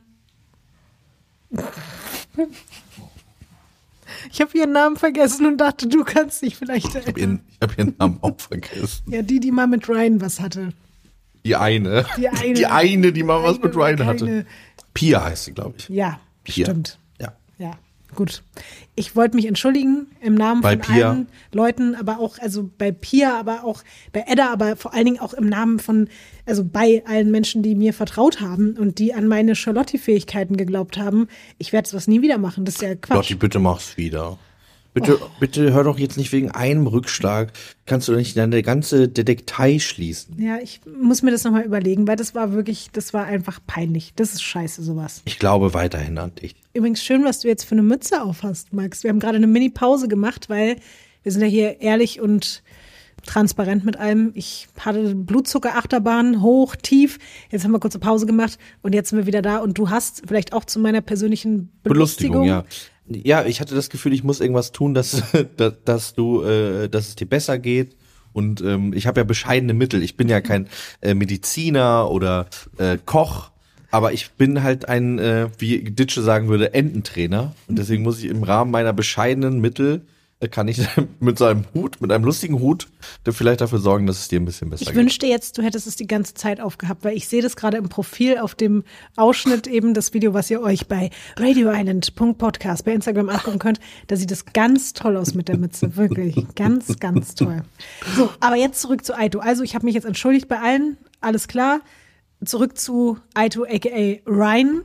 ich habe ihren Namen vergessen und dachte, du kannst dich vielleicht Ich habe erinnern. ihren, ich hab ihren Namen auch vergessen. Ja, die, die mal mit Ryan was hatte. Die eine. Die eine. Die eine, die mal was Eine mit Ryan oder hatte. keine. Pia heißt sie, glaube ich. Ja, Pia. stimmt. Ja. Ja. Gut. Ich wollte mich entschuldigen im Namen Bei von Pia. allen Leuten, aber auch, also bei Pia, aber auch bei Edda, aber vor allen Dingen auch im Namen von, also bei allen Menschen, die mir vertraut haben und die an meine Charlotte-Fähigkeiten geglaubt haben. Ich werde sowas nie wieder machen. Das ist ja Quatsch. Lotti, bitte mach's wieder. Bitte, bitte hör doch jetzt nicht wegen einem Rückschlag, kannst du nicht deine ganze Detektei schließen. Ja, ich muss mir das nochmal überlegen, weil das war wirklich, das war einfach peinlich. Das ist scheiße, sowas. Ich glaube weiterhin an dich. Übrigens schön, was du jetzt für eine Mütze auf hast, Max. Wir haben gerade eine Mini-Pause gemacht, weil wir sind ja hier ehrlich und transparent mit allem. Ich hatte Blutzuckerachterbahn, hoch, tief. Jetzt haben wir kurze Pause gemacht und jetzt sind wir wieder da. Und du hast vielleicht auch zu meiner persönlichen Belustigung. Belustigung, ja. Ja, ich hatte das Gefühl, ich muss irgendwas tun, dass, dass, dass du, äh, dass es dir besser geht. Und ähm, ich habe ja bescheidene Mittel. Ich bin ja kein äh, Mediziner oder äh, Koch, aber ich bin halt ein, äh, wie Ditsche sagen würde, Ententrainer. Und deswegen muss ich im Rahmen meiner bescheidenen Mittel äh, kann ich mit so einem Hut, mit einem lustigen Hut, der vielleicht dafür sorgen, dass es dir ein bisschen besser Ich geht. wünschte jetzt, du hättest es die ganze Zeit aufgehabt, weil ich sehe das gerade im Profil auf dem Ausschnitt eben, das Video, was ihr euch bei radio island punkt podcast bei Instagram angucken könnt. Da sieht es ganz toll aus mit der Mütze, wirklich. Ganz, ganz toll. So, aber jetzt zurück zu Aito. Also ich habe mich jetzt entschuldigt bei allen, alles klar. Zurück zu Aito aka Ryan.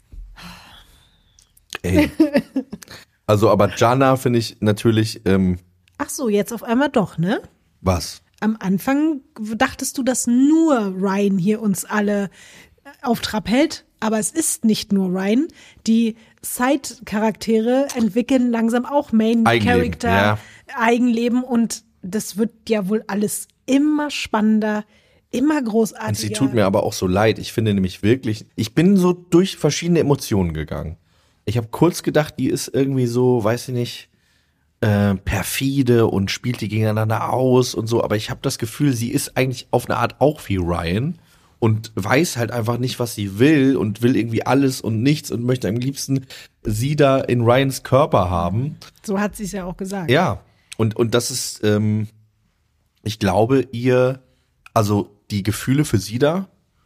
Ey. Also, aber Jana finde ich natürlich, ähm, Ach so, jetzt auf einmal doch, ne? was? Am Anfang dachtest du, dass nur Ryan hier uns alle auf Trab hält, aber es ist nicht nur Ryan. Die Side-Charaktere entwickeln langsam auch Main-Character, ja. Eigenleben und das wird ja wohl alles immer spannender, immer großartiger. Und sie tut mir aber auch so leid. Ich finde nämlich wirklich, ich bin so durch verschiedene Emotionen gegangen. Ich habe kurz gedacht, die ist irgendwie so, weiß ich nicht, äh, perfide und spielt die gegeneinander aus und so. Aber ich habe das Gefühl, sie ist eigentlich auf eine Art auch wie Ryan und weiß halt einfach nicht, was sie will und will irgendwie alles und nichts und möchte am liebsten sie da in Ryans Körper haben. So hat sie es ja auch gesagt. Ja, und, und das ist, ähm, ich glaube ihr, also die Gefühle für sie da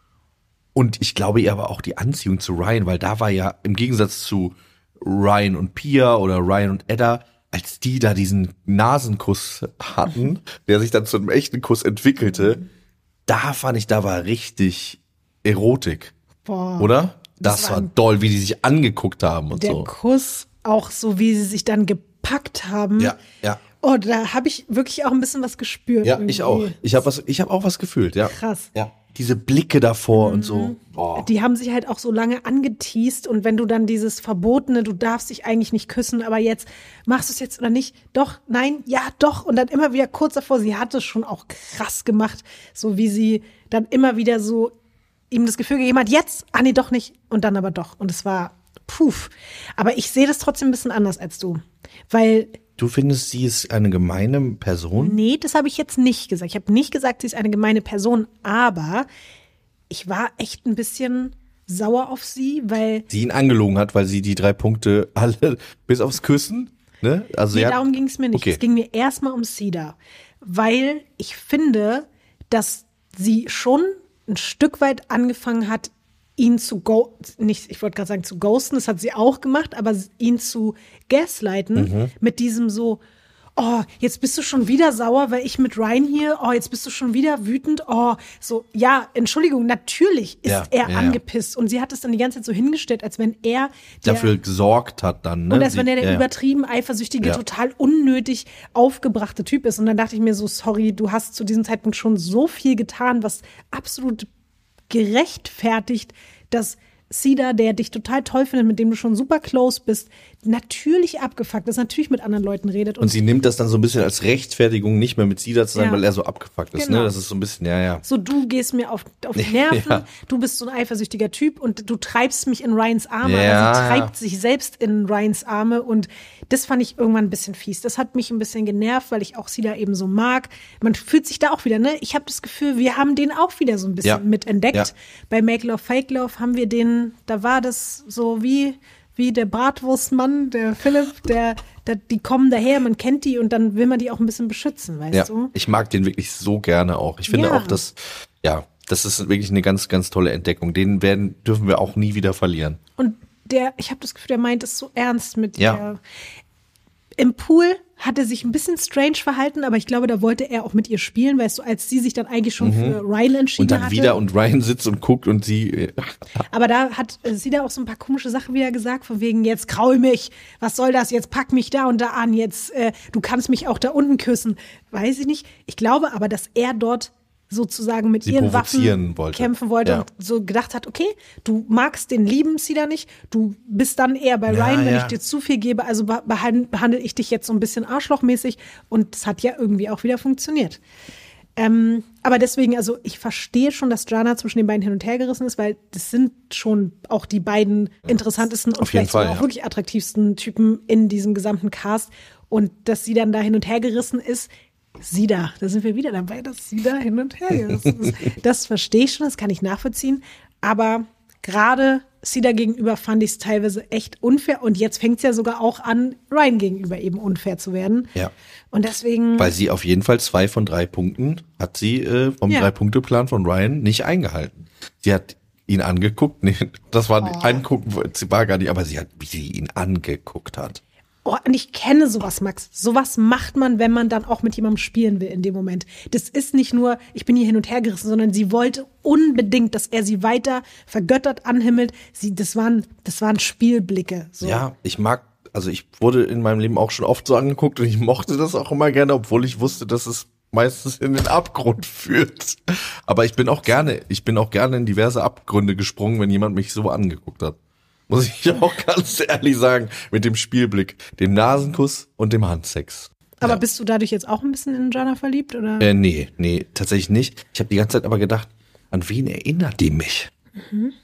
und ich glaube ihr aber auch die Anziehung zu Ryan, weil da war ja im Gegensatz zu Ryan und Pia oder Ryan und Edda, als die da diesen Nasenkuss hatten, der sich dann zu einem echten Kuss entwickelte, da fand ich, da war richtig Erotik, Boah. oder? Das, Das war war doll, wie die sich angeguckt haben und Der so. Kuss, auch so wie sie sich dann gepackt haben. Ja, ja. Oh, da habe ich wirklich auch ein bisschen was gespürt. Ja, irgendwie. ich auch. Ich habe was, ich habe auch was gefühlt, ja. Krass. Ja. Diese Blicke davor und so. Boah. Die haben sich halt auch so lange angeteast und wenn du dann dieses Verbotene, du darfst dich eigentlich nicht küssen, aber jetzt machst du es jetzt oder nicht? Doch, nein, ja, doch. Und dann immer wieder kurz davor, sie hat es schon auch krass gemacht, so wie sie dann immer wieder so ihm das Gefühl gegeben hat, jetzt, ah nee, doch nicht und dann aber doch. Und es war, puh. Aber ich sehe das trotzdem ein bisschen anders als du, weil Du findest, sie ist eine gemeine Person? nee, das habe ich jetzt nicht gesagt. Ich habe nicht gesagt, sie ist eine gemeine Person, aber ich war echt ein bisschen sauer auf sie, weil Die ihn angelogen hat, weil sie die drei Punkte alle, bis aufs Küssen, ne? Also nee, sie hat- darum ging es mir nicht. Okay. Es ging mir erstmal um Cedar, weil ich finde, dass sie schon ein Stück weit angefangen hat, ihn zu go nicht, ich wollte gerade sagen zu ghosten, das hat sie auch gemacht, aber ihn zu gaslighten Mhm. mit diesem so, oh, jetzt bist du schon wieder sauer, weil ich mit Ryan hier, oh, jetzt bist du schon wieder wütend, oh, so, ja, Entschuldigung, natürlich ist Ja, er ja, ja. angepisst und sie hat es dann die ganze Zeit so hingestellt, als wenn er der, dafür gesorgt hat dann, ne? und als Sie- wenn er der ja, ja. übertrieben eifersüchtige, Ja. total unnötig aufgebrachte Typ ist. Und dann dachte ich mir so, sorry, du hast zu diesem Zeitpunkt schon so viel getan, was absolut gerechtfertigt, dass Cedar, der dich total toll findet, mit dem du schon super close bist, natürlich abgefuckt ist, natürlich mit anderen Leuten redet. Und sie nimmt das dann so ein bisschen als Rechtfertigung, nicht mehr mit Cedar zu sein, Ja. weil er so abgefuckt ist, Genau. ne? Das ist so ein bisschen, ja, ja. So, du gehst mir auf, auf die Nerven, Ja. du bist so ein eifersüchtiger Typ und du treibst mich in Ryans Arme, Ja, aber sie ja. treibt sich selbst in Ryans Arme und das fand ich irgendwann ein bisschen fies. Das hat mich ein bisschen genervt, weil ich auch Cedar eben so mag. Man fühlt sich da auch wieder, ne? Ich habe das Gefühl, wir haben den auch wieder so ein bisschen Ja. mitentdeckt. Ja. Bei Make Love, Fake Love haben wir den, da war das so wie, wie der Bratwurstmann, der Philipp, der, der, die kommen daher, man kennt die und dann will man die auch ein bisschen beschützen, weißt Ja, du? ich mag den wirklich so gerne auch. Ich finde Ja. auch, dass, ja, das ist wirklich eine ganz, ganz tolle Entdeckung. Den werden, dürfen wir auch nie wieder verlieren. Und der, ich habe das Gefühl, der meint es so ernst mit Ja. ihr. Im Pool hat er sich ein bisschen strange verhalten, aber ich glaube, da wollte er auch mit ihr spielen, weißt du, als sie sich dann eigentlich schon für Ryan entschieden Und dann hatte. wieder und Ryan sitzt und guckt und sie, äh, Aber da hat äh, sie da auch so ein paar komische Sachen wieder gesagt, von wegen, jetzt kraul mich, was soll das, jetzt pack mich da und da an, jetzt, äh, du kannst mich auch da unten küssen. Weiß ich nicht. Ich glaube aber, dass er dort sozusagen mit Sie ihren provozieren Waffen wollte. kämpfen wollte Ja. und so gedacht hat, okay, du magst den lieben Cedar nicht, du bist dann eher bei Ja, Ryan, wenn ja. ich dir zu viel gebe, also beh- behandle behandle ich dich jetzt so ein bisschen arschlochmäßig und es hat ja irgendwie auch wieder funktioniert. Ähm, aber deswegen, also ich verstehe schon, dass Jana zwischen den beiden hin und her gerissen ist, weil das sind schon auch die beiden interessantesten und Auf jeden vielleicht sogar Fall, auch ja. wirklich attraktivsten Typen in diesem gesamten Cast. Und dass sie dann da hin und her gerissen ist, sie da, da sind wir wieder dabei, dass sie da hin und her gerissen ist. Das verstehe ich schon, das kann ich nachvollziehen. Aber gerade Cedar gegenüber fand ich es teilweise echt unfair. Und jetzt fängt es ja sogar auch an, Ryan gegenüber eben unfair zu werden. Ja. Und deswegen. weil sie auf jeden Fall zwei von drei Punkten hat sie äh, vom Ja. Drei-Punkte-Plan von Ryan nicht eingehalten. Sie hat ihn angeguckt, nee, das war Oh. angucken, sie war gar nicht, aber sie hat, wie sie ihn angeguckt hat. Oh, und ich kenne sowas, Max. Sowas macht man, wenn man dann auch mit jemandem spielen will in dem Moment. Das ist nicht nur, ich bin hier hin und her gerissen, sondern sie wollte unbedingt, dass er sie weiter vergöttert anhimmelt. Sie, das waren, das waren Spielblicke. So. Ja, ich mag, also ich wurde in meinem Leben auch schon oft so angeguckt und ich mochte das auch immer gerne, obwohl ich wusste, dass es meistens in den Abgrund führt. Aber ich bin auch gerne, ich bin auch gerne in diverse Abgründe gesprungen, wenn jemand mich so angeguckt hat. Muss ich auch ganz ehrlich sagen, mit dem Spielblick, dem Nasenkuss und dem Handsex. Aber ja. bist du dadurch jetzt auch ein bisschen in Jana verliebt? Oder? Äh, nee, nee, tatsächlich nicht. Ich habe die ganze Zeit aber gedacht, an wen erinnert die mich? Mhm.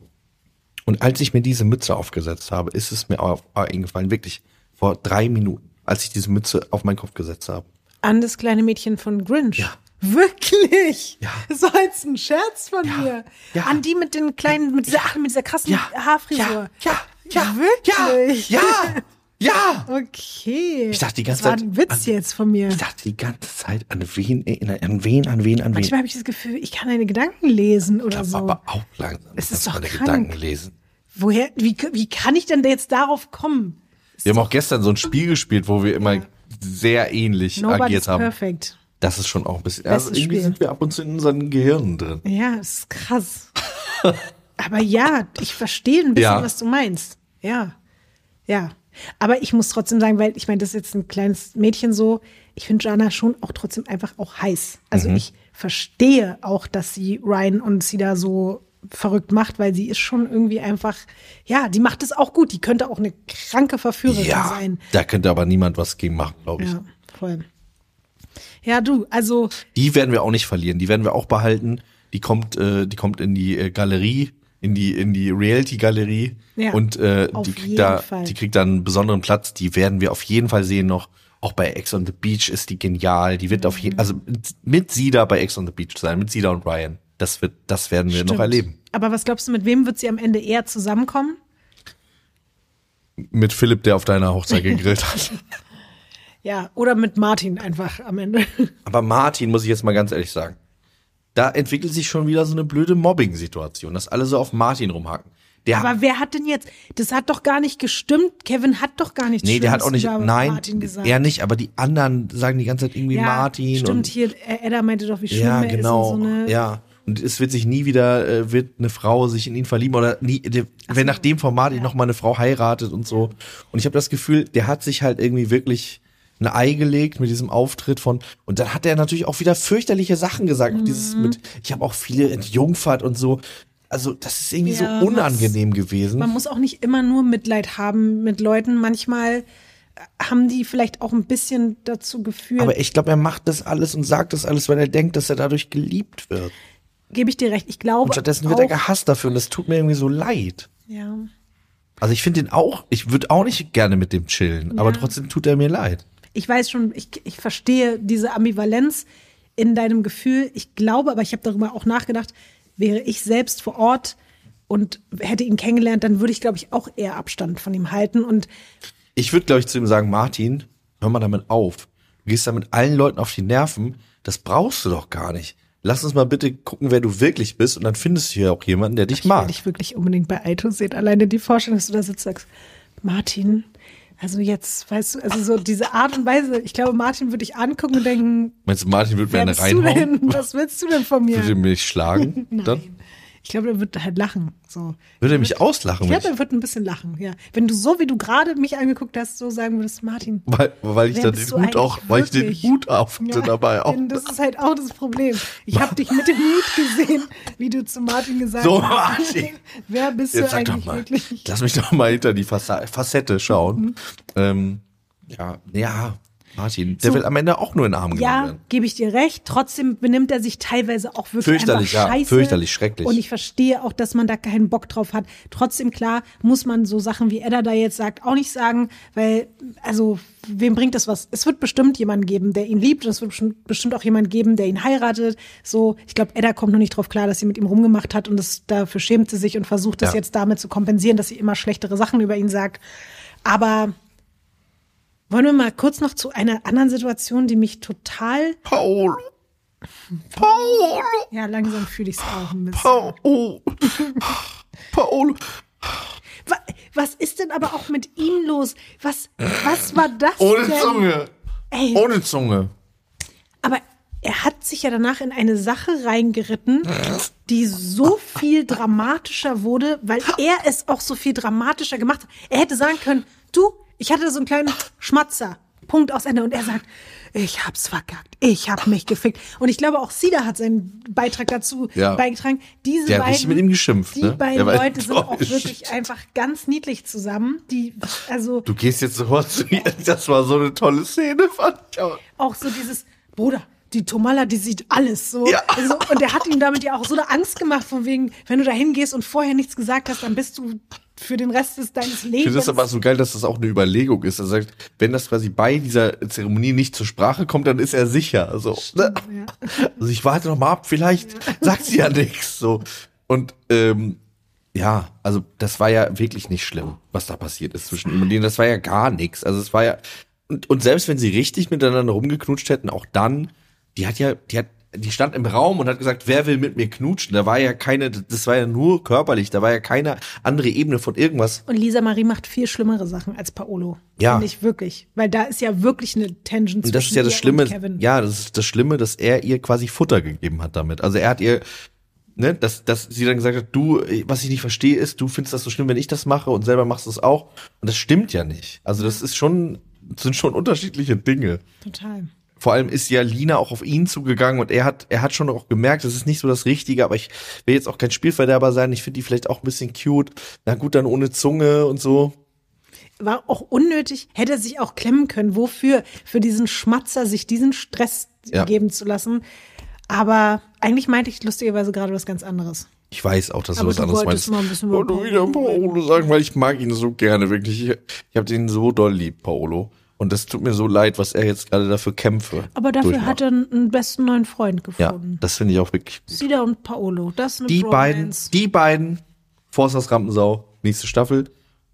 Und als ich mir diese Mütze aufgesetzt habe, ist es mir auch eingefallen, wirklich vor drei Minuten, als ich diese Mütze auf meinen Kopf gesetzt habe. An das kleine Mädchen von Grinch. Ja. Wirklich? Ja. So als ein Scherz von Ja. mir. Ja. An die mit den kleinen, mit dieser, ach, mit dieser krassen Ja. Haarfrisur. ja, ja, Wirklich? ja, ja. Okay. Ich dachte die ganze das war Zeit ein Witz an- jetzt von mir. Ich dachte die ganze Zeit, an wen erinnert, an wen, an wen, an wen. Manchmal habe ich das Gefühl, ich kann deine Gedanken lesen oder Ich so. habe aber auch langsam Es ist dass doch meine krank. Gedanken lesen. Woher, wie, wie kann ich denn da jetzt darauf kommen? Wir haben auch gestern so ein Spiel gespielt, wo wir immer sehr ähnlich Nobody's agiert haben. perfect. Das ist schon auch ein bisschen. Also Bestes irgendwie Spiel. sind wir ab und zu in unseren Gehirnen drin. Ja, das ist krass. Aber ja, ich verstehe ein bisschen, Ja. was du meinst. Ja, ja. Aber ich muss trotzdem sagen, weil ich meine, das ist jetzt ein kleines Mädchen so, ich finde Jana schon auch trotzdem einfach auch heiß. Also Mhm. ich verstehe auch, dass sie Ryan und sie da so verrückt macht, weil sie ist schon irgendwie einfach, ja, die macht es auch gut. Die könnte auch eine kranke Verführerin Ja, sein. da könnte aber niemand was gegen machen, glaube ich. Ja, voll. Ja, du, also Die werden wir auch nicht verlieren. Die werden wir auch behalten. Die kommt, äh, die kommt in die äh, Galerie, in die in die Reality-Galerie Ja, und äh, auf die kriegt jeden da, Fall. die kriegt da einen besonderen Platz. Die werden wir auf jeden Fall sehen noch. Auch bei Ex on the Beach ist die genial. Die wird auf Mhm. jeden, also mit, mit sie da bei Ex on the Beach sein, mit Sida und Ryan. Das wird, das werden wir noch stimmt. erleben. Aber was glaubst du, mit wem wird sie am Ende eher zusammenkommen? Mit Philipp, der auf deiner Hochzeit gegrillt hat. Ja, oder mit Martin einfach am Ende. Aber Martin, muss ich jetzt mal ganz ehrlich sagen, da entwickelt sich schon wieder so eine blöde Mobbing-Situation, dass alle so auf Martin rumhaken. Der Aber wer hat denn jetzt, das hat doch gar nicht gestimmt. Kevin hat doch gar nichts nee, der hat auch Schlimmes nicht, über nein, Martin gesagt. er nicht, aber die anderen sagen die ganze Zeit irgendwie ja, Martin. Stimmt, und, hier, äh, Edda meinte doch, wie schlimm ja, er genau, ist. Und so eine, ja. Und es wird sich nie wieder, äh, wird eine Frau sich in ihn verlieben oder nie, der, wenn nach dem von Martin noch mal eine Frau heiratet und so. Und ich habe das Gefühl, der hat sich halt irgendwie wirklich ein Ei gelegt mit diesem Auftritt von, und dann hat er natürlich auch wieder fürchterliche Sachen gesagt. Mhm. Dieses mit, ich habe auch viele entjungfert und so. Also das ist irgendwie Ja, so unangenehm gewesen. Man muss auch nicht immer nur Mitleid haben mit Leuten. Manchmal äh, haben die vielleicht auch ein bisschen dazu geführt. Aber ich glaube, er macht das alles und sagt das alles, weil er denkt, dass er dadurch geliebt wird. Gebe ich dir recht. Ich glaube Und stattdessen wird auch, er gehasst dafür und das tut mir irgendwie so leid. ja. Also ich finde ihn auch, ich würde auch nicht gerne mit dem chillen, aber trotzdem tut er mir leid. Ich weiß schon, ich, ich verstehe diese Ambivalenz in deinem Gefühl. Ich glaube, aber ich habe darüber auch nachgedacht, wäre ich selbst vor Ort und hätte ihn kennengelernt, dann würde ich, glaube ich, auch eher Abstand von ihm halten. Und Ich würde, glaube ich, zu ihm sagen, Martin, hör mal damit auf. Du gehst da mit allen Leuten auf die Nerven, das brauchst du doch gar nicht. lass uns mal bitte gucken, wer du wirklich bist und dann findest du hier auch jemanden, der dich Ich mag. will dich wirklich unbedingt bei Aito sehen. Alleine die Vorstellung, dass du da sitzt und sagst, Martin, also jetzt, weißt du, also so diese Art und Weise, ich glaube, Martin würde dich angucken und denken, Meinst du, Martin wird mir wer eine bist du reinhauen? denn? Was willst du denn von mir? Würde er mich schlagen? Nein. Dann? Ich glaube, er wird halt lachen. So. Würde er mich auslachen? Ich wenn glaube, er wird ein bisschen lachen, ja. Wenn du so, wie du gerade mich angeguckt hast, so sagen würdest, Martin. Weil, weil ich wer dann bist den du Hut auch, eigentlich weil ich den wirklich? Hut auf hatte dabei auch. Denn das ist halt auch das Problem. Ich habe dich mit dem Hut gesehen, wie du zu Martin gesagt So, hast. Martin. Wer bist Jetzt du sag doch eigentlich mal, wirklich? lass mich doch mal hinter die Fassa- Facette schauen. Mhm. Ähm, ja, ja, Martin, der So. will am Ende auch nur in den Arm genommen Ja, werden. gebe ich dir recht. Trotzdem benimmt er sich teilweise auch wirklich Fürchterlich, einfach ja, scheiße. fürchterlich, schrecklich. Und ich verstehe auch, dass man da keinen Bock drauf hat. Trotzdem, klar, muss man so Sachen, wie Edda da jetzt sagt, auch nicht sagen, weil, also, wem bringt das was? Es wird bestimmt jemanden geben, der ihn liebt und es wird bestimmt- bestimmt auch jemanden geben, der ihn heiratet. So, ich glaube, Edda kommt noch nicht drauf klar, dass sie mit ihm rumgemacht hat und das, dafür schämt sie sich und versucht das Ja. jetzt damit zu kompensieren, dass sie immer schlechtere Sachen über ihn sagt. Aber wollen wir mal kurz noch zu einer anderen Situation, die mich total, Paolo. Paolo. ja, langsam fühle ich es auch ein bisschen. Paolo. Paolo. Wa- Was ist denn aber auch mit ihm los? Was, was war das Ohne denn? Zunge. Ey, Ohne Zunge. aber er hat sich ja danach in eine Sache reingeritten, die so viel dramatischer wurde, weil er es auch so viel dramatischer gemacht hat. Er hätte sagen können, du, ich hatte so einen kleinen Schmatzer. Punkt aus Ende. Und er sagt, ich hab's verkackt. Ich hab mich gefickt. Und ich glaube, auch Sida hat seinen Beitrag dazu Ja. beigetragen. Diese Der hat beiden, richtig mit ihm geschimpft, Die ne? beiden Der war Leute sind auch enttäuscht. wirklich einfach ganz niedlich zusammen. Die, also, Du gehst jetzt sofort zu ihr. Das war so eine tolle Szene, fand ich auch. auch so dieses, Bruder, die Tomala, die sieht alles so. Ja. Also, und der hat ihm damit ja auch so eine Angst gemacht, von wegen, wenn du da hingehst und vorher nichts gesagt hast, dann bist du für den Rest des, deines Ich Lebens. finde das aber so geil, dass das auch eine Überlegung ist. Er sagt, wenn das quasi bei dieser Zeremonie nicht zur Sprache kommt, dann ist er sicher. Also, ne? ja. also ich warte noch mal ab, vielleicht sagt sie ja nichts. So. Und ähm, ja, also das war ja wirklich nicht schlimm, was da passiert ist zwischen ihm und denen. Das war ja gar nichts. Also es war ja, und, und selbst wenn sie richtig miteinander rumgeknutscht hätten, auch dann, die hat ja, die hat, die stand im Raum und hat gesagt, wer will mit mir knutschen? Da war ja keine, das war ja nur körperlich, da war ja keine andere Ebene von irgendwas. Und Lisa Marie macht viel schlimmere Sachen als Paolo. Ja. Finde ich wirklich. Weil da ist ja wirklich eine Tension zwischen Und das ist ja das ihr Schlimme, und Kevin. ja, das ist das Schlimme, dass er ihr quasi Futter gegeben hat damit. Also er hat ihr, ne, dass, dass sie dann gesagt hat, du, was ich nicht verstehe ist, du findest das so schlimm, wenn ich das mache und selber machst du es auch. Und das stimmt ja nicht. Also das ist schon, das sind schon unterschiedliche Dinge. Total. Vor allem ist ja Lina auch auf ihn zugegangen und er hat, er hat schon auch gemerkt, das ist nicht so das Richtige, aber ich will jetzt auch kein Spielverderber sein. Ich finde die vielleicht auch ein bisschen cute. Na gut, dann ohne Zunge und so. War auch unnötig, hätte er sich auch klemmen können. Wofür? Für diesen Schmatzer, sich diesen Stress Ja. geben zu lassen. Aber eigentlich meinte ich lustigerweise gerade was ganz anderes. Ich weiß auch, dass du Aber was du anderes wolltest meinst. mal ein bisschen über Oh, du wieder Paolo sagen, weil ich mag ihn so gerne, wirklich. Ich, ich habe den so doll lieb, Paolo. Und das tut mir so leid, was er jetzt gerade dafür kämpfe. Aber dafür durchmacht. hat er einen besten neuen Freund Ja, gefunden. das finde ich auch wirklich gut. Sida und Paolo, das ist eine Die Bromance. beiden, die beiden, Forsters Rampensau, nächste Staffel,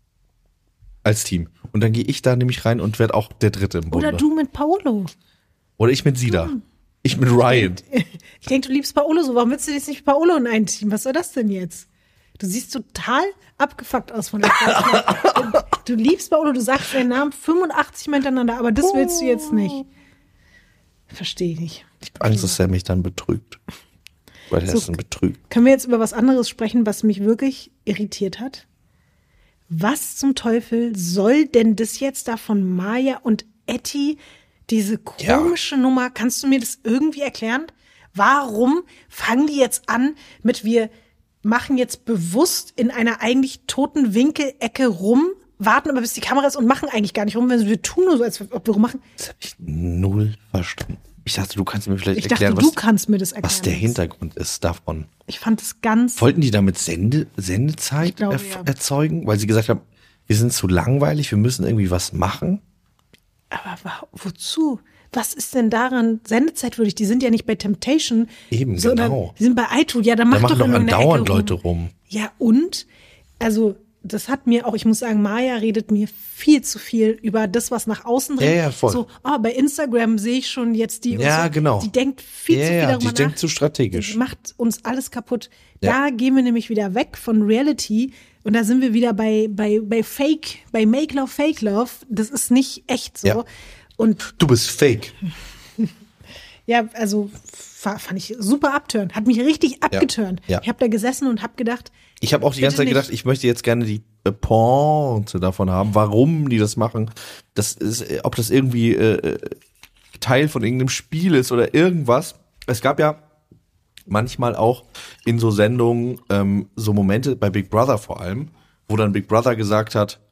als Team. Und dann gehe ich da nämlich rein und werde auch der Dritte im Bunde. Oder du mit Paolo. Oder ich mit Sida. Ich mit Ryan. Ich denke, du liebst Paolo so. Warum willst du jetzt nicht mit Paolo in ein Team? Was soll das denn jetzt? Du siehst total abgefuckt aus von der Frage. Du liebst Paolo, du sagst deinen Namen fünfundachtzig Mal hintereinander, aber das willst du jetzt nicht. Verstehe ich nicht. Ich habe Angst, dass er mich dann betrügt. Weil er So. ist ein Betrüger. Können wir jetzt über was anderes sprechen, was mich wirklich irritiert hat? Was zum Teufel soll denn das jetzt da von Maya und Etty, diese komische Nummer? Kannst du mir das irgendwie erklären? Warum fangen die jetzt an mit wir machen jetzt bewusst in einer eigentlich toten Winkelecke rum, warten aber bis die Kamera ist und machen eigentlich gar nicht rum, wenn wir tun nur so, als ob wir rummachen. Das habe ich null verstanden. Ich dachte, du kannst mir vielleicht Ich dachte, erklären, du was, kannst mir das erklären. was der Hintergrund ist davon. Ich fand es ganz Wollten die damit Sende, Sendezeit Ich glaube, erf- ja. erzeugen? Weil sie gesagt haben, wir sind zu langweilig, wir müssen irgendwie was machen? Aber wa- wozu? Was ist denn daran sendezeit-würdig? Die sind ja nicht bei Temptation. Eben, sondern genau. Die sind bei iTunes. Ja, dann Da mach machen doch doch in irgendeiner andauernd Ecke rum. Leute rum. Ja, und? Also, das hat mir auch, ich muss sagen, Maya redet mir viel zu viel über das, was nach außen dringt. Ja, ja, voll. So, oh, bei Instagram sehe ich schon jetzt die. Ja, so. genau. Die denkt viel Ja, zu viel ja, darüber die nach. denkt zu strategisch. Die macht uns alles kaputt. Ja. Da gehen wir nämlich wieder weg von Reality und da sind wir wieder bei, bei, bei Fake, bei Make Love, Fake Love. Das ist nicht echt so. Ja. Und Du bist fake. ja, also fand ich super abturnt. Hat mich richtig abgeturnt. Ja. Ich habe da gesessen und habe gedacht, Ich habe auch die ganze Zeit Bitte gedacht, ich möchte jetzt gerne die äh, Pointe davon haben, warum die das machen. Das ist, äh, ob das irgendwie äh, Teil von irgendeinem Spiel ist oder irgendwas. Es gab ja manchmal auch in so Sendungen ähm, so Momente, bei Big Brother vor allem, wo dann Big Brother gesagt hat,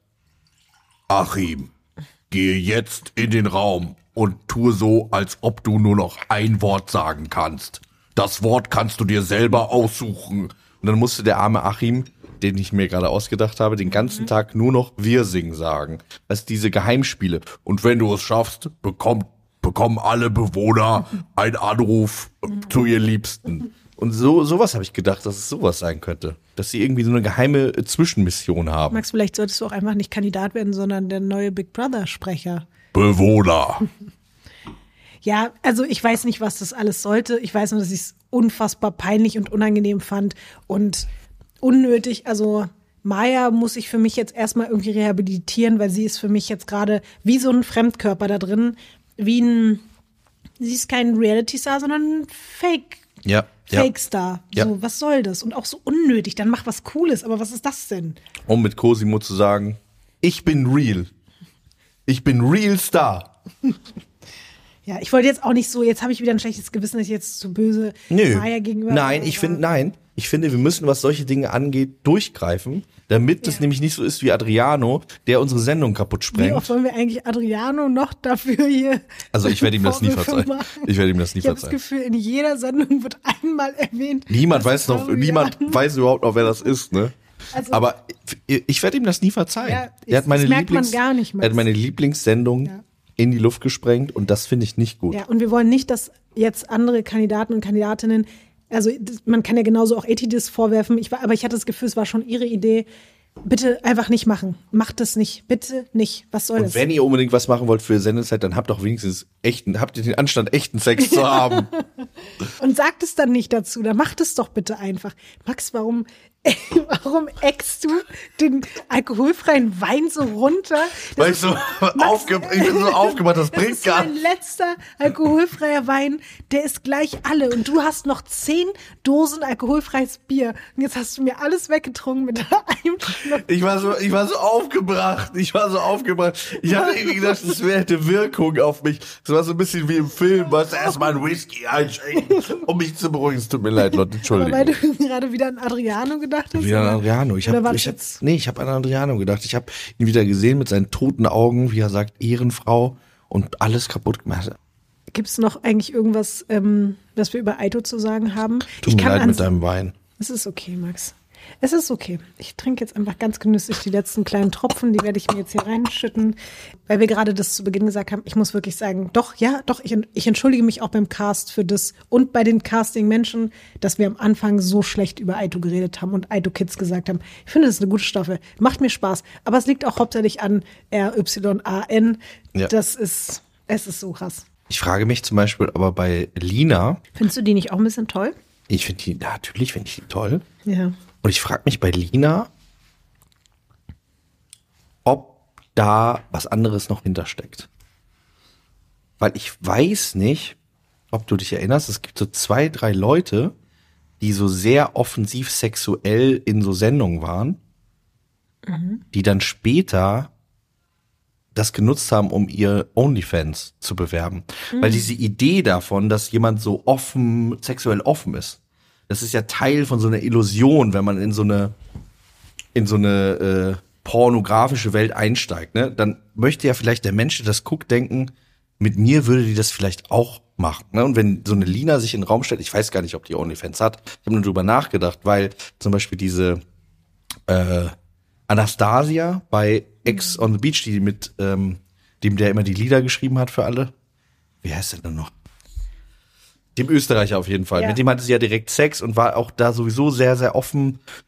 Achim, gehe jetzt in den Raum und tue so, als ob du nur noch ein Wort sagen kannst. Das Wort kannst du dir selber aussuchen. Und dann musste der arme Achim, den ich mir gerade ausgedacht habe, den ganzen Tag nur noch Wir singen sagen. Also diese Geheimspiele. Und wenn du es schaffst, bekommt, bekommen alle Bewohner einen Anruf zu ihr Liebsten. Und so sowas habe ich gedacht, dass es sowas sein könnte. Dass sie irgendwie so eine geheime Zwischenmission haben. Max, vielleicht solltest du auch einfach nicht Kandidat werden, sondern der neue Big Brother-Sprecher. Bewohner. Ja, also ich weiß nicht, was das alles sollte. Ich weiß nur, dass ich es unfassbar peinlich und unangenehm fand und unnötig. Also Maya muss sich für mich jetzt erstmal irgendwie rehabilitieren, weil sie ist für mich jetzt gerade wie so ein Fremdkörper da drin. Wie ein, sie ist kein Reality-Star, sondern ein Fake. Ja. Ja. Fake-Star. Ja. So, was soll das? Und auch so unnötig. Dann mach was Cooles. Aber was ist das denn? Um mit Cosimo zu sagen, ich bin real. Ich bin real Star. Ja, ich wollte jetzt auch nicht so, jetzt habe ich wieder ein schlechtes Gewissen, dass ich jetzt zu böse Nö. Maya gegenüber Nein, war. ich finde, nein. Ich finde, wir müssen, was solche Dinge angeht, durchgreifen, damit es Ja. nämlich nicht so ist wie Adriano, der unsere Sendung kaputt Wie sprengt. oft wollen wir eigentlich Adriano noch dafür hier Also ich werde ihm das nie Vorwürfe verzeihen. machen? Ich werde ihm das nie Ich habe das verzeihen. Gefühl, in jeder Sendung wird einmal erwähnt. Niemand dass weiß noch, Adriano- niemand weiß überhaupt noch, wer das ist, ne? Also- Aber ich, ich werde ihm das nie verzeihen. Ja, ich- er hat meine das merkt man Lieblings, gar nicht, Max. er hat meine Lieblingssendung Ja. in die Luft gesprengt und das finde ich nicht gut. Ja, und wir wollen nicht, dass jetzt andere Kandidaten und Kandidatinnen, also das, man kann ja genauso auch Eti das vorwerfen, ich war, aber ich hatte das Gefühl, es war schon ihre Idee. Bitte einfach nicht machen. Macht das nicht. Bitte nicht. Was soll Und das? wenn ihr unbedingt was machen wollt für Sendezeit, dann habt doch wenigstens echten, habt ihr den Anstand, echten Sex zu haben. Und sagt es dann nicht dazu, dann macht es doch bitte einfach. Max, warum, warum eckst du den alkoholfreien Wein so runter? Das Weil ich ist- so, aufge ich bin so aufgemacht, das Das bringt ist gar mein nicht. letzter alkoholfreier Wein, der ist gleich alle. Und du hast noch zehn Dosen alkoholfreies Bier. Und jetzt hast du mir alles weggetrunken mit einem Schluck. Ich war so, ich war so aufgebracht. Ich war so aufgebracht. Ich hatte irgendwie gedacht, das wäre hätte Wirkung auf mich. Das war so ein bisschen wie im Film, was erstmal ein Whisky einschenken, um mich zu beruhigen. Es tut mir leid, Leute, Aber weil Entschuldigung. du gerade wieder an Adriano gedacht hast. Wieder an oder? Adriano. Ich Oder habe, war ich das hab, jetzt- nee, ich habe an Adriano gedacht. Ich habe ihn wieder gesehen mit seinen toten Augen, wie er sagt, Ehrenfrau und alles kaputt gemacht. Gibt es noch eigentlich irgendwas, ähm, was wir über Aito zu sagen haben? Tut mir leid mit deinem Wein. Es ist okay, Max. Es ist okay. Ich trinke jetzt einfach ganz genüsslich die letzten kleinen Tropfen, die werde ich mir jetzt hier reinschütten. Weil wir gerade das zu Beginn gesagt haben, ich muss wirklich sagen, doch, ja, doch, ich, ich entschuldige mich auch beim Cast für das und bei den Casting-Menschen, dass wir am Anfang so schlecht über Aito geredet haben und Aito Kids gesagt haben. Ich finde, das ist eine gute Staffel. Macht mir Spaß. Aber es liegt auch hauptsächlich an R Y A N. Ja. Das ist, es ist so krass. Ich frage mich zum Beispiel aber bei Lina, Findest du die nicht auch ein bisschen toll? ich finde die, natürlich finde ich die toll. Ja. Und ich frage mich bei Lina, ob da was anderes noch hintersteckt. Weil ich weiß nicht, ob du dich erinnerst, es gibt so zwei, drei Leute, die so sehr offensiv sexuell in so Sendungen waren, die dann später das genutzt haben, um ihr OnlyFans zu bewerben. Weil diese Idee davon, dass jemand so offen, sexuell offen ist, das ist ja Teil von so einer Illusion, wenn man in so eine in so eine äh, pornografische Welt einsteigt, ne? Dann möchte ja vielleicht der Mensch, der das guckt, denken, mit mir würde die das vielleicht auch machen. Ne? Und wenn so eine Lina sich in den Raum stellt, ich weiß gar nicht, ob die OnlyFans hat, ich habe nur drüber nachgedacht, weil zum Beispiel diese äh, Anastasia bei Ex on the Beach, die mit ähm, dem, der immer die Lieder geschrieben hat für alle, wie heißt der denn noch? Dem Österreicher auf jeden Fall. Ja. Mit dem hatte sie ja direkt Sex und war auch da sowieso sehr, sehr offen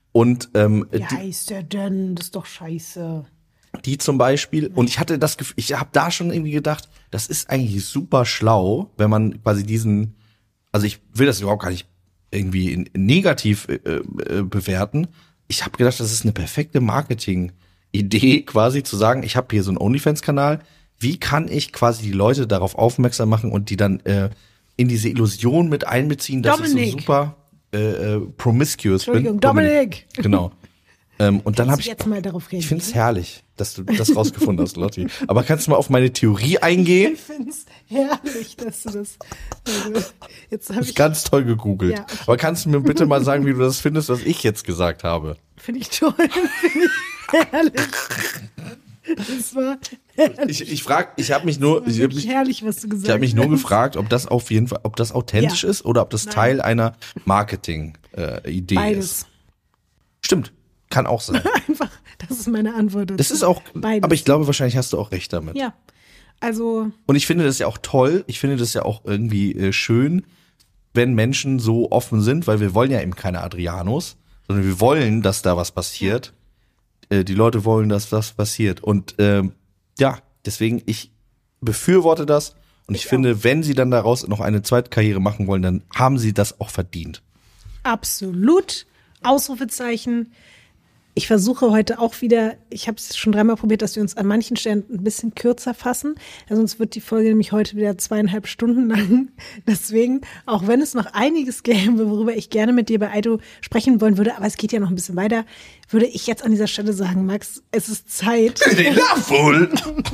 Und ähm, Wie die, heißt der denn? Das ist doch scheiße. die zum Beispiel, und ich hatte das Gefühl, ich habe da schon irgendwie gedacht, das ist eigentlich super schlau, wenn man quasi diesen, also ich will das überhaupt gar nicht irgendwie in, in negativ äh, äh, bewerten. Ich habe gedacht, das ist eine perfekte Marketing-Idee, quasi zu sagen, ich habe hier so einen OnlyFans-Kanal, wie kann ich quasi die Leute darauf aufmerksam machen und die dann äh, in diese Illusion mit einbeziehen, dass Dominik. ich so super äh, äh, promiscuous bin. Entschuldigung, Dominik. Genau. Ähm, und dann habe Kannst ich, du jetzt mal darauf reagieren? ich finde es herrlich, dass du das rausgefunden hast, Lotti. Aber kannst du mal auf meine Theorie eingehen? Ich finde es herrlich, dass du das. Also, jetzt habe Das ist ich. ganz toll gegoogelt. Ja, okay. Aber kannst du mir bitte mal sagen, wie du das findest, was ich jetzt gesagt habe? Finde ich toll. Finde ich herrlich. Das war herrlich. Ich, ich frag, ich habe mich nur, ich habe Wirklich mich, herrlich, was du gesagt hast. ich hab mich nur gefragt, ob das auf jeden Fall, ob das authentisch Ja. ist oder ob das Nein. Teil einer Marketing-Idee Beides. ist. Stimmt, kann auch sein. Einfach, das ist meine Antwort dazu. Das ist auch, Beides. aber ich glaube, wahrscheinlich hast du auch recht damit. Ja. Also, Und ich finde das ja auch toll. Ich finde das ja auch irgendwie äh, schön, wenn Menschen so offen sind, weil wir wollen ja eben keine Adrianos, sondern wir wollen, dass da was passiert. Äh, die Leute wollen, dass das passiert. Und ähm, ja, deswegen, ich befürworte das. Und ich, Ich finde, wenn sie dann daraus noch eine zweite Karriere machen wollen, dann haben sie das auch verdient. absolut. Ausrufezeichen. Ich versuche heute auch wieder, ich habe es schon dreimal probiert, dass wir uns an manchen Stellen ein bisschen kürzer fassen. Ja, sonst wird die Folge nämlich heute wieder zweieinhalb Stunden lang. Deswegen, auch wenn es noch einiges gäbe, worüber ich gerne mit dir bei Aido sprechen wollen würde, aber es geht ja noch ein bisschen weiter, würde ich jetzt an dieser Stelle sagen, Max, es ist Zeit. Jawohl!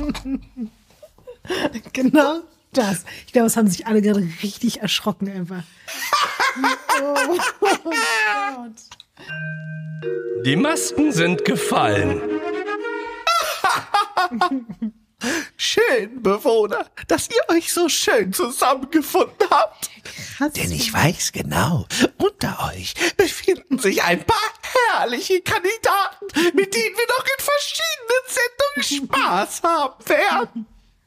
Genau das. Ich glaube, es haben sich alle gerade richtig erschrocken einfach. Oh Gott. Die Masken sind gefallen. Schön, Bewohner, dass ihr euch so schön zusammengefunden habt. Krass. Denn ich weiß genau, unter euch befinden sich ein paar herrliche Kandidaten, mit denen wir noch in verschiedenen Sendungen Spaß haben werden.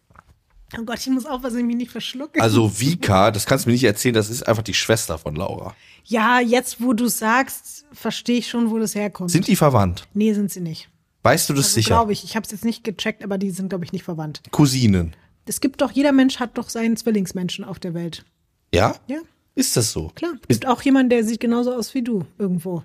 Oh Gott, ich muss aufpassen, dass ich mich nicht verschlucke. Also Vika, das kannst du mir nicht erzählen, das ist einfach die Schwester von Laura. Ja, jetzt, wo du sagst, verstehe ich schon, wo das herkommt. Sind die verwandt? Nee, sind sie nicht. Weißt du das Also, sicher? glaube ich. Ich habe es jetzt nicht gecheckt, aber die sind, glaube ich, nicht verwandt. Cousinen. Es gibt doch, jeder Mensch hat doch seinen Zwillingsmenschen auf der Welt. Ja? Ja, Ist das so? klar. Es gibt auch jemanden, der sieht genauso aus wie du irgendwo.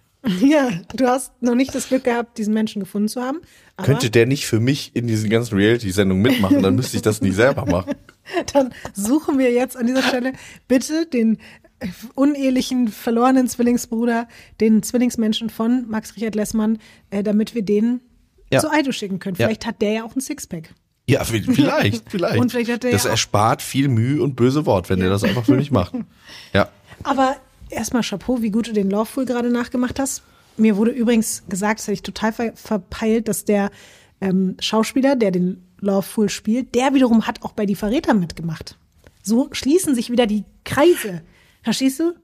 Ja, du hast noch nicht das Glück gehabt, diesen Menschen gefunden zu haben. Aber Könnte der nicht für mich in diesen ganzen Reality-Sendungen mitmachen, dann müsste ich das nicht selber machen. dann suchen wir jetzt an dieser Stelle bitte den unehelichen, verlorenen Zwillingsbruder, den Zwillingsmenschen von Max Richard Lessmann, äh, damit wir den Ja. zu Aido schicken können. Ja. Vielleicht hat der ja auch ein Sixpack. Ja, vielleicht, vielleicht. Und vielleicht hat der das ja auch- erspart viel Mühe und böse Wort, wenn der das einfach für mich macht. Ja. Aber erstmal Chapeau, wie gut du den Lawful gerade nachgemacht hast. Mir wurde übrigens gesagt, das hätte ich total ver verpeilt, dass der ähm, Schauspieler, der den Lawful spielt, der wiederum hat auch bei Die Verräter mitgemacht. So schließen sich wieder die Kreise. Verstehst du?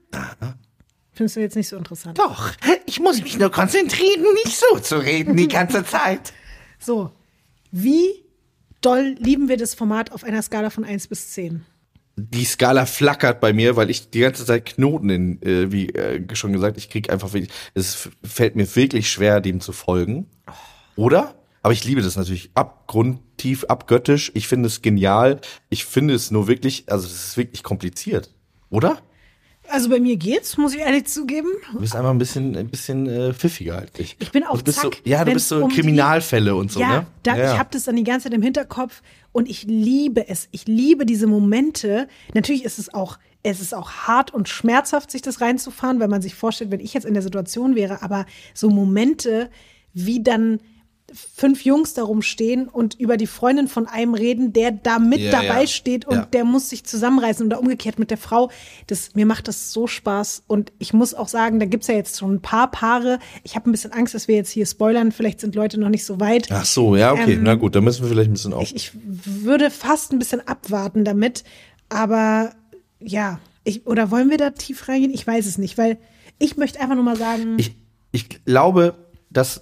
Findest du jetzt nicht so interessant? Doch, ich muss mich nur konzentrieren, nicht so zu reden die ganze Zeit. So, wie doll lieben wir das Format auf einer Skala von eins bis zehn? Die Skala flackert bei mir, weil ich die ganze Zeit Knoten in, äh, wie äh, schon gesagt, ich krieg einfach wirklich, es f- fällt mir wirklich schwer, dem zu folgen. Oder? Aber ich liebe das natürlich abgrundtief, abgöttisch. Ich finde es genial. Ich finde es nur wirklich, also es ist wirklich kompliziert. Oder? Also bei mir geht's, muss ich ehrlich zugeben. Du bist einfach ein bisschen, ein bisschen äh, pfiffiger als ich. Ich bin auf du bist Zack, So, ja, du wenn's bist so um die- Kriminalfälle und so, ja, ne? da, ich habe das dann die ganze Zeit im Hinterkopf und ich liebe es. Ich liebe diese Momente. Natürlich ist es auch, es ist auch hart und schmerzhaft, sich das reinzufahren, wenn man sich vorstellt, wenn ich jetzt in der Situation wäre. Aber so Momente, wie dann fünf Jungs darum stehen und über die Freundin von einem reden, der da mit Ja, dabei ja. steht und Ja. der muss sich zusammenreißen oder umgekehrt mit der Frau. Das, mir macht das so Spaß und ich muss auch sagen, da gibt's ja jetzt schon ein paar Paare. Ich habe ein bisschen Angst, dass wir jetzt hier spoilern. Vielleicht sind Leute noch nicht so weit. Ach so, ja, okay. Ähm, Na gut, da müssen wir vielleicht ein bisschen auf. Ich, ich würde fast ein bisschen abwarten damit, aber ja, ich, oder wollen wir da tief reingehen? Ich weiß es nicht, weil ich möchte einfach nur mal sagen, Ich, ich glaube, dass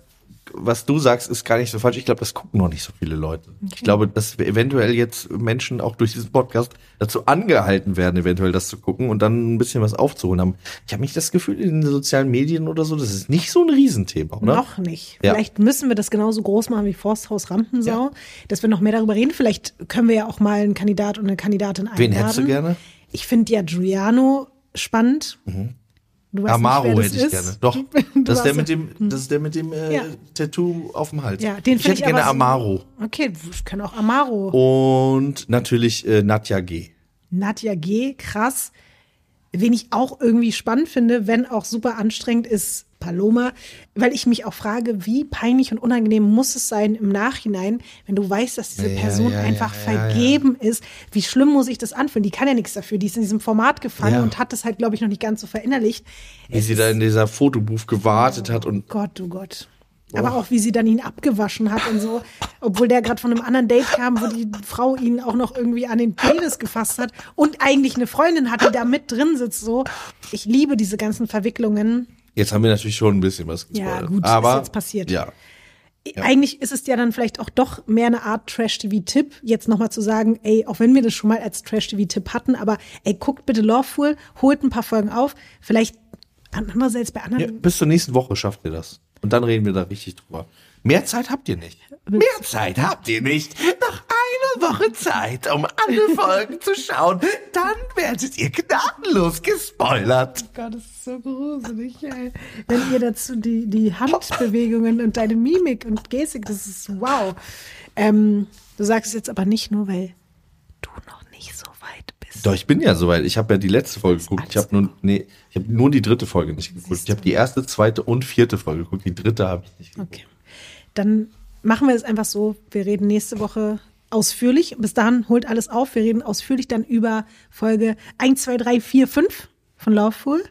was du sagst, ist gar nicht so falsch. Ich glaube, das gucken noch nicht so viele Leute. Okay. Ich glaube, dass wir eventuell jetzt Menschen auch durch diesen Podcast dazu angehalten werden, eventuell das zu gucken und dann ein bisschen was aufzuholen haben. Ich habe nicht das Gefühl, in den sozialen Medien oder so, das ist nicht so ein Riesenthema, oder? Noch nicht. Ja. Vielleicht müssen wir das genauso groß machen wie Forsthaus Rampensau, Ja. dass wir noch mehr darüber reden. Vielleicht können wir ja auch mal einen Kandidat und eine Kandidatin einladen. Wen hättest du gerne? Ich finde ja Giuliano spannend. Mhm. Du weißt Amaro nicht, wer hätte das ich ist. gerne. Doch, Du das ist der hast- mit dem, das ist der mit dem äh, Ja. Tattoo auf dem Hals. Ja, den ich finde hätte ich gerne aber so- Amaro. Okay, wir können auch Amaro. Und natürlich äh, Nadja G. Nadja G., krass. Wen ich auch irgendwie spannend finde, wenn auch super anstrengend, ist Paloma, weil ich mich auch frage, wie peinlich und unangenehm muss es sein im Nachhinein, wenn du weißt, dass diese Ja, Person ja, einfach ja, ja, vergeben ist. Wie schlimm muss ich das anfühlen? Die kann ja nichts dafür. Die ist in diesem Format gefangen Ja. und hat das halt, glaube ich, noch nicht ganz so verinnerlicht. Wie Es sie ist- da in dieser Fotobooth gewartet hat und Gott, du Gott. Aber auch, wie sie dann ihn abgewaschen hat und so, obwohl der gerade von einem anderen Date kam, wo die Frau ihn auch noch irgendwie an den Penis gefasst hat und eigentlich eine Freundin hat, die da mit drin sitzt. So, ich liebe diese ganzen Verwicklungen. jetzt haben wir natürlich schon ein bisschen was Ja, gespoilert. gut, ist aber jetzt passiert. Ja. Eigentlich ist es ja dann vielleicht auch doch mehr eine Art Trash-T V-Tipp, jetzt nochmal zu sagen, ey, auch wenn wir das schon mal als Trash-T V-Tipp hatten, aber ey, guckt bitte Loveful, holt ein paar Folgen auf, vielleicht andererseits bei anderen. Ja, bis zur nächsten Woche schafft ihr das. Und dann reden wir da richtig drüber. Mehr Zeit habt ihr nicht. Mehr Zeit habt ihr nicht. Noch eine Woche Zeit, um alle Folgen zu schauen. Dann werdet ihr gnadenlos gespoilert. Oh Gott, das ist so gruselig, ey. Wenn ihr dazu die, die Handbewegungen und deine Mimik und Gestik, das ist wow. Ähm, du sagst es jetzt aber nicht nur, weil du noch nicht so weit bist. Doch, ich bin ja soweit. Ich habe ja die letzte Folge geguckt. Ich habe nur, nee, ich habe nur die dritte Folge nicht geguckt. Ich habe die erste, zweite und vierte Folge geguckt. Die dritte habe ich nicht geguckt. Okay. Dann machen wir es einfach so, wir reden nächste Woche ausführlich. Bis dahin holt alles auf. Wir reden ausführlich dann über Folge eins, zwei, drei, vier, fünf von Loveful.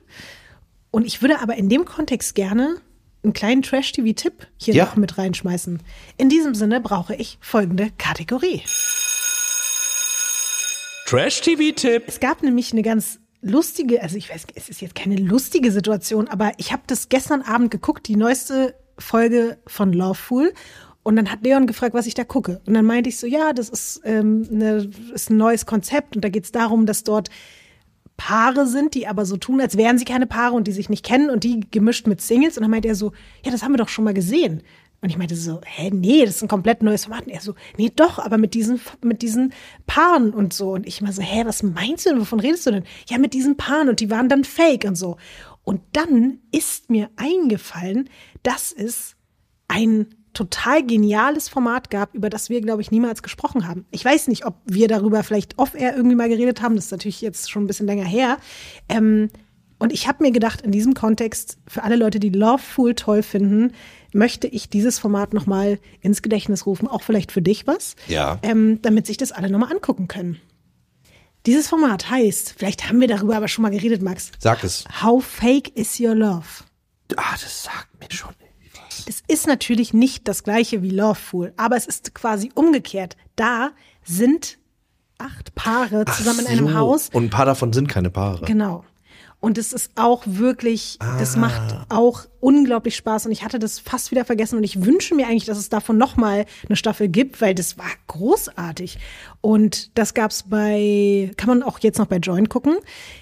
Und ich würde aber in dem Kontext gerne einen kleinen Trash-T V-Tipp hier Ja. noch mit reinschmeißen. In diesem Sinne brauche ich folgende Kategorie. Trash-T V-Tipp. Es gab nämlich eine ganz lustige, also ich weiß, es ist jetzt keine lustige Situation, aber ich habe das gestern Abend geguckt, die neueste Folge von Loveful. Und dann hat Leon gefragt, was ich da gucke. Und dann meinte ich so, ja, das ist, ähm, eine, ist ein neues Konzept. Und da geht es darum, dass dort Paare sind, die aber so tun, als wären sie keine Paare und die sich nicht kennen und die gemischt mit Singles. Und dann meinte er so, ja, das haben wir doch schon mal gesehen. Und ich meinte so, hä, nee, das ist ein komplett neues Format. Und er so, nee, doch, aber mit diesen, mit diesen Paaren und so. Und ich immer so, hä, was meinst du denn, wovon redest du denn? Ja, mit diesen Paaren und die waren dann fake und so. Und dann ist mir eingefallen, dass es ein total geniales Format gab, über das wir, glaube ich, niemals gesprochen haben. Ich weiß nicht, ob wir darüber vielleicht off-air irgendwie mal geredet haben. Das ist natürlich jetzt schon ein bisschen länger her. Ähm, und ich habe mir gedacht, in diesem Kontext, für alle Leute, die Loveful toll finden, möchte ich dieses Format nochmal ins Gedächtnis rufen. Auch vielleicht für dich was. Ja. Ähm, damit sich das alle nochmal angucken können. Dieses Format heißt, vielleicht haben wir darüber aber schon mal geredet, Max. Sag es. How fake is your love? Ah, das sagt mir schon irgendwie was. Es ist natürlich nicht das gleiche wie Loveful, aber es ist quasi umgekehrt. Da sind acht Paare zusammen Ach in einem so. Haus. Und ein paar davon sind keine Paare. Genau. Und es ist auch wirklich, das Ah. macht auch unglaublich Spaß. Und ich hatte das fast wieder vergessen. Und ich wünsche mir eigentlich, dass es davon nochmal eine Staffel gibt, weil das war großartig. Und das gab's bei, kann man auch jetzt noch bei Join gucken.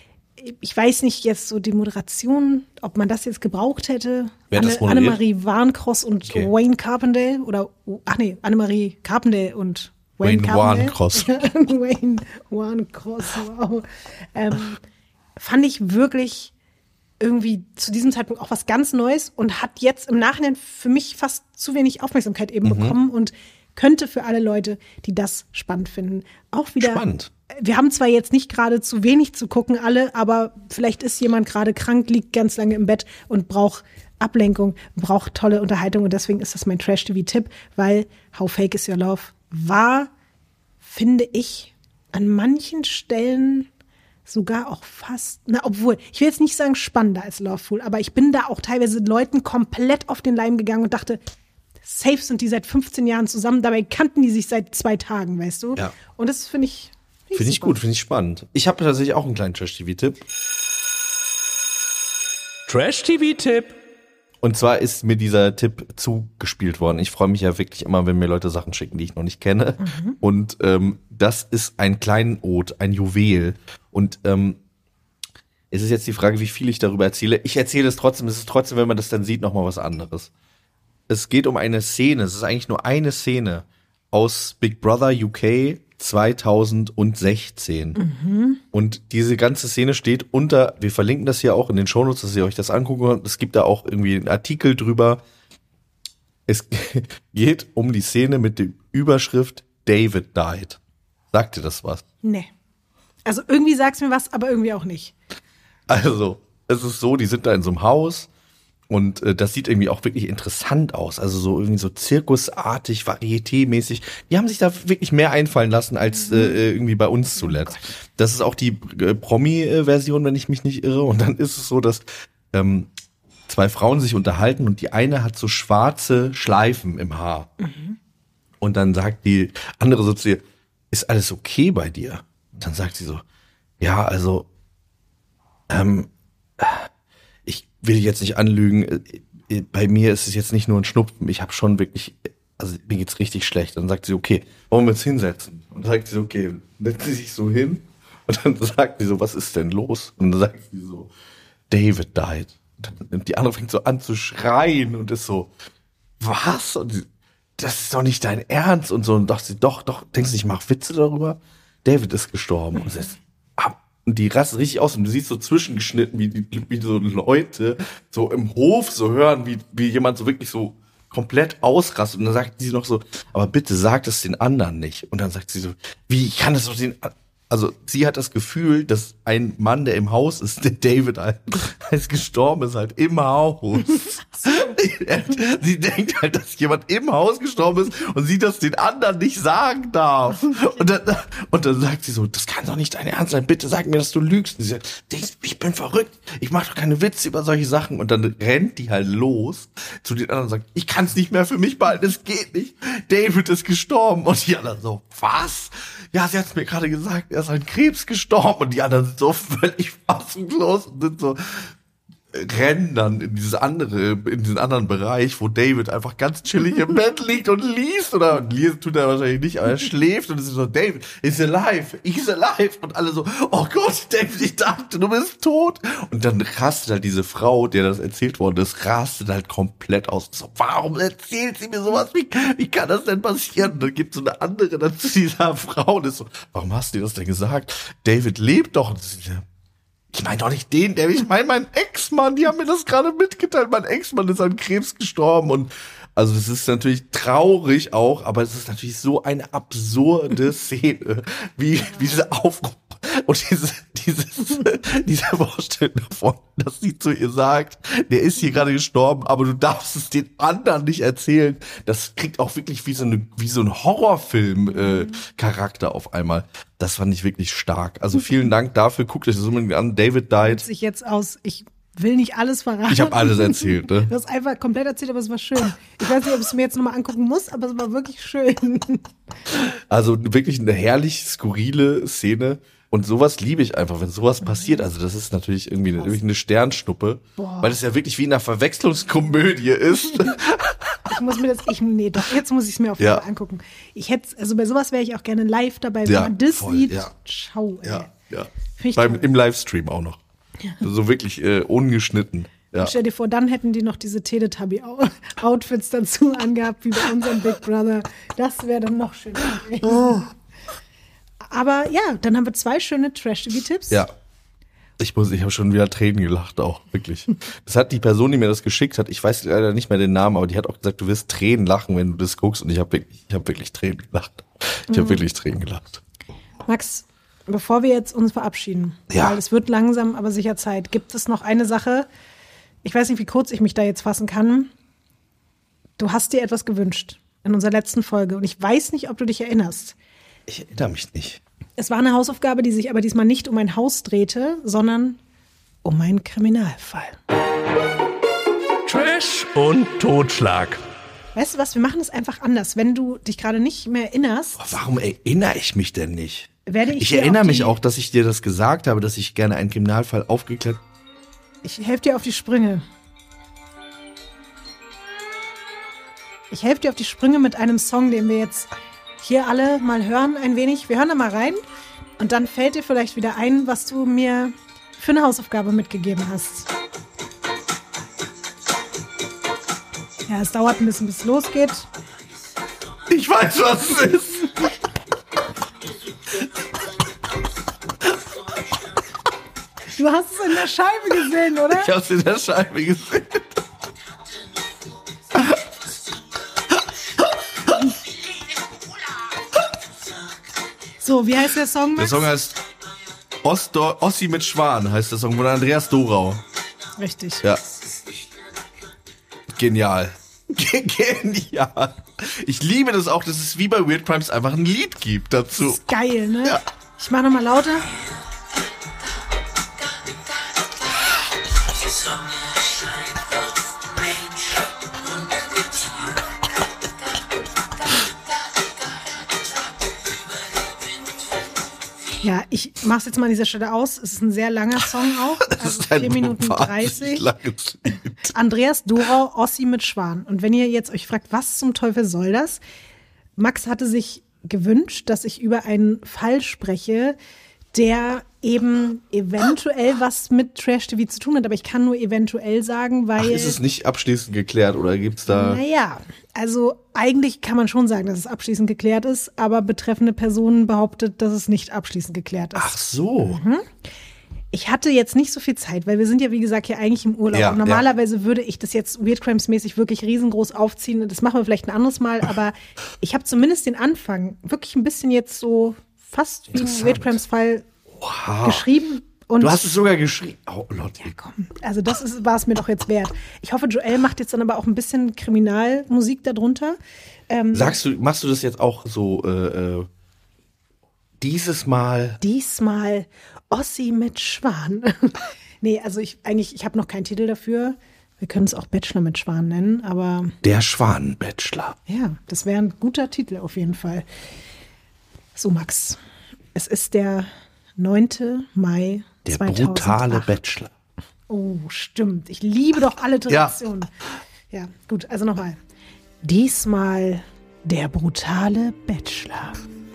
Ich weiß nicht jetzt so die Moderation, ob man das jetzt gebraucht hätte. Wer hat das Anne, moderiert? Annemarie Warncross und Okay. Wayne Carpendale oder, ach nee, Annemarie Carpendale und Wayne, Wayne Carpendale. Warncross. Wayne Warncross, wow. Ähm, fand ich wirklich irgendwie zu diesem Zeitpunkt auch was ganz Neues und hat jetzt im Nachhinein für mich fast zu wenig Aufmerksamkeit eben Mhm. bekommen und könnte für alle Leute, die das spannend finden, auch wieder. Spannend. Wir haben zwar jetzt nicht gerade zu wenig zu gucken, alle, aber vielleicht ist jemand gerade krank, liegt ganz lange im Bett und braucht Ablenkung, braucht tolle Unterhaltung und deswegen ist das mein Trash-T V-Tipp, weil How Fake Is Your Love war, finde ich, an manchen Stellen sogar auch fast, na obwohl, ich will jetzt nicht sagen spannender als Loveful, aber ich bin da auch teilweise Leuten komplett auf den Leim gegangen und dachte, safe sind die seit fünfzehn Jahren zusammen, dabei kannten die sich seit zwei Tagen, weißt du? Ja. Und das finde ich Finde ich super. gut, finde ich spannend. Ich habe tatsächlich auch einen kleinen Trash-T V-Tipp. Trash-T V-Tipp. Und zwar ist mir dieser Tipp zugespielt worden. Ich freue mich ja wirklich immer, wenn mir Leute Sachen schicken, die ich noch nicht kenne. Mhm. Und ähm, das ist ein Kleinod, ein Juwel. Und ähm, es ist jetzt die Frage, wie viel ich darüber erzähle. Ich erzähle es trotzdem. Es ist trotzdem, wenn man das dann sieht, nochmal was anderes. Es geht um eine Szene. Es ist eigentlich nur eine Szene aus Big Brother U K zweitausendsechzehn. Mhm. Und diese ganze Szene steht unter, wir verlinken das hier auch in den Shownotes, dass ihr euch das angucken könnt. Es gibt da auch irgendwie einen Artikel drüber. Es geht um die Szene mit der Überschrift David died. Sagt dir das was? Nee. Also irgendwie sagt's mir was, aber irgendwie auch nicht. Also, es ist so, die sind da in so einem Haus. Und äh, das sieht irgendwie auch wirklich interessant aus. Also so irgendwie so zirkusartig, Varieté-mäßig. Die haben sich da wirklich mehr einfallen lassen als äh, irgendwie bei uns zuletzt. Das ist auch die äh, Promi-Version, wenn ich mich nicht irre. Und dann ist es so, dass ähm, zwei Frauen sich unterhalten und die eine hat so schwarze Schleifen im Haar. Mhm. Und dann sagt die andere so zu ihr, ist alles okay bei dir? Und dann sagt sie so, ja, also ähm, ich will jetzt nicht anlügen, bei mir ist es jetzt nicht nur ein Schnupfen, ich habe schon wirklich, also mir geht's richtig schlecht. Dann sagt sie, okay, wollen wir uns hinsetzen? Und dann sagt sie, okay, setzt sie sich so hin und dann sagt sie so, was ist denn los? Und dann sagt sie so, David died. Und die andere fängt so an zu schreien und ist so, was? Und die, das ist doch nicht dein Ernst und so. Und dachte sie, doch, doch, denkst du, ich mache Witze darüber? David ist gestorben. Und sie ist ab. Und die rastet richtig aus und du siehst so zwischengeschnitten, wie, die, wie so Leute so im Hof so hören, wie, wie jemand so wirklich so komplett ausrastet. Und dann sagt sie noch so, aber bitte sag das den anderen nicht. Und dann sagt sie so, wie kann das doch den, also sie hat das Gefühl, dass ein Mann, der im Haus ist, der David halt, als gestorben ist, halt im Haus. Sie denkt halt, dass jemand im Haus gestorben ist und sie das den anderen nicht sagen darf. Und dann, und dann sagt sie so, das kann doch nicht dein Ernst sein, bitte sag mir, dass du lügst. Und sie sagt, ich bin verrückt, ich mache doch keine Witze über solche Sachen. Und dann rennt die halt los zu den anderen und sagt, ich kann es nicht mehr für mich behalten, es geht nicht. David ist gestorben. Und die anderen so, was? Ja, sie hat es mir gerade gesagt, er ist an Krebs gestorben. Und die anderen sind so völlig fassungslos und sind so, rennen dann in dieses andere, in diesen anderen Bereich, wo David einfach ganz chillig im Bett liegt und liest, oder liest tut er wahrscheinlich nicht, aber er schläft und es ist so, David, is alive, he's alive, und alle so, oh Gott, David, ich dachte, du bist tot. Und dann rastet halt diese Frau, der das erzählt worden ist, rastet halt komplett aus. So, warum erzählt sie mir sowas? Wie, wie kann das denn passieren? Und dann gibt es so eine andere dann zu dieser Frau und ist so, warum hast du dir das denn gesagt? David lebt doch. Und sie, ich meine doch nicht den, der, ich meine meinen Ex-Mann, die haben mir das gerade mitgeteilt, mein Ex-Mann ist an Krebs gestorben und also es ist natürlich traurig auch, aber es ist natürlich so eine absurde Szene, wie, wie diese Aufruf und diese, dieses, diese Vorstellung davon, dass sie zu ihr sagt, der ist hier gerade gestorben, aber du darfst es den anderen nicht erzählen. Das kriegt auch wirklich wie so eine, wie so ein Horrorfilm, äh, Charakter auf einmal. Das fand ich wirklich stark. Also vielen Dank dafür. Guckt euch das unbedingt an. David died. Sich jetzt aus, ich will nicht alles verraten. Ich habe alles erzählt. Ne? Du hast einfach komplett erzählt, aber es war schön. Ich weiß nicht, ob ich es mir jetzt nochmal angucken muss, aber es war wirklich schön. Also wirklich eine herrlich skurrile Szene. Und sowas liebe ich einfach, wenn sowas passiert. Also das ist natürlich irgendwie eine, irgendwie eine Sternschnuppe, Boah. Weil es ja wirklich wie in einer Verwechslungskomödie ist. Ich muss mir das, ich, nee, doch, jetzt muss ich es mir auf jeden Fall ja. angucken. Ich hätte, also bei sowas wäre ich auch gerne live dabei, wenn ja, man das voll, sieht. Ja. Schau, ey. Ja, ja. Beim, im Livestream auch noch. Ja. So wirklich äh, ungeschnitten. Ja. Stell dir vor, dann hätten die noch diese Teletubby-Outfits dazu angehabt, wie bei unserem Big Brother. Das wäre dann noch schöner. Oh. Aber ja, dann haben wir zwei schöne Trash-T V-Tipps. Ja. Ich muss, ich habe schon wieder Tränen gelacht auch, wirklich. Das hat die Person, die mir das geschickt hat, ich weiß leider nicht mehr den Namen, aber die hat auch gesagt, du wirst Tränen lachen, wenn du das guckst. Und ich habe wirklich, ich habe wirklich Tränen gelacht. Ich habe mhm. wirklich Tränen gelacht. Max, bevor wir jetzt uns verabschieden, ja. weil es wird langsam, aber sicher Zeit, gibt es noch eine Sache, ich weiß nicht, wie kurz ich mich da jetzt fassen kann. Du hast dir etwas gewünscht in unserer letzten Folge und ich weiß nicht, ob du dich erinnerst. Ich erinnere mich nicht. Es war eine Hausaufgabe, die sich aber diesmal nicht um ein Haus drehte, sondern um einen Kriminalfall. Trash und Totschlag. Weißt du was, wir machen es einfach anders. Wenn du dich gerade nicht mehr erinnerst. Warum erinnere ich mich denn nicht? Werde ich ich erinnere mich auch, dass ich dir das gesagt habe, dass ich gerne einen Kriminalfall aufgeklärt. Ich helfe dir auf die Sprünge. Ich helfe dir auf die Sprünge mit einem Song, den wir jetzt hier alle mal hören, ein wenig. Wir hören da mal rein und dann fällt dir vielleicht wieder ein, was du mir für eine Hausaufgabe mitgegeben hast. Ja, es dauert ein bisschen, bis es losgeht. Ich weiß, was es ist. Du hast es in der Scheibe gesehen, oder? Ich hab's in der Scheibe gesehen. So, wie heißt der Song, Max? Der Song heißt Osdo- Ossi mit Schwan, heißt der Song von Andreas Dorau. Richtig. Ja. Genial. Genial. Ich liebe das auch, dass es wie bei Weird Crimes einfach ein Lied gibt dazu. Das ist geil, ne? Ja. Ich mach nochmal lauter. Ja, ich mach's jetzt mal an dieser Stelle aus. Es ist ein sehr langer Song auch. Das Also ist ein vier Minuten wahnsinnig dreißig. langes Lied. Andreas Dorau, Ossi mit Schwan. Und wenn ihr jetzt euch fragt, was zum Teufel soll das? Max hatte sich gewünscht, dass ich über einen Fall spreche, der eben eventuell was mit Trash-T V zu tun hat. Aber ich kann nur eventuell sagen, weil... Ach, ist es nicht abschließend geklärt oder gibt's da... Naja, also eigentlich kann man schon sagen, dass es abschließend geklärt ist, aber betreffende Person behauptet, dass es nicht abschließend geklärt ist. Ach so. Mhm. Ich hatte jetzt nicht so viel Zeit, weil wir sind ja, wie gesagt, hier eigentlich im Urlaub. Ja, und normalerweise ja. würde ich das jetzt Weird Crimes-mäßig wirklich riesengroß aufziehen. Das machen wir vielleicht ein anderes Mal, aber ich habe zumindest den Anfang wirklich ein bisschen jetzt so fast wie ein Weird Crimes-Fall wow. geschrieben. Und Du hast es sogar geschrieben. Oh, Lord. ja, komm. Also das ist, war es mir doch jetzt wert. Ich hoffe, Joel macht jetzt dann aber auch ein bisschen Kriminalmusik darunter. Ähm, Sagst du, machst du das jetzt auch so äh, äh, dieses Mal? Diesmal Ossi mit Schwan. Nee, also ich eigentlich, ich habe noch keinen Titel dafür. Wir können es auch Bachelor mit Schwan nennen, aber Der Schwanenbachelor. ja, das wäre ein guter Titel auf jeden Fall. So, Max, es ist der neunte Mai Der zweitausendacht. brutale Bachelor. Oh, stimmt. Ich liebe doch Alliterationen. Ja. ja, gut, also nochmal. Diesmal der brutale Bachelor.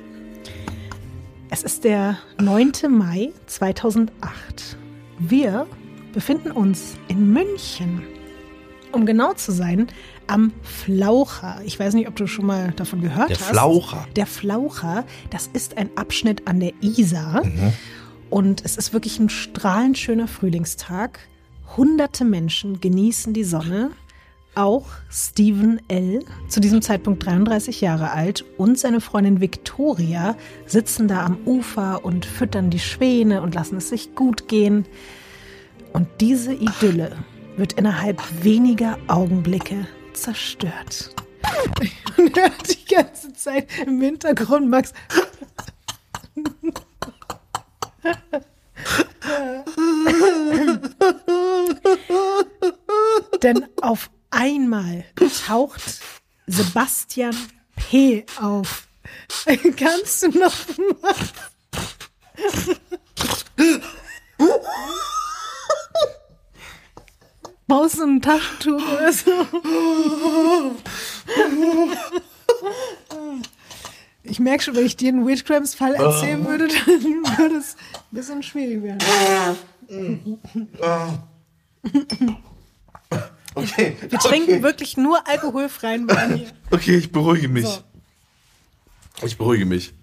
Es ist der neunte Mai zweitausendacht. Wir befinden uns in München. Um genau zu sein, am Flaucher. Ich weiß nicht, ob du schon mal davon gehört Der hast. Flaucher. Der Flaucher, das ist ein Abschnitt an der Isar. Mhm. Und es ist wirklich ein strahlend schöner Frühlingstag. Hunderte Menschen genießen die Sonne. Auch Steven L., zu diesem Zeitpunkt dreiunddreißig Jahre alt, und seine Freundin Victoria sitzen da am Ufer und füttern die Schwäne und lassen es sich gut gehen. Und diese Idylle wird innerhalb weniger Augenblicke zerstört. Und er hat die ganze Zeit im Hintergrund, Max. Denn auf einmal taucht Sebastian P. auf. Kannst du noch mal? Brauchst du ein Taschentuch oder so? Ich merke schon, wenn ich dir einen Weird Crimes-Fall erzählen würde, dann würde es ein bisschen schwierig werden. Okay. Wir trinken wirklich nur alkoholfreien Wein hier. Okay, ich beruhige mich. So. Ich beruhige mich.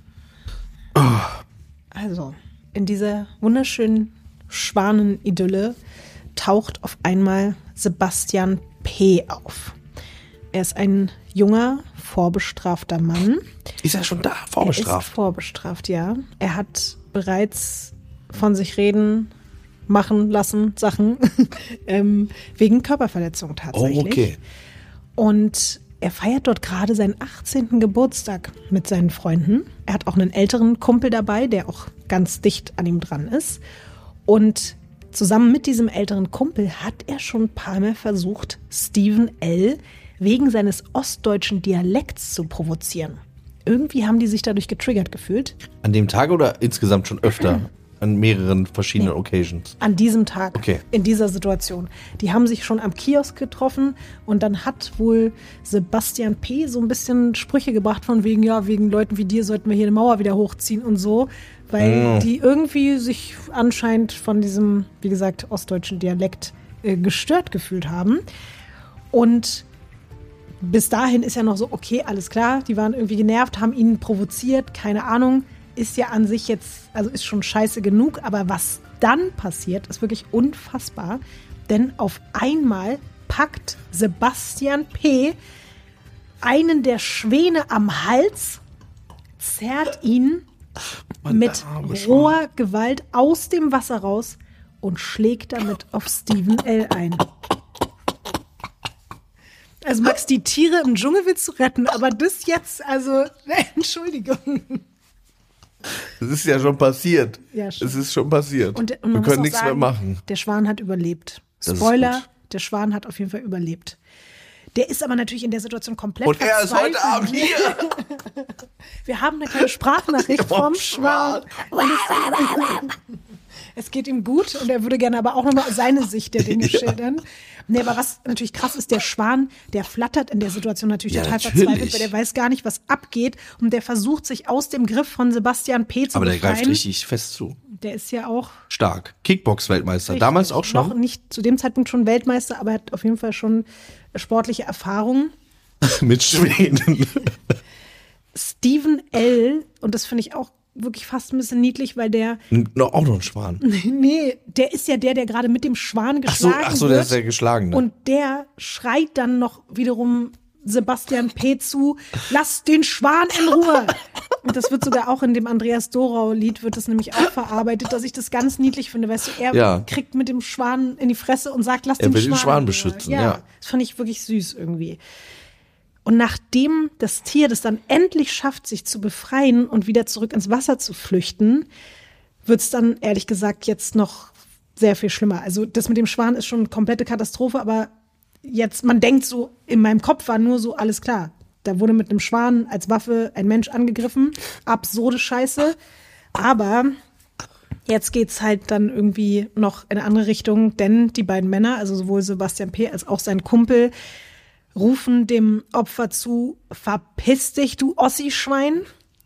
Also, in dieser wunderschönen Schwanenidylle taucht auf einmal Sebastian P. auf. Er ist ein junger, vorbestrafter Mann. Ist er schon da? Er ist Vorbestraft? vorbestraft, ja. Er hat bereits von sich reden, machen lassen, Sachen, ähm, wegen Körperverletzung tatsächlich. Oh, okay. Und er feiert dort gerade seinen achtzehnten Geburtstag mit seinen Freunden. Er hat auch einen älteren Kumpel dabei, der auch ganz dicht an ihm dran ist. Und zusammen mit diesem älteren Kumpel hat er schon ein paar Mal versucht, Steven L. wegen seines ostdeutschen Dialekts zu provozieren. Irgendwie haben die sich dadurch getriggert gefühlt. An dem Tag oder insgesamt schon öfter? An mehreren verschiedenen nee. Occasions. An diesem Tag, okay. in dieser Situation. Die haben sich schon am Kiosk getroffen und dann hat wohl Sebastian P. so ein bisschen Sprüche gebracht von wegen, ja, wegen Leuten wie dir sollten wir hier eine Mauer wieder hochziehen und so, weil mm. die irgendwie sich anscheinend von diesem, wie gesagt, ostdeutschen Dialekt äh, gestört gefühlt haben. Und bis dahin ist ja noch so, okay, alles klar, die waren irgendwie genervt, haben ihn provoziert, keine Ahnung. Ist ja an sich jetzt, also ist schon scheiße genug, aber was dann passiert, ist wirklich unfassbar. Denn auf einmal packt Sebastian P. einen der Schwäne am Hals, zerrt ihn Mann, mit roher Gewalt aus dem Wasser raus und schlägt damit auf Steven L. ein. Also Max, die Tiere im Dschungel willst du retten, aber das jetzt, also, Entschuldigung. Das ist ja schon passiert. Ja, es ist schon passiert. Und, und wir können nichts sagen, mehr machen. Der Schwan hat überlebt. Das Spoiler, der Schwan hat auf jeden Fall überlebt. Der ist aber natürlich in der Situation komplett Und er ist heute Abend hier. Wir haben eine kleine Sprachnachricht vom Schwan. Es geht ihm gut und er würde gerne aber auch nochmal seine Sicht der Dinge ja. schildern. Nee, aber was natürlich krass ist, der Schwan, der flattert in der Situation natürlich ja, total natürlich. verzweifelt, weil der weiß gar nicht, was abgeht und der versucht sich aus dem Griff von Sebastian P. zu aber befreien. Aber der greift richtig fest zu. Der ist ja auch stark. Kickbox-Weltmeister. Damals auch schon? Noch nicht zu dem Zeitpunkt schon Weltmeister, aber er hat auf jeden Fall schon sportliche Erfahrung. Mit Schwänen. Steven L., und das finde ich auch wirklich fast ein bisschen niedlich, weil der... No, auch noch ein Schwan. Nee, der ist ja der, der gerade mit dem Schwan geschlagen wird. Ach so, ach so, der ist der Geschlagene. Und der schreit dann noch wiederum Sebastian P. zu, lass den Schwan in Ruhe. Und das wird sogar auch in dem Andreas Dorau-Lied wird das nämlich auch verarbeitet, dass ich das ganz niedlich finde. Weißt du, er ja. kriegt mit dem Schwan in die Fresse und sagt, lass er den will Schwan, den Schwan beschützen. Ja, ja, das fand ich wirklich süß irgendwie. Und nachdem das Tier das dann endlich schafft, sich zu befreien und wieder zurück ins Wasser zu flüchten, wird es dann, ehrlich gesagt, jetzt noch sehr viel schlimmer. Also das mit dem Schwan ist schon eine komplette Katastrophe, aber jetzt, man denkt so, in meinem Kopf war nur so, alles klar. Da wurde mit einem Schwan als Waffe ein Mensch angegriffen. Absurde Scheiße. Aber jetzt geht's halt dann irgendwie noch in eine andere Richtung, denn die beiden Männer, also sowohl Sebastian P. als auch sein Kumpel, rufen dem Opfer zu, verpiss dich, du Ossi-Schwein.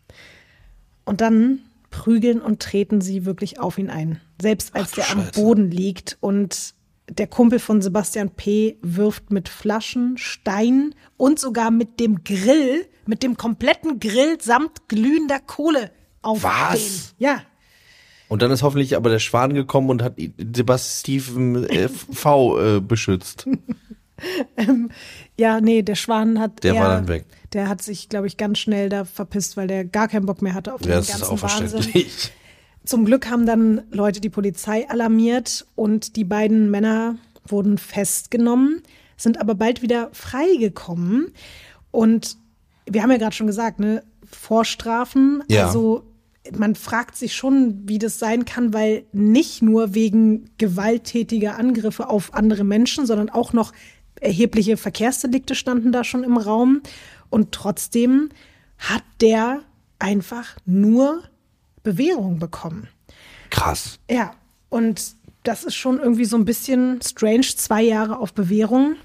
Und dann prügeln und treten sie wirklich auf ihn ein. Selbst als Ach, der Scheiße. am Boden liegt. Und der Kumpel von Sebastian P. wirft mit Flaschen, Steinen und sogar mit dem Grill, mit dem kompletten Grill samt glühender Kohle auf Was? den. Ja. Und dann ist hoffentlich aber der Schwan gekommen und hat Sebastian äh, V äh, beschützt. ähm, ja, nee, der Schwan hat Der eher, war dann weg. Der hat sich, glaube ich, ganz schnell da verpisst, weil der gar keinen Bock mehr hatte auf den Ja, das ganzen ist auch Wahnsinn. verständlich. Zum Glück haben dann Leute die Polizei alarmiert und die beiden Männer wurden festgenommen, sind aber bald wieder freigekommen. Und wir haben ja gerade schon gesagt, ne, Vorstrafen, Ja. also man fragt sich schon, wie das sein kann, weil nicht nur wegen gewalttätiger Angriffe auf andere Menschen, sondern auch noch erhebliche Verkehrsdelikte standen da schon im Raum. Und trotzdem hat der einfach nur Bewährung bekommen. Krass. Ja, und das ist schon irgendwie so ein bisschen strange, zwei Jahre auf Bewährung.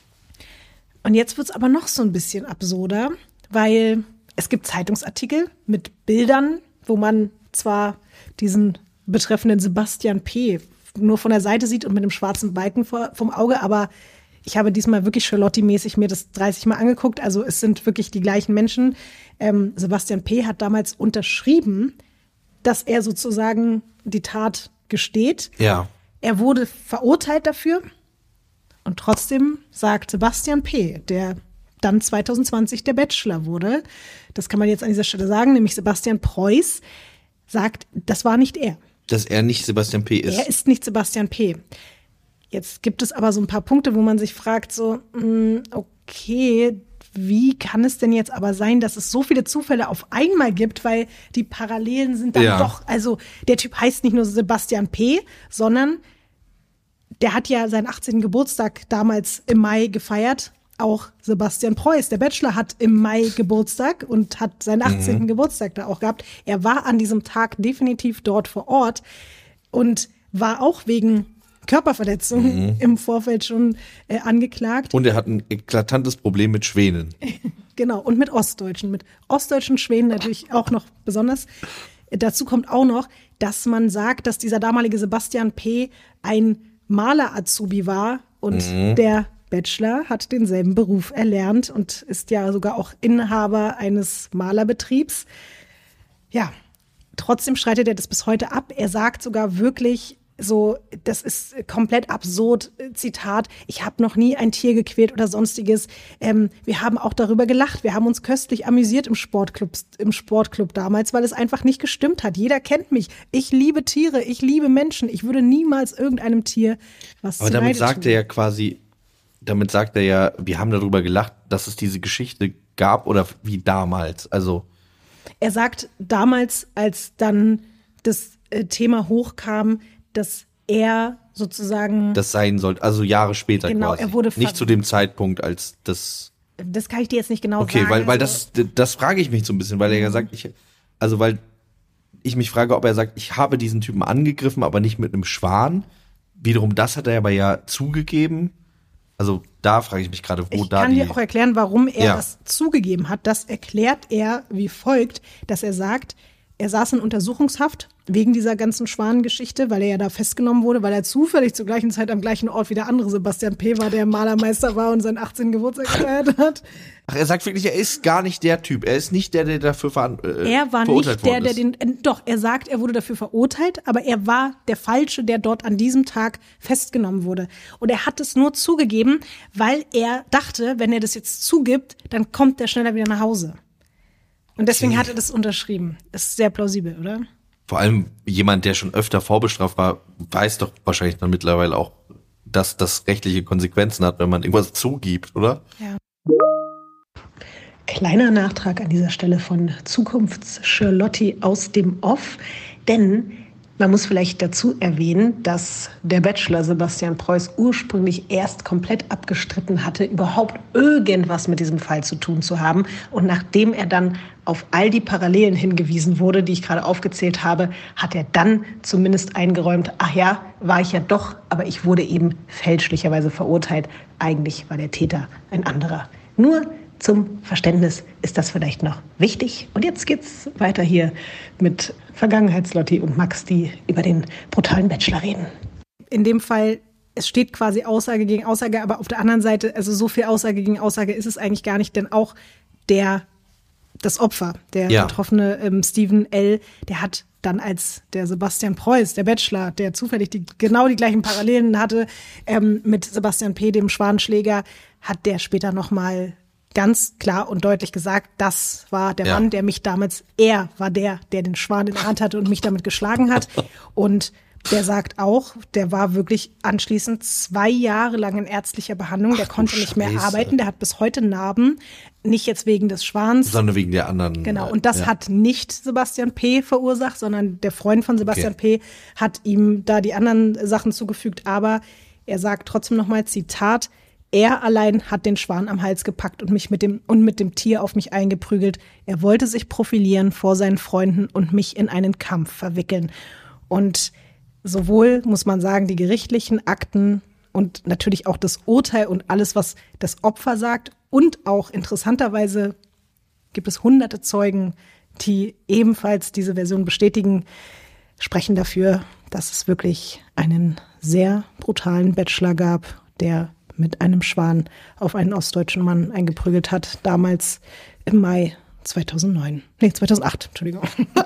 Und jetzt wird es aber noch so ein bisschen absurder, weil es gibt Zeitungsartikel mit Bildern, wo man zwar diesen betreffenden Sebastian P. nur von der Seite sieht und mit einem schwarzen Balken vor, vom Auge, aber ich habe diesmal wirklich Charlotte-mäßig mir das dreißig Mal angeguckt, also es sind wirklich die gleichen Menschen. Ähm, Sebastian P. hat damals unterschrieben, dass er sozusagen die Tat gesteht. Ja. Er wurde verurteilt dafür und trotzdem sagt Sebastian P., der dann zwanzig zwanzig der Bachelor wurde, das kann man jetzt an dieser Stelle sagen, nämlich Sebastian Preuß, sagt, das war nicht er. Dass er nicht Sebastian P. ist. Er ist nicht Sebastian P. Jetzt gibt es aber so ein paar Punkte, wo man sich fragt, so, mh, okay, wie kann es denn jetzt aber sein, dass es so viele Zufälle auf einmal gibt, weil die Parallelen sind dann Ja. doch, also der Typ heißt nicht nur Sebastian P., sondern der hat ja seinen achtzehnten Geburtstag damals im Mai gefeiert, auch Sebastian Preuß, der Bachelor, hat im Mai Geburtstag und hat seinen achtzehnten Mhm. Geburtstag da auch gehabt. Er war an diesem Tag definitiv dort vor Ort und war auch wegen Körperverletzungen mhm. im Vorfeld schon äh, angeklagt. Und er hat ein eklatantes Problem mit Schwänen. Genau, und mit Ostdeutschen. Mit ostdeutschen Schwänen natürlich auch noch besonders. Dazu kommt auch noch, dass man sagt, dass dieser damalige Sebastian P. ein Maler-Azubi war und mhm. der Bachelor hat denselben Beruf erlernt und ist ja sogar auch Inhaber eines Malerbetriebs. Ja, trotzdem streitet er das bis heute ab. Er sagt sogar wirklich so, das ist komplett absurd, Zitat, ich habe noch nie ein Tier gequält oder sonstiges. Ähm, wir haben auch darüber gelacht, wir haben uns köstlich amüsiert im Sportclub, im Sportclub damals, weil es einfach nicht gestimmt hat. Jeder kennt mich. Ich liebe Tiere, ich liebe Menschen. Ich würde niemals irgendeinem Tier was Aber damit sagt er ja quasi, damit sagt er ja, wir haben darüber gelacht, dass es diese Geschichte gab oder wie damals. Also er sagt damals, als dann das äh, Thema hochkam, dass er sozusagen das sein sollte, also Jahre später genau, quasi. Er wurde nicht zu dem Zeitpunkt, als das. Das kann ich dir jetzt nicht genau okay, sagen. Okay, weil, weil das, das frage ich mich so ein bisschen, weil er ja sagt, ich, also weil ich mich frage, ob er sagt, ich habe diesen Typen angegriffen, aber nicht mit einem Schwan. Wiederum, das hat er aber ja zugegeben. Also da frage ich mich gerade, wo ich da die... Ich kann die dir auch erklären, warum er ja. das zugegeben hat. Das erklärt er wie folgt, dass er sagt, er saß in Untersuchungshaft wegen dieser ganzen Schwanengeschichte, weil er ja da festgenommen wurde, weil er zufällig zur gleichen Zeit am gleichen Ort wie der andere Sebastian P. war, der Malermeister war und seinen achtzehnten Geburtstag gefeiert hat. Ach, er sagt wirklich, er ist gar nicht der Typ. Er ist nicht der, der dafür veran- äh, er war verurteilt nicht der, der ist. den, äh, doch, er sagt, er wurde dafür verurteilt, aber er war der Falsche, der dort an diesem Tag festgenommen wurde. Und er hat es nur zugegeben, weil er dachte, wenn er das jetzt zugibt, dann kommt er schneller wieder nach Hause. Und deswegen okay. hat er das unterschrieben. Ist sehr plausibel, oder? Vor allem jemand, der schon öfter vorbestraft war, weiß doch wahrscheinlich dann mittlerweile auch, dass das rechtliche Konsequenzen hat, wenn man irgendwas zugibt, oder? Ja. Kleiner Nachtrag an dieser Stelle von Zukunfts-Charlotti aus dem Off, denn man muss vielleicht dazu erwähnen, dass der Bachelor Sebastian Preuß ursprünglich erst komplett abgestritten hatte, überhaupt irgendwas mit diesem Fall zu tun zu haben. Und nachdem er dann auf all die Parallelen hingewiesen wurde, die ich gerade aufgezählt habe, hat er dann zumindest eingeräumt, ach ja, war ich ja doch, aber ich wurde eben fälschlicherweise verurteilt. Eigentlich war der Täter ein anderer. Nur zum Verständnis ist das vielleicht noch wichtig. Und jetzt geht's weiter hier mit Vergangenheitslotti und Max, die über den brutalen Bachelor reden. In dem Fall, es steht quasi Aussage gegen Aussage, aber auf der anderen Seite, also so viel Aussage gegen Aussage ist es eigentlich gar nicht, denn auch der, das Opfer, der ja. betroffene ähm, Steven L., der hat dann als der Sebastian Preuß, der Bachelor, der zufällig die, genau die gleichen Parallelen hatte, ähm, mit Sebastian P., dem Schwanenschläger, hat der später nochmal ganz klar und deutlich gesagt, das war der ja. Mann, der mich damals, er war der, der den Schwan in der Hand hatte und mich damit geschlagen hat. Und der sagt auch, der war wirklich anschließend zwei Jahre lang in ärztlicher Behandlung. Ach, der konnte nicht Scheiße. mehr arbeiten. Der hat bis heute Narben. Nicht jetzt wegen des Schwans. Sondern wegen der anderen. Genau. Und das ja. hat nicht Sebastian P. verursacht, sondern der Freund von Sebastian okay. P. hat ihm da die anderen Sachen zugefügt. Aber er sagt trotzdem nochmal, Zitat, er allein hat den Schwan am Hals gepackt und mich mit dem und mit dem Tier auf mich eingeprügelt. Er wollte sich profilieren vor seinen Freunden und mich in einen Kampf verwickeln. Und sowohl, muss man sagen, die gerichtlichen Akten und natürlich auch das Urteil und alles, was das Opfer sagt und auch interessanterweise gibt es hunderte Zeugen, die ebenfalls diese Version bestätigen, sprechen dafür, dass es wirklich einen sehr brutalen Bachelor gab, der mit einem Schwan auf einen ostdeutschen Mann eingeprügelt hat, damals im Mai zweitausendneun. Nee, zweitausendacht, Entschuldigung.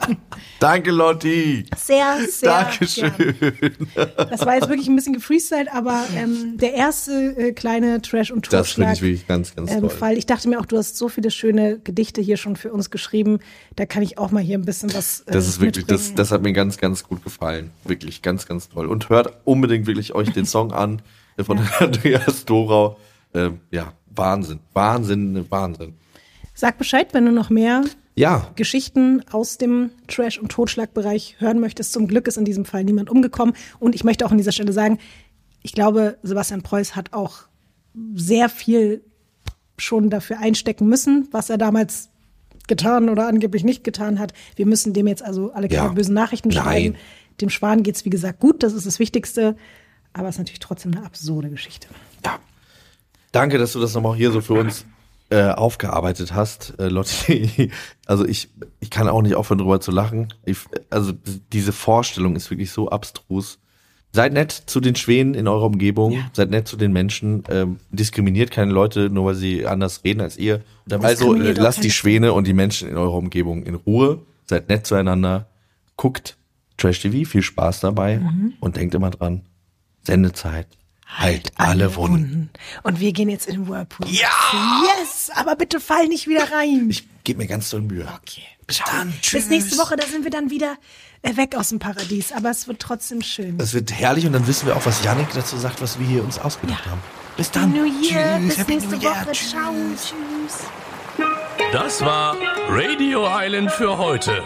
Danke, Lotti. Sehr, sehr Dankeschön. Gern. Das war jetzt wirklich ein bisschen gefreestylt, aber ähm, der erste äh, kleine Trash- und Totschlag. Das finde ich wirklich ganz, ganz ähm, toll. Fall. Ich dachte mir auch, du hast so viele schöne Gedichte hier schon für uns geschrieben, da kann ich auch mal hier ein bisschen was äh, Das ist wirklich, das, das hat mir ganz, ganz gut gefallen. Wirklich ganz, ganz toll. Und hört unbedingt wirklich euch den Song an von ja. Andreas Dorau. Ähm, ja, Wahnsinn, Wahnsinn, Wahnsinn. Sag Bescheid, wenn du noch mehr ja. Geschichten aus dem Trash- und Totschlagbereich hören möchtest. Zum Glück ist in diesem Fall niemand umgekommen. Und ich möchte auch an dieser Stelle sagen, ich glaube, Sebastian Preuß hat auch sehr viel schon dafür einstecken müssen, was er damals getan oder angeblich nicht getan hat. Wir müssen dem jetzt also alle keine Ja. bösen Nachrichten Nein. schreiben. Dem Schwan geht's wie gesagt gut, das ist das Wichtigste. Aber es ist natürlich trotzdem eine absurde Geschichte. Ja. Danke, dass du das nochmal hier so für uns äh, aufgearbeitet hast, äh, Lotti. Also ich, ich kann auch nicht aufhören, drüber zu lachen. Ich, also diese Vorstellung ist wirklich so abstrus. Seid nett zu den Schwänen in eurer Umgebung, Ja. seid nett zu den Menschen, ähm, diskriminiert keine Leute, nur weil sie anders reden als ihr. Also äh, Diskriminiert auch lasst keine die Schwäne und die Menschen in eurer Umgebung in Ruhe, seid nett zueinander, guckt Trash-T V, viel Spaß dabei und denkt immer dran, Sendezeit, halt alle Wunden. Und wir gehen jetzt in den Whirlpool. Ja! Yes! Aber bitte fall nicht wieder rein. Ich gebe mir ganz doll Mühe. Okay. Bis dann, tschüss. Bis nächste Woche, da sind wir dann wieder äh, weg aus dem Paradies. Aber es wird trotzdem schön. Das wird herrlich und dann wissen wir auch, was Yannick dazu sagt, was wir hier uns ausgedacht haben. Bis dann. New Year, Tschüss. bis Happy nächste New Year. Woche. Tschüss. Ciao, tschüss. Das war Radio Island für heute.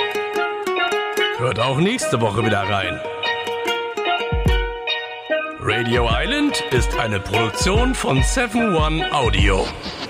Hört auch nächste Woche wieder rein. Radio Island ist eine Produktion von seven one Audio.